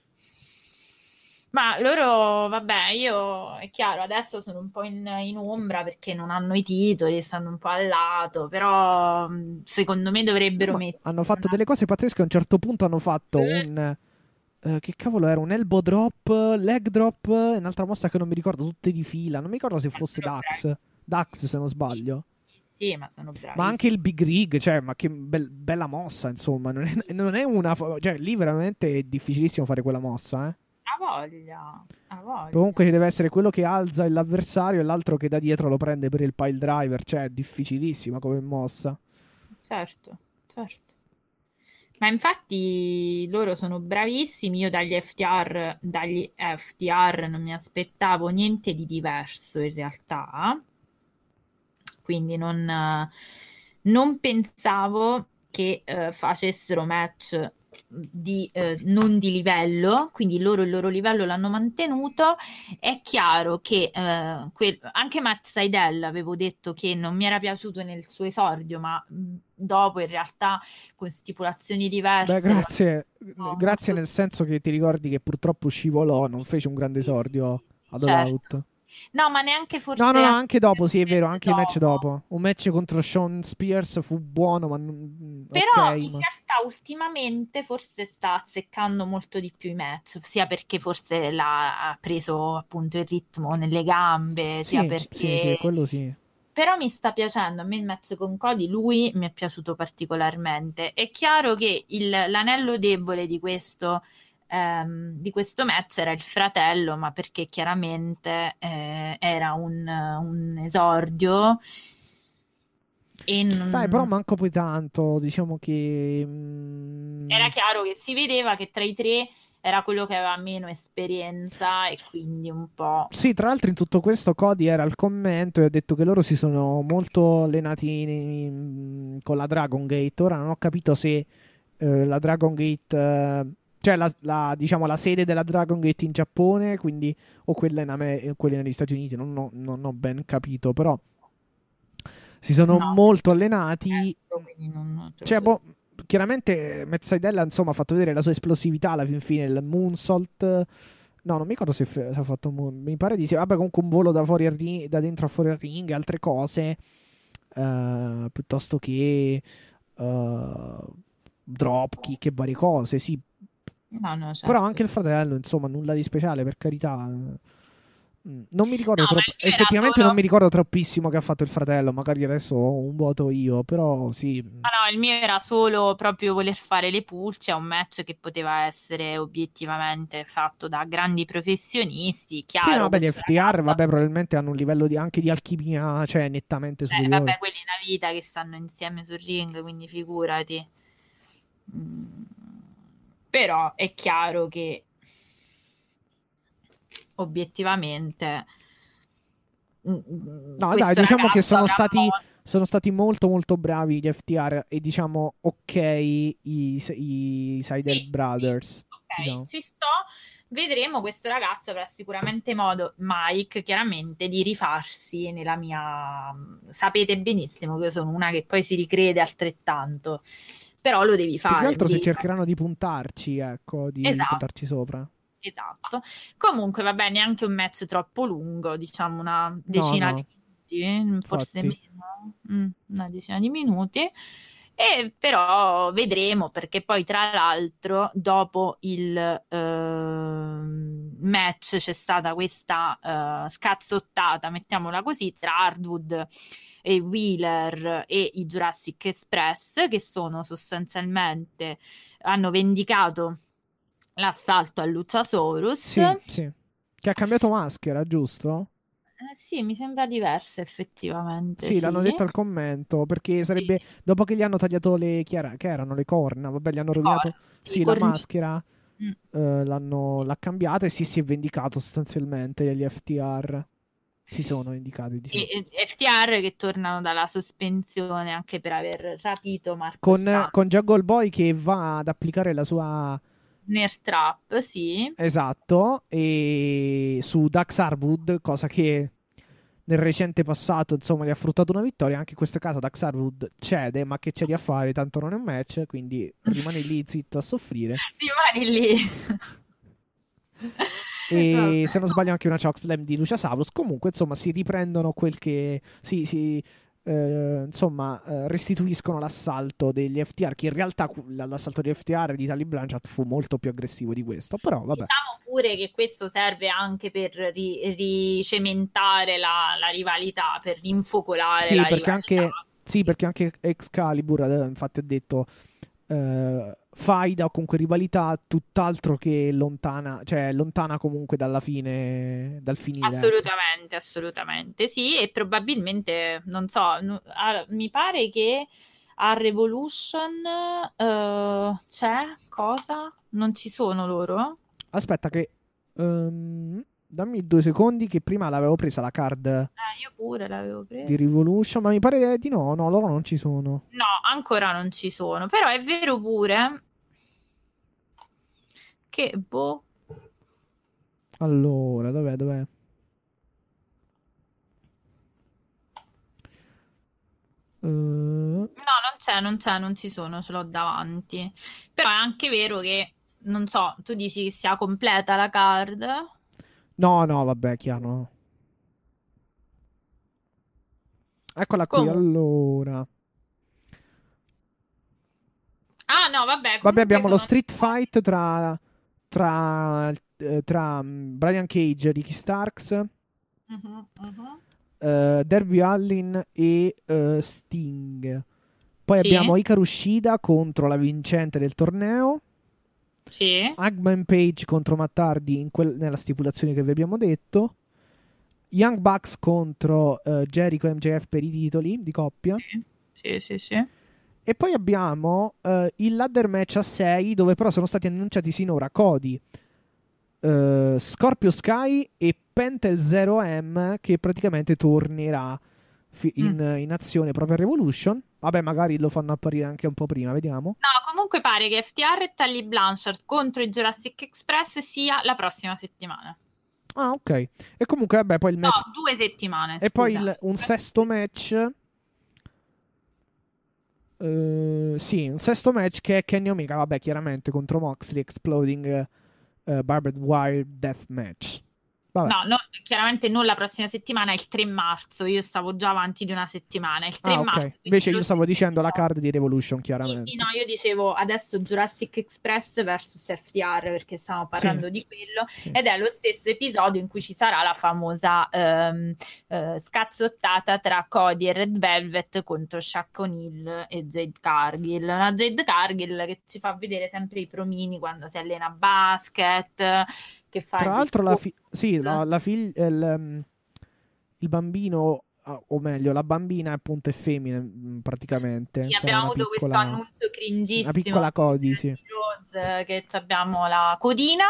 S4: Ma loro, vabbè, io è chiaro, adesso sono un po' in ombra perché non hanno i titoli, stanno un po' al lato, però secondo me dovrebbero mettere...
S3: Hanno fatto delle cose pazzesche. A un certo punto hanno fatto un... che cavolo era? Un elbow drop, leg drop, un'altra mossa che non mi ricordo, tutte di fila. Non mi ricordo se fosse Dax, se non sbaglio.
S4: Sì, ma sono bravissimi.
S3: Ma anche il Big Rig, cioè, ma che bella mossa, insomma. Non è una. Cioè, lì veramente è difficilissimo fare quella mossa, eh.
S4: Ha voglia, ha voglia.
S3: Comunque ci deve essere quello che alza l'avversario e l'altro che da dietro lo prende per il pile driver. Cioè, è difficilissima come mossa.
S4: Certo, certo. Ma infatti loro sono bravissimi. Io dagli FTR non mi aspettavo niente di diverso in realtà. Quindi non pensavo che facessero match non di livello, quindi loro il loro livello l'hanno mantenuto. È chiaro che anche Matt Sydal avevo detto che non mi era piaciuto nel suo esordio, ma dopo in realtà con stipulazioni diverse.
S3: Beh, grazie
S4: molto...
S3: nel senso che ti ricordi che purtroppo scivolò, non fece un grande esordio ad All Out.
S4: No, ma neanche forse.
S3: No, anche dopo, sì, è vero, anche il match dopo. Un match contro Shawn Spears fu buono, ma
S4: però in realtà ultimamente forse sta azzeccando molto di più i match, sia perché forse ha preso appunto il ritmo nelle gambe, sia perché
S3: sì, quello sì.
S4: Però mi sta piacendo, a me il match con Cody, lui mi è piaciuto particolarmente. È chiaro che l'anello debole di questo match era il fratello, ma perché chiaramente era un esordio.
S3: Dai, però manco poi tanto, diciamo che
S4: era chiaro che si vedeva che tra i tre era quello che aveva meno esperienza e quindi un po'.
S3: Sì, tra l'altro in tutto questo Cody era al commento e ha detto che loro si sono molto allenati con la Dragon Gate. Ora non ho capito se la Dragon Gate, cioè diciamo la sede della Dragon Gate in Giappone, quindi o quella quella negli Stati Uniti, non ho ben capito, però si sono molto allenati. Cioè, chiaramente Matt Sydal, insomma, ha fatto vedere la sua esplosività alla fine, il moonsault. No, non mi ricordo se ha fatto mi pare di sì. Vabbè, comunque un volo da dentro a fuori al ring, altre cose, piuttosto che dropkick e varie cose, sì.
S4: No, certo.
S3: Però anche il fratello, insomma, nulla di speciale, per carità. Non mi ricordo effettivamente non mi ricordo troppissimo che ha fatto il fratello, magari adesso ho un vuoto io, però sì.
S4: Ma no, il mio era solo proprio voler fare le pulce a un match che poteva essere obiettivamente fatto da grandi professionisti, chiaro.
S3: Sì, no, vabbè, gli FTR, vabbè, probabilmente hanno un livello anche di alchimia, cioè nettamente superiore.
S4: Vabbè, quelli è una vita che stanno insieme sul ring, quindi figurati. Però è chiaro che obiettivamente
S3: no, dai, diciamo che sono stati molto molto bravi gli FTR e diciamo ok i Sydal Brothers.
S4: Ok,
S3: diciamo.
S4: ci sto. Vedremo, questo ragazzo avrà sicuramente modo, Mike, chiaramente, di rifarsi nella mia. Sapete benissimo che io sono una che poi si ricrede altrettanto, però lo devi fare.
S3: Più che altro se cercheranno di puntarci, ecco, di puntarci sopra.
S4: Esatto. Comunque va bene, anche un match troppo lungo, diciamo una decina di minuti, forse meno, una decina di minuti. E però vedremo, perché poi tra l'altro dopo il match c'è stata questa scazzottata, mettiamola così, tra Hardwood e Wheeler e i Jurassic Express, che sono sostanzialmente hanno vendicato l'assalto a Luchasaurus.
S3: Sì. Che ha cambiato maschera, giusto?
S4: Sì, mi sembra diversa effettivamente.
S3: Sì, l'hanno detto al commento, perché sarebbe dopo che gli hanno tagliato che erano le corna, vabbè, gli hanno rovinato la maschera, l'ha cambiata e si è vendicato sostanzialmente gli FTR. Si sono indicati, diciamo.
S4: E FTR che tornano dalla sospensione anche per aver rapito Marco
S3: con Jungle Boy che va ad applicare la sua
S4: Nerd Trap, sì.
S3: Esatto, e su Dax Harwood, cosa che nel recente passato, insomma, gli ha fruttato una vittoria. Anche in questo caso Dax Harwood cede, ma che c'è da fare, tanto non è un match, quindi rimane lì zitto a soffrire.
S4: Rimani lì.
S3: E se non sbaglio anche una chokeslam di Luchasaurus. Comunque, insomma, si riprendono quel che restituiscono l'assalto degli FTR, che in realtà l'assalto degli FTR di Tully Blanchard fu molto più aggressivo di questo, però vabbè.
S4: Diciamo pure che questo serve anche per ricementare la rivalità, per rinfocolare la
S3: perché
S4: rivalità.
S3: Sì, perché anche Excalibur infatti ha detto faida o comunque rivalità tutt'altro che lontana, cioè lontana comunque dal finire. Ecco.
S4: Assolutamente sì, e probabilmente, non so, mi pare che a Revolution c'è cosa? Non ci sono loro?
S3: Aspetta che dammi 2 secondi che prima l'avevo presa la card
S4: Io pure l'avevo
S3: di
S4: presa.
S3: Revolution, ma mi pare di no, loro non ci sono.
S4: No, ancora non ci sono, però è vero pure che, boh,
S3: Allora, dov'è?
S4: no, non ci sono, ce l'ho davanti. Però è anche vero che, non so, tu dici che sia completa la card?
S3: No, vabbè, chiaro. Eccola qui,
S4: Comunque.
S3: allora.
S4: Ah, no, vabbè,
S3: Vabbè,
S4: comunque
S3: abbiamo lo
S4: sono...
S3: street fight tra Brian Cage, Ricky Starks,
S4: Mhm, mhm.
S3: Darby Allin e Sting. Poi
S4: Sì,
S3: abbiamo Hikaru Shida contro la vincente del torneo.
S4: sì,
S3: Hangman Page contro Matt Hardy nella stipulazione che vi abbiamo detto. Young Bucks contro Jericho e MJF per i titoli di coppia.
S4: sì.
S3: E poi abbiamo il ladder match a 6, dove però sono stati annunciati sinora Cody, Scorpio Sky e Pentel 0M, che praticamente tornerà in azione proprio a Revolution. Vabbè, magari lo fanno apparire anche un po' prima, vediamo.
S4: No, comunque pare che FTR e Tully Blanchard contro i Jurassic Express sia la prossima settimana.
S3: Ah, ok. E comunque, vabbè, poi il
S4: No,
S3: match.
S4: 2 settimane,
S3: E poi
S4: scusa.
S3: un sesto match. Sì, un sesto match che è Kenny Omega, vabbè, chiaramente contro Moxley, Exploding Barbed Wire Death Match. Vabbè.
S4: No, chiaramente non la prossima settimana, è il 3 marzo. Io stavo già avanti di una settimana. Il 3
S3: Ah,
S4: marzo.
S3: ok.
S4: Quindi
S3: Invece io
S4: lo
S3: stavo
S4: stesso
S3: dicendo la
S4: giorno.
S3: card di Revolution,
S4: Sì, sì,
S3: chiaramente.
S4: no, io dicevo adesso Jurassic Express versus FTR perché stiamo parlando
S3: Sì,
S4: di quello
S3: sì.
S4: ed è lo stesso episodio in cui ci sarà la famosa scazzottata tra Cody e Red Velvet contro Shaq O'Neal e Jade Cargill. Una Jade Cargill che ci fa vedere sempre i promini quando si allena a basket, che fa
S3: Tra
S4: gli
S3: l'altro,
S4: squat.
S3: il bambino, o meglio, la bambina appunto è femmina, praticamente.
S4: Sì,
S3: Sarà
S4: abbiamo avuto questo annuncio
S3: una
S4: cringissimo
S3: piccola Cody, sì.
S4: di Rose, che abbiamo la codina.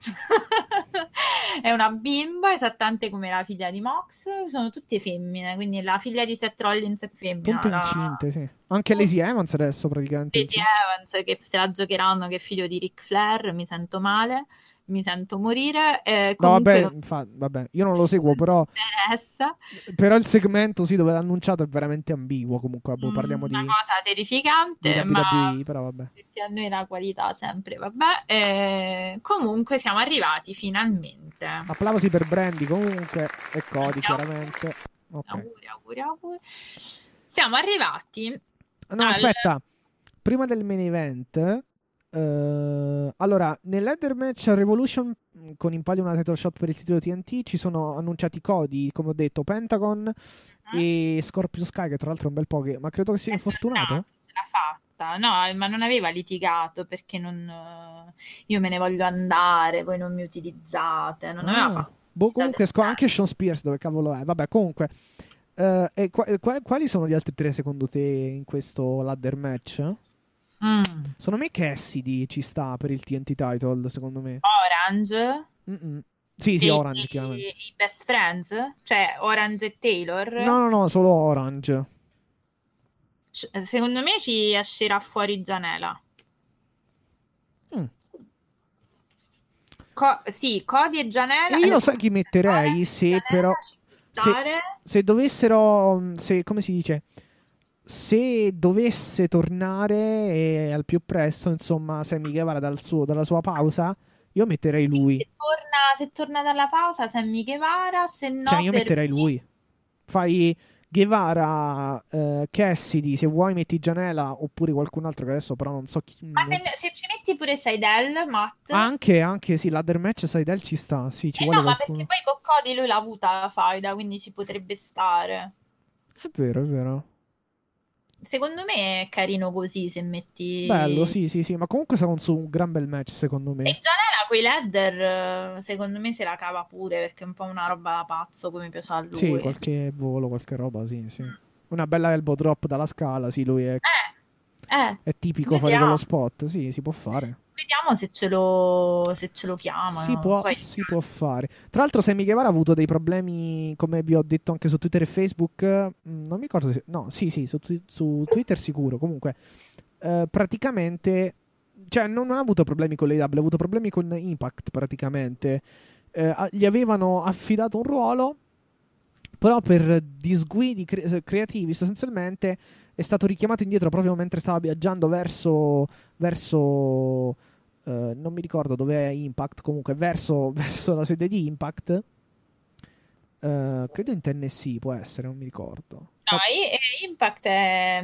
S4: È una bimba esattamente come la figlia di Mox, sono tutte femmine, quindi la figlia di Seth Rollins è femmina,
S3: Tutte incinte, sì. Anche Lacey Evans adesso praticamente
S4: Lacey
S3: incinta.
S4: Evans che se la giocheranno che è figlio di Ric Flair, mi sento male, mi sento morire,
S3: No,
S4: comunque
S3: vabbè, vabbè, io non lo seguo,
S4: non mi interessa.
S3: però il segmento, sì, dove l'ha annunciato è veramente ambiguo. Comunque, boh, parliamo
S4: Una
S3: di
S4: cosa terrificante, ma
S3: WWE, però vabbè.
S4: perché a noi la qualità sempre, vabbè. Comunque siamo arrivati finalmente.
S3: Applausi per Brandy comunque e Cody,
S4: Andiamo.
S3: chiaramente. Ok.
S4: Auguri. Siamo arrivati
S3: No, aspetta. Prima del main event, allora, nell'header match a Revolution con in palio una title shot per il titolo TNT ci sono annunciati Cody, come ho detto, Pentagon e Scorpio Sky, che tra l'altro è un bel po' che... Ma credo che sia infortunato.
S4: Ce l'ha fatta, no, ma non aveva litigato perché io me ne voglio andare, voi non mi utilizzate, non aveva fatto.
S3: Boh, comunque anche Sean Spears, dove cavolo è? Vabbè, comunque. E quali sono gli altri 3 secondo te in questo ladder match? Secondo me Cassidy ci sta per il TNT title, secondo me.
S4: Orange?
S3: Sì, Orange, chiaramente.
S4: I Best Friends? Cioè Orange e Taylor?
S3: No, solo Orange.
S4: Secondo me ci escerà fuori Gianela. Sì, Cody e Gianela.
S3: E io sai chi metterei se però... Se dovessero... come si dice? Se dovesse tornare al più presto, insomma, Sammy Guevara dalla sua pausa, io metterei lui.
S4: Sì, se torna dalla pausa, Sammy Guevara, se no
S3: Cioè, io metterei lui. Fai Guevara, Cassidy, se vuoi metti Gianela, oppure qualcun altro che adesso però non so chi...
S4: Ma se ci metti pure Seidel, Matt?
S3: Anche, sì, ladder match Seidel ci sta, sì, ci vuole
S4: no,
S3: qualcuno.
S4: ma perché poi con Cody lui l'ha avuta la faida, quindi ci potrebbe stare.
S3: È vero.
S4: secondo me è carino così se
S3: Bello,
S4: metti...
S3: sì, sì, sì, ma comunque sarà un gran bel match secondo
S4: E
S3: me.
S4: Gianella quei ladder, secondo me se la cava pure perché è un po' una roba da pazzo come piace a
S3: Sì,
S4: lui.
S3: qualche volo, qualche roba, sì, sì.
S4: Mm.
S3: Una bella elbow drop dalla scala, sì, lui è tipico fare quello
S4: Vediamo.
S3: spot, sì, si può fare.
S4: Vediamo se ce lo chiamano. Poi,
S3: Si può fare. Tra l'altro, Sammy Guevara ha avuto dei problemi, come vi ho detto anche su Twitter e Facebook. Non mi ricordo se. No, sì, sì, su Twitter sicuro. Comunque, praticamente. Cioè, non ha avuto problemi con l'AEW, ha avuto problemi con Impact praticamente. Gli avevano affidato un ruolo, però per disguidi creativi sostanzialmente è stato richiamato indietro proprio mentre stava viaggiando verso non mi ricordo dove è Impact, comunque verso la sede di Impact. Credo in Tennessee, può essere, non mi ricordo.
S4: no, Impact è...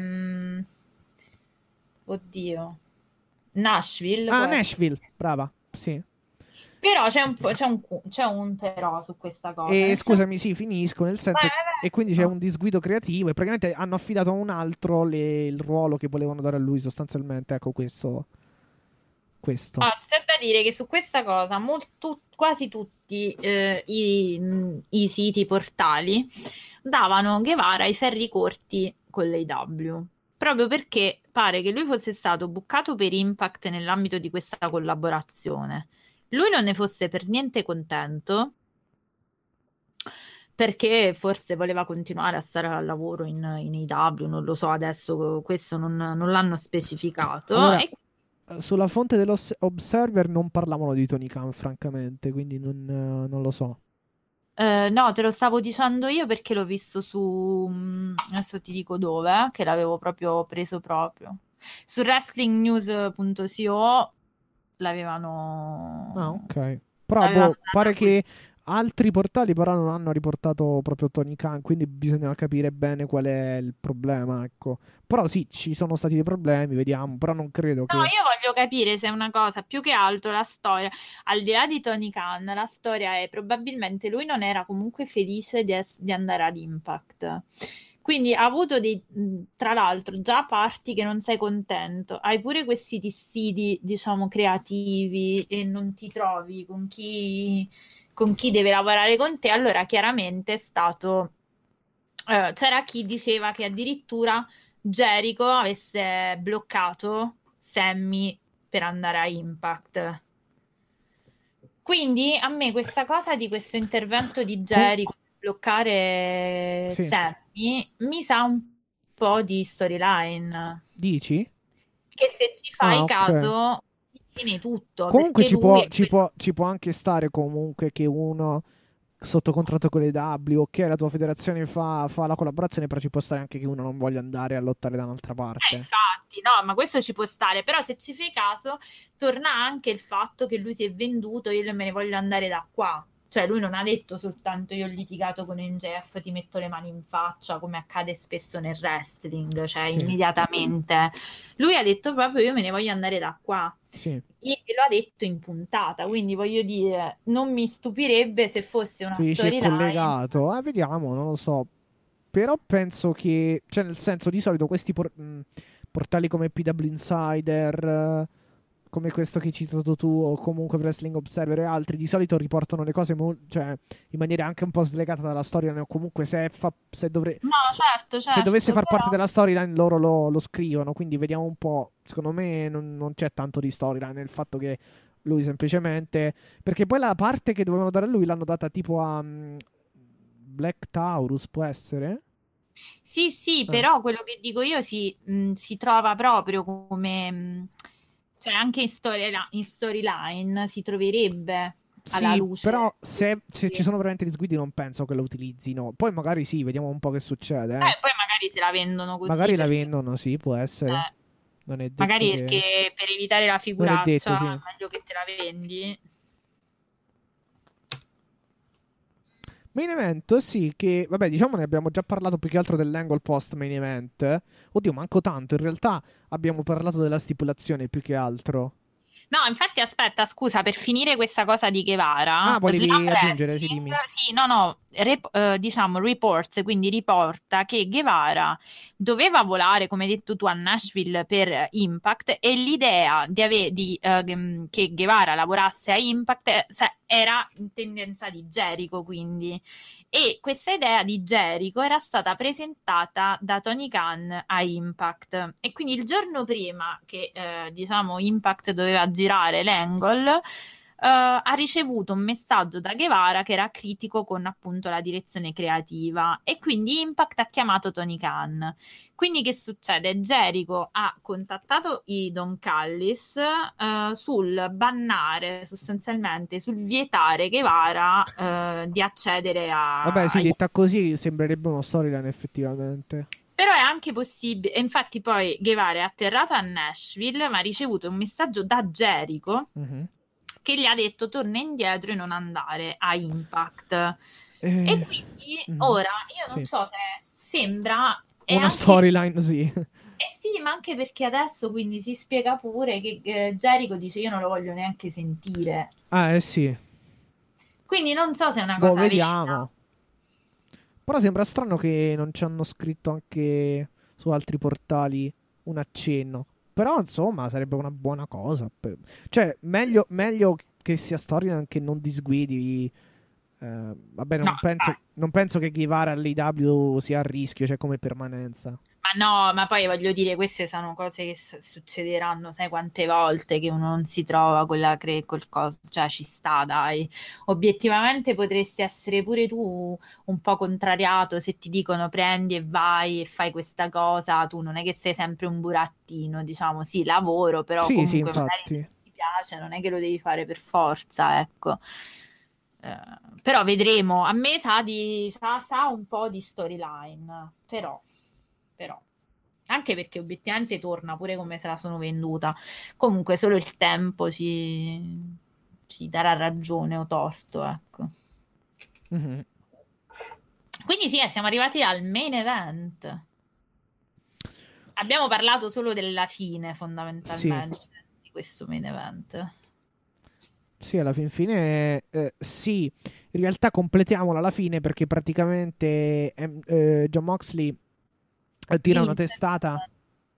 S4: oddio. Nashville
S3: Ah,
S4: può essere.
S3: Nashville, brava, sì.
S4: Però c'è un però su questa cosa.
S3: E
S4: Nel senso...
S3: scusami, sì, finisco, nel senso.
S4: Vai,
S3: E quindi c'è
S4: vai,
S3: un disguido creativo e praticamente hanno affidato a un altro il ruolo che volevano dare a lui sostanzialmente. Ecco questo.
S4: c'è da dire che su questa cosa quasi tutti i siti, i portali davano Guevara ai ferri corti con l'AEW, proprio perché pare che lui fosse stato buccato per Impact nell'ambito di questa collaborazione. Lui non ne fosse per niente contento perché forse voleva continuare a stare al lavoro in AEW, non lo so adesso, questo non l'hanno specificato.
S3: Allora,
S4: E
S3: sulla fonte dell'Observer non parlavano di Tony Khan, francamente, quindi non lo so.
S4: no, te lo stavo dicendo io perché l'ho visto su, adesso ti dico dove, che l'avevo proprio preso proprio. Su wrestlingnews.co
S3: Ah,
S4: l'avevano
S3: ok. Però,
S4: l'avevano
S3: boh, pare
S4: data così.
S3: che altri portali però non hanno riportato proprio Tony Khan, quindi bisogna capire bene qual è il problema, ecco. Però sì, ci sono stati dei problemi, vediamo, però non credo
S4: No,
S3: che.
S4: io voglio capire se è una cosa, più che altro la storia, al di là di Tony Khan, la storia è probabilmente lui non era comunque felice di andare ad Impact. Quindi ha avuto tra l'altro, già parti che non sei contento, hai pure questi dissidi, diciamo, creativi e non ti trovi con chi deve lavorare con te, allora chiaramente è stato... c'era chi diceva che addirittura Jericho avesse bloccato Sammy per andare a Impact. Quindi a me questa cosa di questo intervento di
S3: Com-
S4: Jericho per bloccare
S3: sì,
S4: Sammy mi sa un po' di storyline.
S3: dici?
S4: Che se ci
S3: Ah,
S4: fai
S3: ok.
S4: caso, tiene tutto
S3: Comunque
S4: perché lui è quello.
S3: ci può anche stare comunque che uno sotto contratto con le W, ok, la tua federazione fa la collaborazione, però ci può stare anche che uno non voglia andare a lottare da un'altra parte.
S4: Infatti, no, ma questo ci può stare, però se ci fai caso, torna anche il fatto che lui si è venduto, io me ne voglio andare da qua. Cioè, lui non ha detto soltanto io ho litigato con MJF, ti metto le mani in faccia, come accade spesso nel wrestling, cioè
S3: Sì,
S4: immediatamente. Lui ha detto proprio io me ne voglio andare da qua.
S3: sì.
S4: E lo ha detto in puntata, quindi voglio dire, non mi stupirebbe se fosse una
S3: Tu dici è
S4: storyline.
S3: collegato, vediamo, non lo so. Però penso che, cioè nel senso, di solito questi portali come PW Insider, come questo che hai citato tu, o comunque Wrestling Observer e altri, di solito riportano le cose cioè, in maniera anche un po' slegata dalla storia, o comunque
S4: No, certo,
S3: se dovesse
S4: certo,
S3: far parte
S4: però...
S3: della storyline loro lo scrivono, quindi vediamo un po'. Secondo me non c'è tanto di storyline nel fatto che lui semplicemente... Perché poi la parte che dovevano dare a lui l'hanno data tipo a Black Taurus, può essere?
S4: Sì, sì,
S3: Ah.
S4: però quello che dico io si trova proprio come, cioè anche in storyline si troverebbe alla
S3: Sì,
S4: luce.
S3: però se ci sono veramente gli squidi non penso che lo utilizzino. Poi magari sì, vediamo un po' che succede.
S4: Poi magari se la vendono così
S3: Magari la
S4: perché,
S3: vendono, sì, può essere. Non è detto
S4: magari
S3: che...
S4: perché per evitare la
S3: Non è detto,
S4: figuraccia
S3: sì.
S4: è meglio che te la vendi.
S3: Main event, sì, che... Vabbè, diciamo ne abbiamo già parlato più che altro dell'angle post main event. Oddio, manco tanto. In realtà abbiamo parlato della stipulazione più che altro.
S4: No, infatti, aspetta, scusa, per finire questa cosa di Guevara,
S3: Volevi
S4: Slam
S3: aggiungere, sì,
S4: Wrestling,
S3: dimmi.
S4: sì, no, diciamo reports, quindi riporta che Guevara doveva volare, come hai detto tu, a Nashville per Impact, e l'idea che Guevara lavorasse a Impact era in tendenza di Jericho, quindi. E questa idea di Jericho era stata presentata da Tony Khan a Impact, e quindi il giorno prima che diciamo Impact doveva girare l'Angle, ha ricevuto un messaggio da Guevara che era critico con appunto la direzione creativa, e quindi Impact ha chiamato Tony Khan. Quindi che succede? Jericho ha contattato i Don Callis sul bannare, sostanzialmente sul vietare Guevara di accedere a...
S3: Vabbè, sì, detta così sembrerebbe uno storyline effettivamente.
S4: Però è anche possibile, e infatti poi Guevara è atterrato a Nashville, ma ha ricevuto un messaggio da Jericho che gli ha detto torna indietro e non andare a Impact. E quindi ora io non so se sembra...
S3: una storyline, sì.
S4: Sì, ma anche perché adesso quindi si spiega pure che Jericho dice io non lo voglio neanche sentire.
S3: Sì.
S4: Quindi non so se è una cosa
S3: vediamo.
S4: vera.
S3: Però sembra strano che non ci hanno scritto anche su altri portali un accenno. Però insomma sarebbe una buona cosa. Cioè meglio che sia storyline che non disguidi. Vabbè, non penso che Guevara all'AEW sia a rischio, cioè come permanenza.
S4: Ma no, ma poi voglio dire, queste sono cose che succederanno, sai quante volte che uno non si trova col coso, cioè ci sta, dai. Obiettivamente potresti essere pure tu un po' contrariato se ti dicono prendi e vai e fai questa cosa, tu non è che sei sempre un burattino, diciamo, sì, lavoro, però
S3: sì,
S4: comunque
S3: infatti.
S4: magari se ti piace, non è che lo devi fare per forza, ecco. Però vedremo, a me sa un po' di storyline, però anche perché obiettivamente torna pure come se la sono venduta. Comunque solo il tempo ci darà ragione o torto, ecco. Quindi sì, siamo arrivati al main event. Abbiamo parlato solo della fine, fondamentalmente, di questo main event.
S3: Sì, alla fine sì, in realtà completiamola alla fine perché praticamente Jon Moxley tira una testata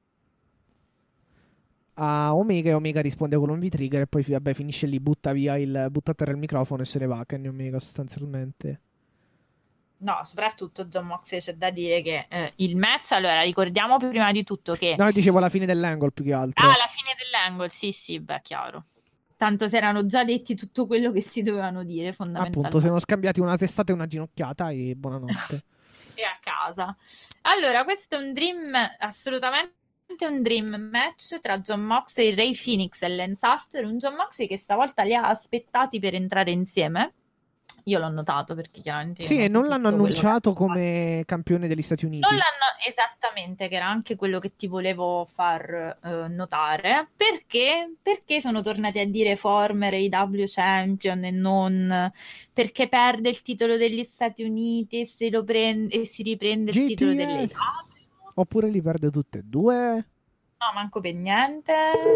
S3: a Omega e Omega risponde con un V-trigger e poi vabbè, finisce lì, butta a terra il microfono e se ne va Kenny Omega sostanzialmente. No,
S4: soprattutto Jon Moxley c'è da dire che il match, allora ricordiamo prima di tutto che...
S3: No, dicevo la fine dell'angle più che altro.
S4: La fine dell'angle, sì, beh, chiaro. Tanto si erano già detti tutto quello che si dovevano dire, fondamentalmente.
S3: Appunto, si erano scambiati una testata e una ginocchiata e buonanotte.
S4: E a casa. Allora, questo è un dream, assolutamente un dream match tra Jon Moxley, Ray Phoenix e Lance Archer. Un Jon Moxley che stavolta li ha aspettati per entrare insieme. Io l'ho notato perché chiaramente...
S3: Sì, e non l'hanno annunciato come campione degli Stati Uniti.
S4: Non l'hanno, esattamente, che era anche quello che ti volevo far notare. Perché sono tornati a dire former AEW Champion e non perché perde il titolo degli Stati Uniti e si riprende il titolo dell'AEW?
S3: Oppure li perde tutte e due?
S4: No, manco per niente.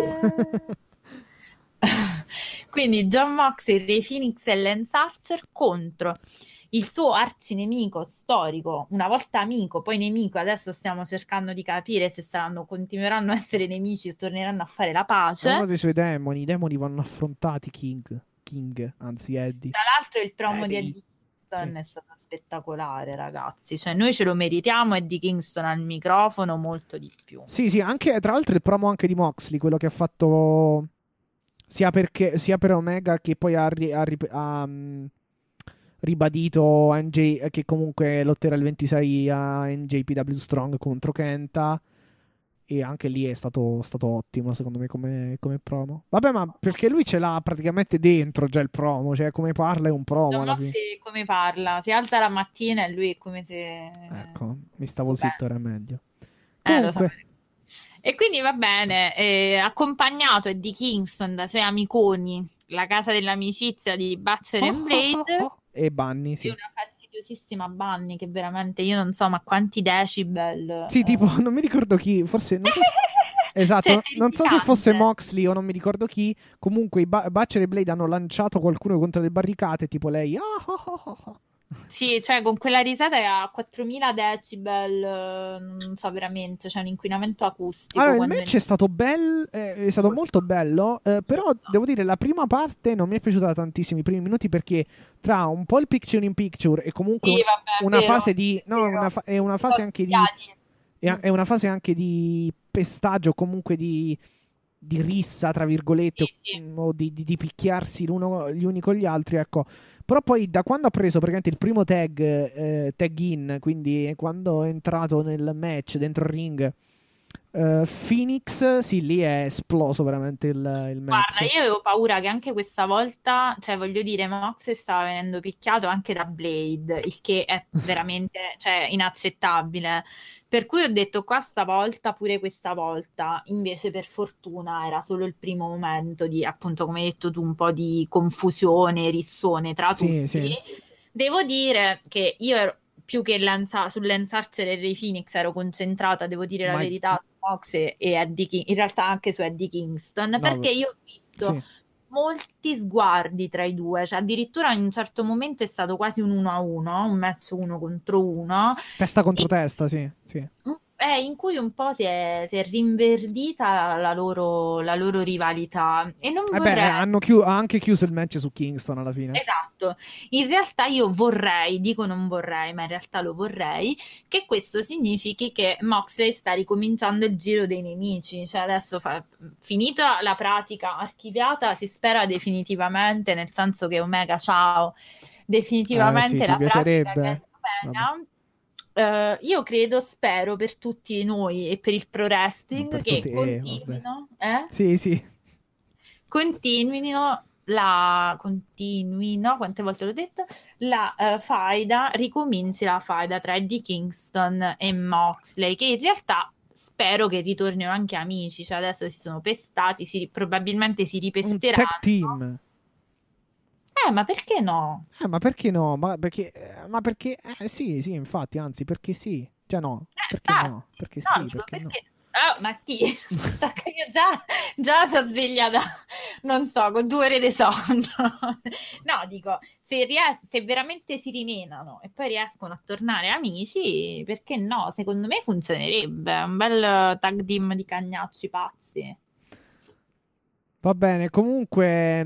S4: Quindi Jon Moxley, Ray Phoenix e Lance Archer contro il suo arcinemico storico, una volta amico, poi nemico. Adesso stiamo cercando di capire se continueranno a essere nemici o torneranno a fare la pace.
S3: Uno dei suoi demoni, i demoni vanno affrontati. King, anzi Eddie.
S4: Tra l'altro il promo di Eddie Kingston è stato spettacolare, ragazzi, cioè noi ce lo meritiamo Eddie Kingston al microfono molto di più.
S3: Sì, anche tra l'altro il promo anche di Moxley, quello che ha fatto sia per Omega che poi ha ribadito NJ che comunque lotterà il 26 a NJPW Strong contro Kenta, e anche lì è stato ottimo secondo me come promo. Vabbè, ma perché lui ce l'ha praticamente dentro già il promo, cioè come parla è un promo.
S4: No, come parla, si alza la mattina e lui è come se...
S3: Ecco, mi stavo zitto, era meglio.
S4: Comunque... E quindi va bene, accompagnato Eddie Kingston dai suoi amiconi, la casa dell'amicizia di Butcher e Blade.
S3: E Bunny, sì.
S4: E una fastidiosissima Bunny che veramente io non so ma quanti decibel.
S3: Sì, tipo, non mi ricordo chi, forse non so Esatto,
S4: Cioè,
S3: non so se fosse
S4: terrificante.
S3: Moxley o non mi ricordo chi. Comunque, Butcher e Blade hanno lanciato qualcuno contro le barricate. Tipo lei.
S4: Sì, cioè con quella risata a 4000 decibel, non so veramente, c'è un inquinamento acustico
S3: Allora, il
S4: quando
S3: match è stato è stato molto bello, però devo dire la prima parte non mi è piaciuta tantissimo, i primi minuti, perché tra un po' il picture in picture e comunque
S4: Sì, vabbè,
S3: una
S4: vero,
S3: fase di... No,
S4: vero.
S3: è una
S4: Un po'
S3: fase anche di...
S4: studiati. Mm,
S3: È una fase anche di pestaggio, comunque di rissa, tra virgolette,
S4: sì,
S3: o,
S4: sì.
S3: o di picchiarsi gli uni con gli altri, ecco. Però poi da quando ha preso praticamente il primo tag in, quindi quando è entrato nel match dentro il ring, Phoenix, sì, lì è esploso veramente il
S4: Guarda,
S3: match.
S4: io avevo paura che anche questa volta, cioè voglio dire, Mox stava venendo picchiato anche da Blade, il che è veramente, cioè, inaccettabile. Per cui ho detto qua stavolta, pure questa volta, invece per fortuna era solo il primo momento di, appunto, come hai detto tu, un po' di confusione, rissone tra
S3: Sì,
S4: tutti.
S3: sì.
S4: Devo dire che io ero più che sul Lance Archer e Ray Phoenix ero concentrata, devo dire la
S3: Ma
S4: verità, su Mox e Eddie in realtà anche su Eddie Kingston,
S3: no,
S4: perché io ho visto
S3: sì.
S4: molti sguardi tra i due, cioè addirittura in un certo momento è stato quasi un 1-1, un match uno contro uno,
S3: Testa contro
S4: e
S3: testa, sì, sì.
S4: in cui un po' si è rinverdita la loro rivalità e non
S3: Beh,
S4: vorrei.
S3: ha anche chiuso il match su Kingston alla fine.
S4: Esatto, in realtà io vorrei, dico non vorrei, ma in realtà lo vorrei, che questo significhi che Moxley sta ricominciando il giro dei nemici, cioè adesso finita la pratica archiviata, si spera definitivamente, nel senso che Omega, ciao,
S3: Sì,
S4: definitivamente
S3: ti
S4: la pratica che
S3: piacerebbe?
S4: è
S3: Vabbè,
S4: Io credo, spero per tutti noi e per il pro
S3: ma
S4: wrestling
S3: per
S4: che
S3: tutti... vabbè.
S4: continuino,
S3: Sì, sì.
S4: continuino, quante volte l'ho detto, la faida, ricominci la faida tra Eddie Kingston e Moxley, che in realtà spero che ritornino anche amici, cioè adesso si sono pestati, probabilmente si
S3: Un tag
S4: ripesteranno.
S3: team.
S4: Ma perché no?
S3: Ma perché no? Ma perché sì, sì, infatti, anzi, perché sì. Cioè no, perché no?
S4: Infatti,
S3: Perché
S4: no,
S3: sì,
S4: dico
S3: perché no?
S4: perché. Oh, Mattia, io già sono sveglia da, non so, con 2 ore di sonno. No, dico, se veramente si rimenano e poi riescono a tornare amici, perché no? Secondo me funzionerebbe. Un bel tag team di cagnacci pazzi.
S3: Va bene, comunque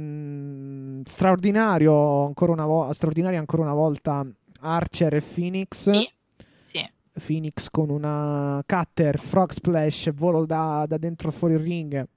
S3: straordinario ancora una volta Archer e Phoenix.
S4: Sì, sì.
S3: Phoenix con una cutter, frog splash, volo da dentro fuori il ring.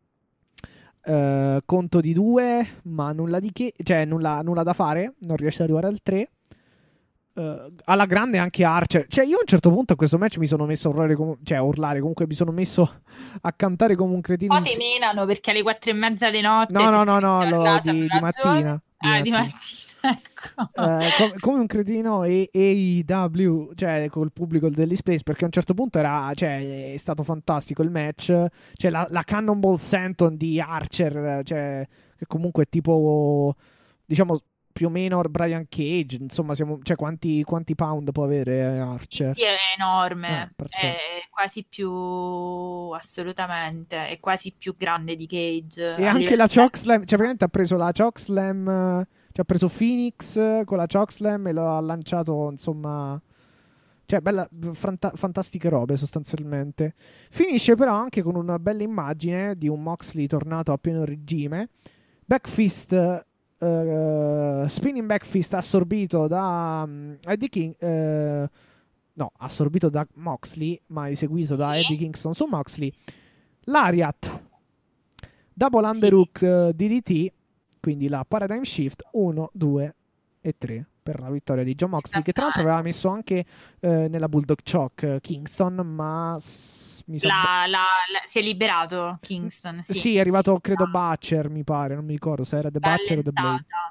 S3: Conto di 2, ma nulla di che, cioè nulla da fare, non riesce ad arrivare al 3. Alla grande anche Archer. Cioè, io a un certo punto a questo match mi sono messo a urlare, cioè a urlare, comunque mi sono messo a cantare come un cretino.
S4: Poi ti menano perché alle 4:30 di notte,
S3: No,
S4: se
S3: no,
S4: ti
S3: no,
S4: metti
S3: no,
S4: a parlare, c'hanno
S3: di
S4: ragione.
S3: mattina. Di
S4: Di
S3: mattina.
S4: mattina, ecco.
S3: Come un cretino e AEW, cioè col pubblico degli Space, perché a un certo punto cioè, è stato fantastico il match, cioè la Cannonball Senton di Archer, cioè, che comunque è tipo, diciamo, più o meno Brian Cage, insomma, cioè, quanti pound può avere
S4: Sì,
S3: Archer?
S4: sì, è enorme,
S3: Perciò.
S4: è quasi più, assolutamente, è quasi più grande di Cage
S3: E
S4: a
S3: anche
S4: livello
S3: la
S4: di
S3: Chokeslam, cioè praticamente ha preso la Chokeslam, cioè ha preso Phoenix con la Chokeslam e lo ha lanciato, insomma, cioè fantastiche robe sostanzialmente. Finisce però anche con una bella immagine di un Moxley tornato a pieno regime, backfist, spinning backfist assorbito da Eddie King, no, assorbito da Moxley, ma eseguito da
S4: Sì,
S3: Eddie Kingston su Moxley. Lariat, double
S4: sì,
S3: underhook DDT, quindi la Paradigm Shift 1, 2 e 3 per la vittoria di John Moxley, che tra l'altro aveva
S4: esattamente.
S3: messo anche nella Bulldog Choke Kingston, ma mi sa...
S4: Si è liberato Kingston, sì,
S3: Sì, è
S4: sì,
S3: arrivato credo Butcher, mi pare, non mi ricordo se era The
S4: l'ha
S3: Butcher o The Blade.
S4: allentata.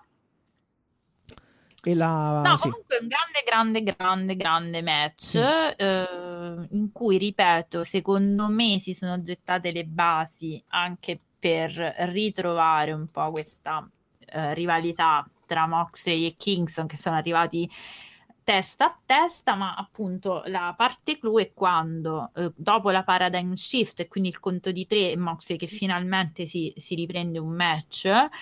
S3: E la...
S4: No,
S3: sì,
S4: comunque è un grande, grande, grande, grande match
S3: sì.
S4: in cui, ripeto, secondo me si sono gettate le basi anche per ritrovare un po' questa rivalità tra Moxley e Kingston, che sono arrivati a testa, ma appunto la parte clou è quando dopo la paradigm shift e quindi il conto di 3 e Moxley che finalmente si riprende un match,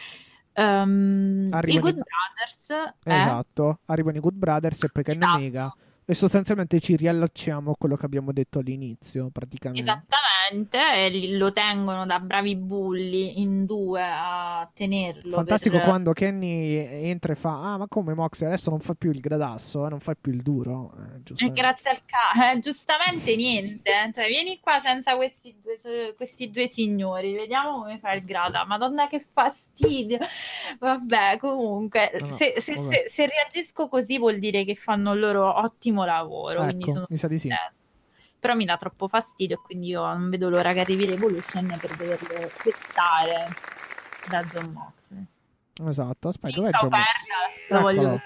S4: i Good Brothers
S3: esatto, arrivano i Good Brothers e poi Kenny
S4: esatto.
S3: Omega e sostanzialmente ci riallacciamo a quello che abbiamo detto all'inizio praticamente.
S4: Esattamente, e lo tengono da bravi bulli in 2 a tenerlo.
S3: Fantastico quando Kenny entra e fa: ah, ma come Moxley adesso non fa più il gradasso, non fa più il duro,
S4: grazie al giustamente niente, cioè vieni qua senza questi due signori, vediamo come fa il grada. Madonna che fastidio. Vabbè, comunque se reagisco così vuol dire che fanno il loro ottimo lavoro,
S3: ecco,
S4: quindi sono
S3: mi sa di sì.
S4: Però mi dà troppo fastidio e quindi io non vedo l'ora che arrivi Revolution per doverlo aspettare da Jon Moxley.
S3: Esatto, aspetta, dov'è Jon Moxley?
S4: Lo voglio
S3: Eccolo.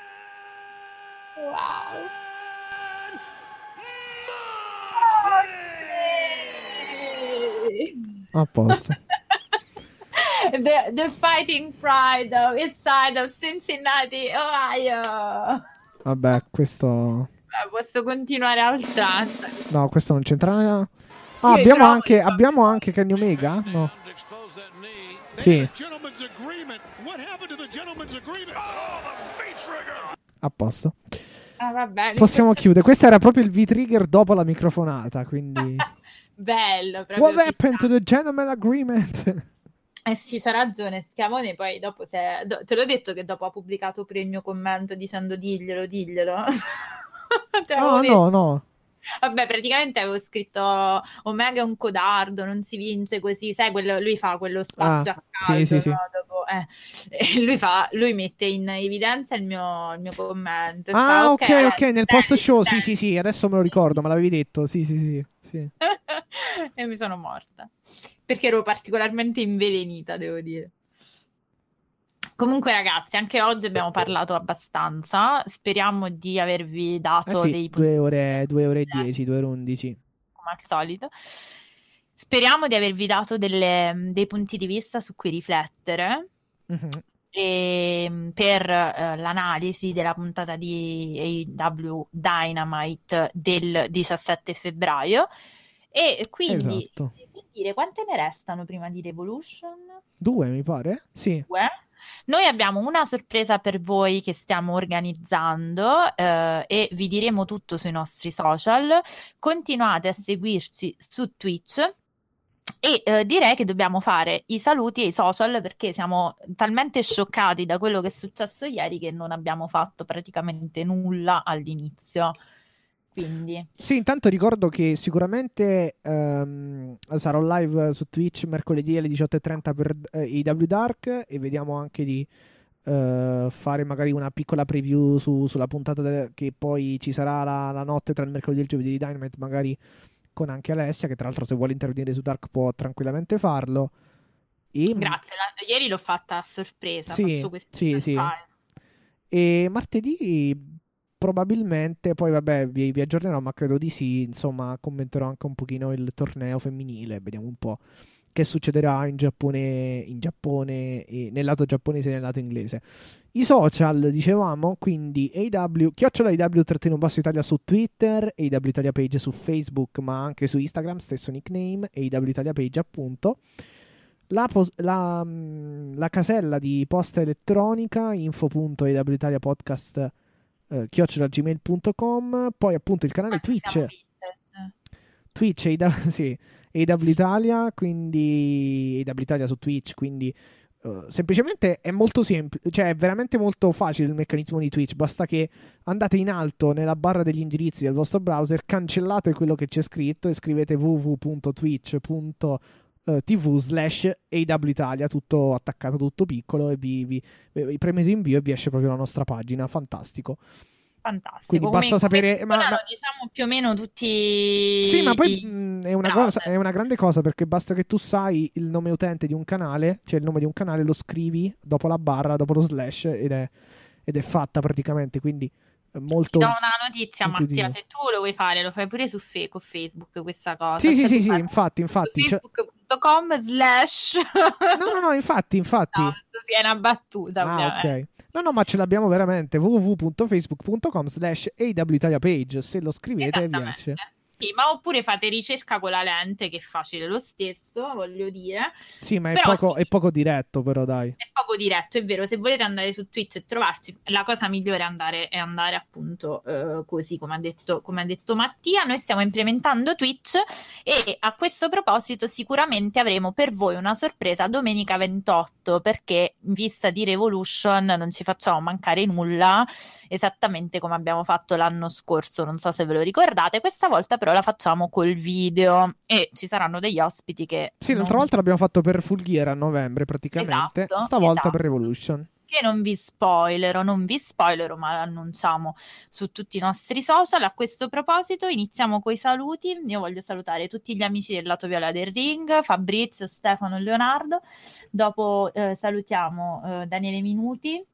S4: wow.
S3: A posto.
S4: The fighting pride of inside of Cincinnati, Ohio.
S3: Vabbè, questo...
S4: Posso continuare a oltranza.
S3: No, questo non c'entra. Ah, abbiamo anche Kenny Omega? No. Sì. A posto.
S4: Vabbè,
S3: possiamo chiudere. Questo era proprio il V-Trigger dopo la microfonata, quindi...
S4: Bello.
S3: What happened to the gentleman agreement?
S4: Eh sì, c'ha ragione Schiavone, poi dopo te l'ho detto che dopo ha pubblicato pure il mio commento dicendo diglielo.
S3: No.
S4: Vabbè, praticamente avevo scritto Omega è un codardo, non si vince così, sai, lui fa quello spazio a caldo,
S3: sì.
S4: no? Dopo, lui mette in evidenza il mio commento. E
S3: ok, nel post show, sì, adesso me lo ricordo, me l'avevi detto, sì.
S4: E mi sono morta, perché ero particolarmente invelenita, devo dire. Comunque ragazzi, anche oggi abbiamo parlato abbastanza, speriamo di avervi dato dei
S3: 2 ore e 10, 2 ore 11
S4: come al solito. Speriamo di avervi dato dei punti di vista su cui riflettere per l'analisi della puntata di AEW Dynamite del 17 febbraio e quindi dire quante ne restano prima di Revolution?
S3: 2 mi pare, sì.
S4: 2. Noi abbiamo una sorpresa per voi che stiamo organizzando e vi diremo tutto sui nostri social. Continuate a seguirci su Twitch e direi che dobbiamo fare i saluti e i social perché siamo talmente scioccati da quello che è successo ieri che non abbiamo fatto praticamente nulla all'inizio. Quindi.
S3: Sì, intanto ricordo che sicuramente sarò live su Twitch mercoledì alle 18:30 per AEW Dark e vediamo anche di fare magari una piccola preview sulla puntata che poi ci sarà la notte tra il mercoledì e il giovedì di Dynamite, magari con anche Alessia, che tra l'altro se vuole intervenire su Dark può tranquillamente farlo.
S4: Grazie, ieri l'ho fatta a sorpresa.
S3: Sì. E martedì probabilmente, poi vabbè vi aggiornerò, ma credo di sì, insomma commenterò anche un pochino il torneo femminile, vediamo un po' che succederà in Giappone e nel lato giapponese e nel lato inglese. I social, dicevamo, quindi @AW_Italia su Twitter, AW Italia Page su Facebook, ma anche su Instagram, stesso nickname, AW Italia Page appunto. La casella di posta elettronica info.awitaliapodcast @gmail.com, poi appunto il canale Twitch AW Italia, quindi AW Italia su Twitch, quindi semplicemente è molto semplice, cioè è veramente molto facile il meccanismo di Twitch, basta che andate in alto nella barra degli indirizzi del vostro browser, cancellate quello che c'è scritto e scrivete www.twitch.tv/AW Italia, tutto attaccato, tutto piccolo, e vi premete invio e vi esce proprio la nostra pagina. Fantastico. Quindi basta sapere,
S4: diciamo più o meno tutti.
S3: Sì, ma poi è una grande cosa, perché basta che tu sai il nome utente di un canale, cioè il nome di un canale lo scrivi dopo la barra, dopo lo slash ed è fatta praticamente. Quindi molto
S4: Ti do una notizia,
S3: intuitivo.
S4: Mattia, se tu lo vuoi fare, lo fai pure su con Facebook questa cosa.
S3: Sì,
S4: Cioè,
S3: sì,
S4: tu
S3: sì,
S4: fai
S3: infatti.
S4: facebook.com/.
S3: No, infatti.
S4: No, sia una battuta,
S3: Ah,
S4: ovviamente.
S3: ok. No, ma ce l'abbiamo veramente. www.facebook.com/AWItaliapage. Se lo scrivete vi esce.
S4: Esattamente. Sì, ma oppure fate ricerca con la lente, che è facile lo stesso, voglio dire.
S3: Sì, ma
S4: Però
S3: è poco diretto, però dai.
S4: è poco diretto, è vero. Se volete andare su Twitch e trovarci, la cosa migliore è andare appunto così, come ha detto Mattia. Noi stiamo implementando Twitch e a questo proposito sicuramente avremo per voi una sorpresa domenica 28, perché in vista di Revolution non ci facciamo mancare nulla, esattamente come abbiamo fatto l'anno scorso. Non so se ve lo ricordate, questa volta però la facciamo col video e ci saranno degli ospiti che
S3: Sì, l'altra volta l'abbiamo fatto per Full Gear a novembre praticamente.
S4: Esatto,
S3: Stavolta per
S4: esatto.
S3: Revolution.
S4: Che non vi spoilerò, ma l'annunciamo su tutti i nostri social. A questo proposito iniziamo coi saluti. Io voglio salutare tutti gli amici del lato viola del ring, Fabrizio, Stefano e Leonardo. Dopo salutiamo Daniele Minuti,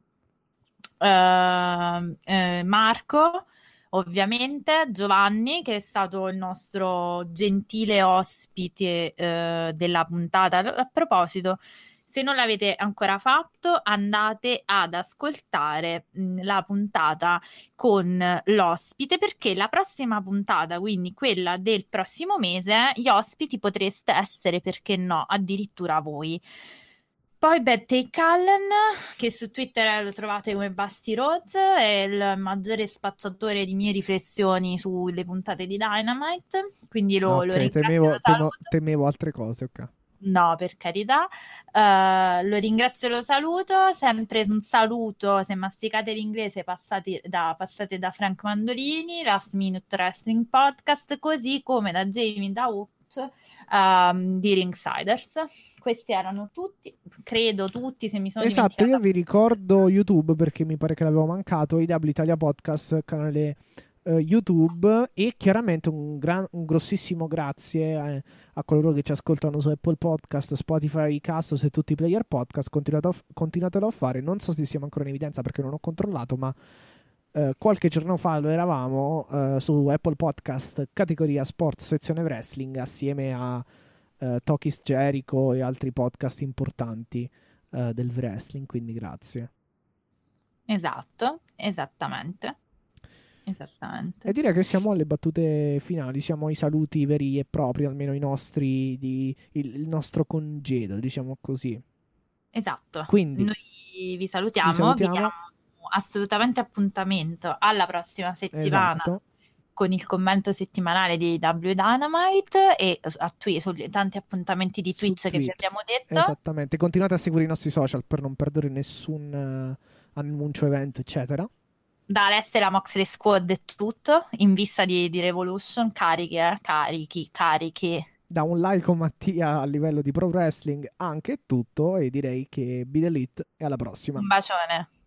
S4: Marco, ovviamente, Giovanni, che è stato il nostro gentile ospite della puntata. A proposito, se non l'avete ancora fatto, andate ad ascoltare la puntata con l'ospite, perché la prossima puntata, quindi quella del prossimo mese, gli ospiti potreste essere, perché no, addirittura voi. Poi Bad Take Allen, che su Twitter lo trovate come Basti Rhodes, è il maggiore spacciatore di mie riflessioni sulle puntate di Dynamite, quindi lo ringrazio e lo saluto.
S3: Temevo altre cose, ok.
S4: No, per carità. Lo ringrazio e lo saluto. Sempre un saluto, se masticate l'inglese, passate da Frank Mandolini, Last Minute Wrestling Podcast, così come da Jamie Dawut di Ringsiders. Questi erano tutti, credo tutti, se mi sono
S3: Esatto,
S4: dimenticata.
S3: io vi ricordo YouTube, perché mi pare che l'avevo mancato, AW Italia Podcast, canale YouTube, e chiaramente un grossissimo grazie a coloro che ci ascoltano su Apple Podcast, Spotify, Castos e tutti i player podcast. Continuatelo a fare. Non so se siamo ancora in evidenza perché non ho controllato, ma qualche giorno fa lo eravamo su Apple Podcast, categoria Sport, sezione Wrestling, assieme a Tokis Jericho e altri podcast importanti del wrestling, quindi grazie.
S4: Esatto, esattamente.
S3: E direi che siamo alle battute finali, siamo ai saluti veri e propri, almeno i nostri, il nostro congedo, diciamo così.
S4: Esatto.
S3: Quindi
S4: noi vi salutiamo. Vi diamo assolutamente appuntamento alla prossima settimana.
S3: Esatto.
S4: Con il commento settimanale di AEW Dynamite e sugli tanti appuntamenti di Twitch che vi abbiamo detto.
S3: Esattamente, continuate a seguire i nostri social per non perdere nessun annuncio, evento, eccetera.
S4: Da Alessia e la Moxley Squad è tutto, in vista di Revolution, carichi.
S3: Da un like, Mattia, a livello di pro wrestling anche è tutto, e direi che be the elite e alla prossima.
S4: Un bacione.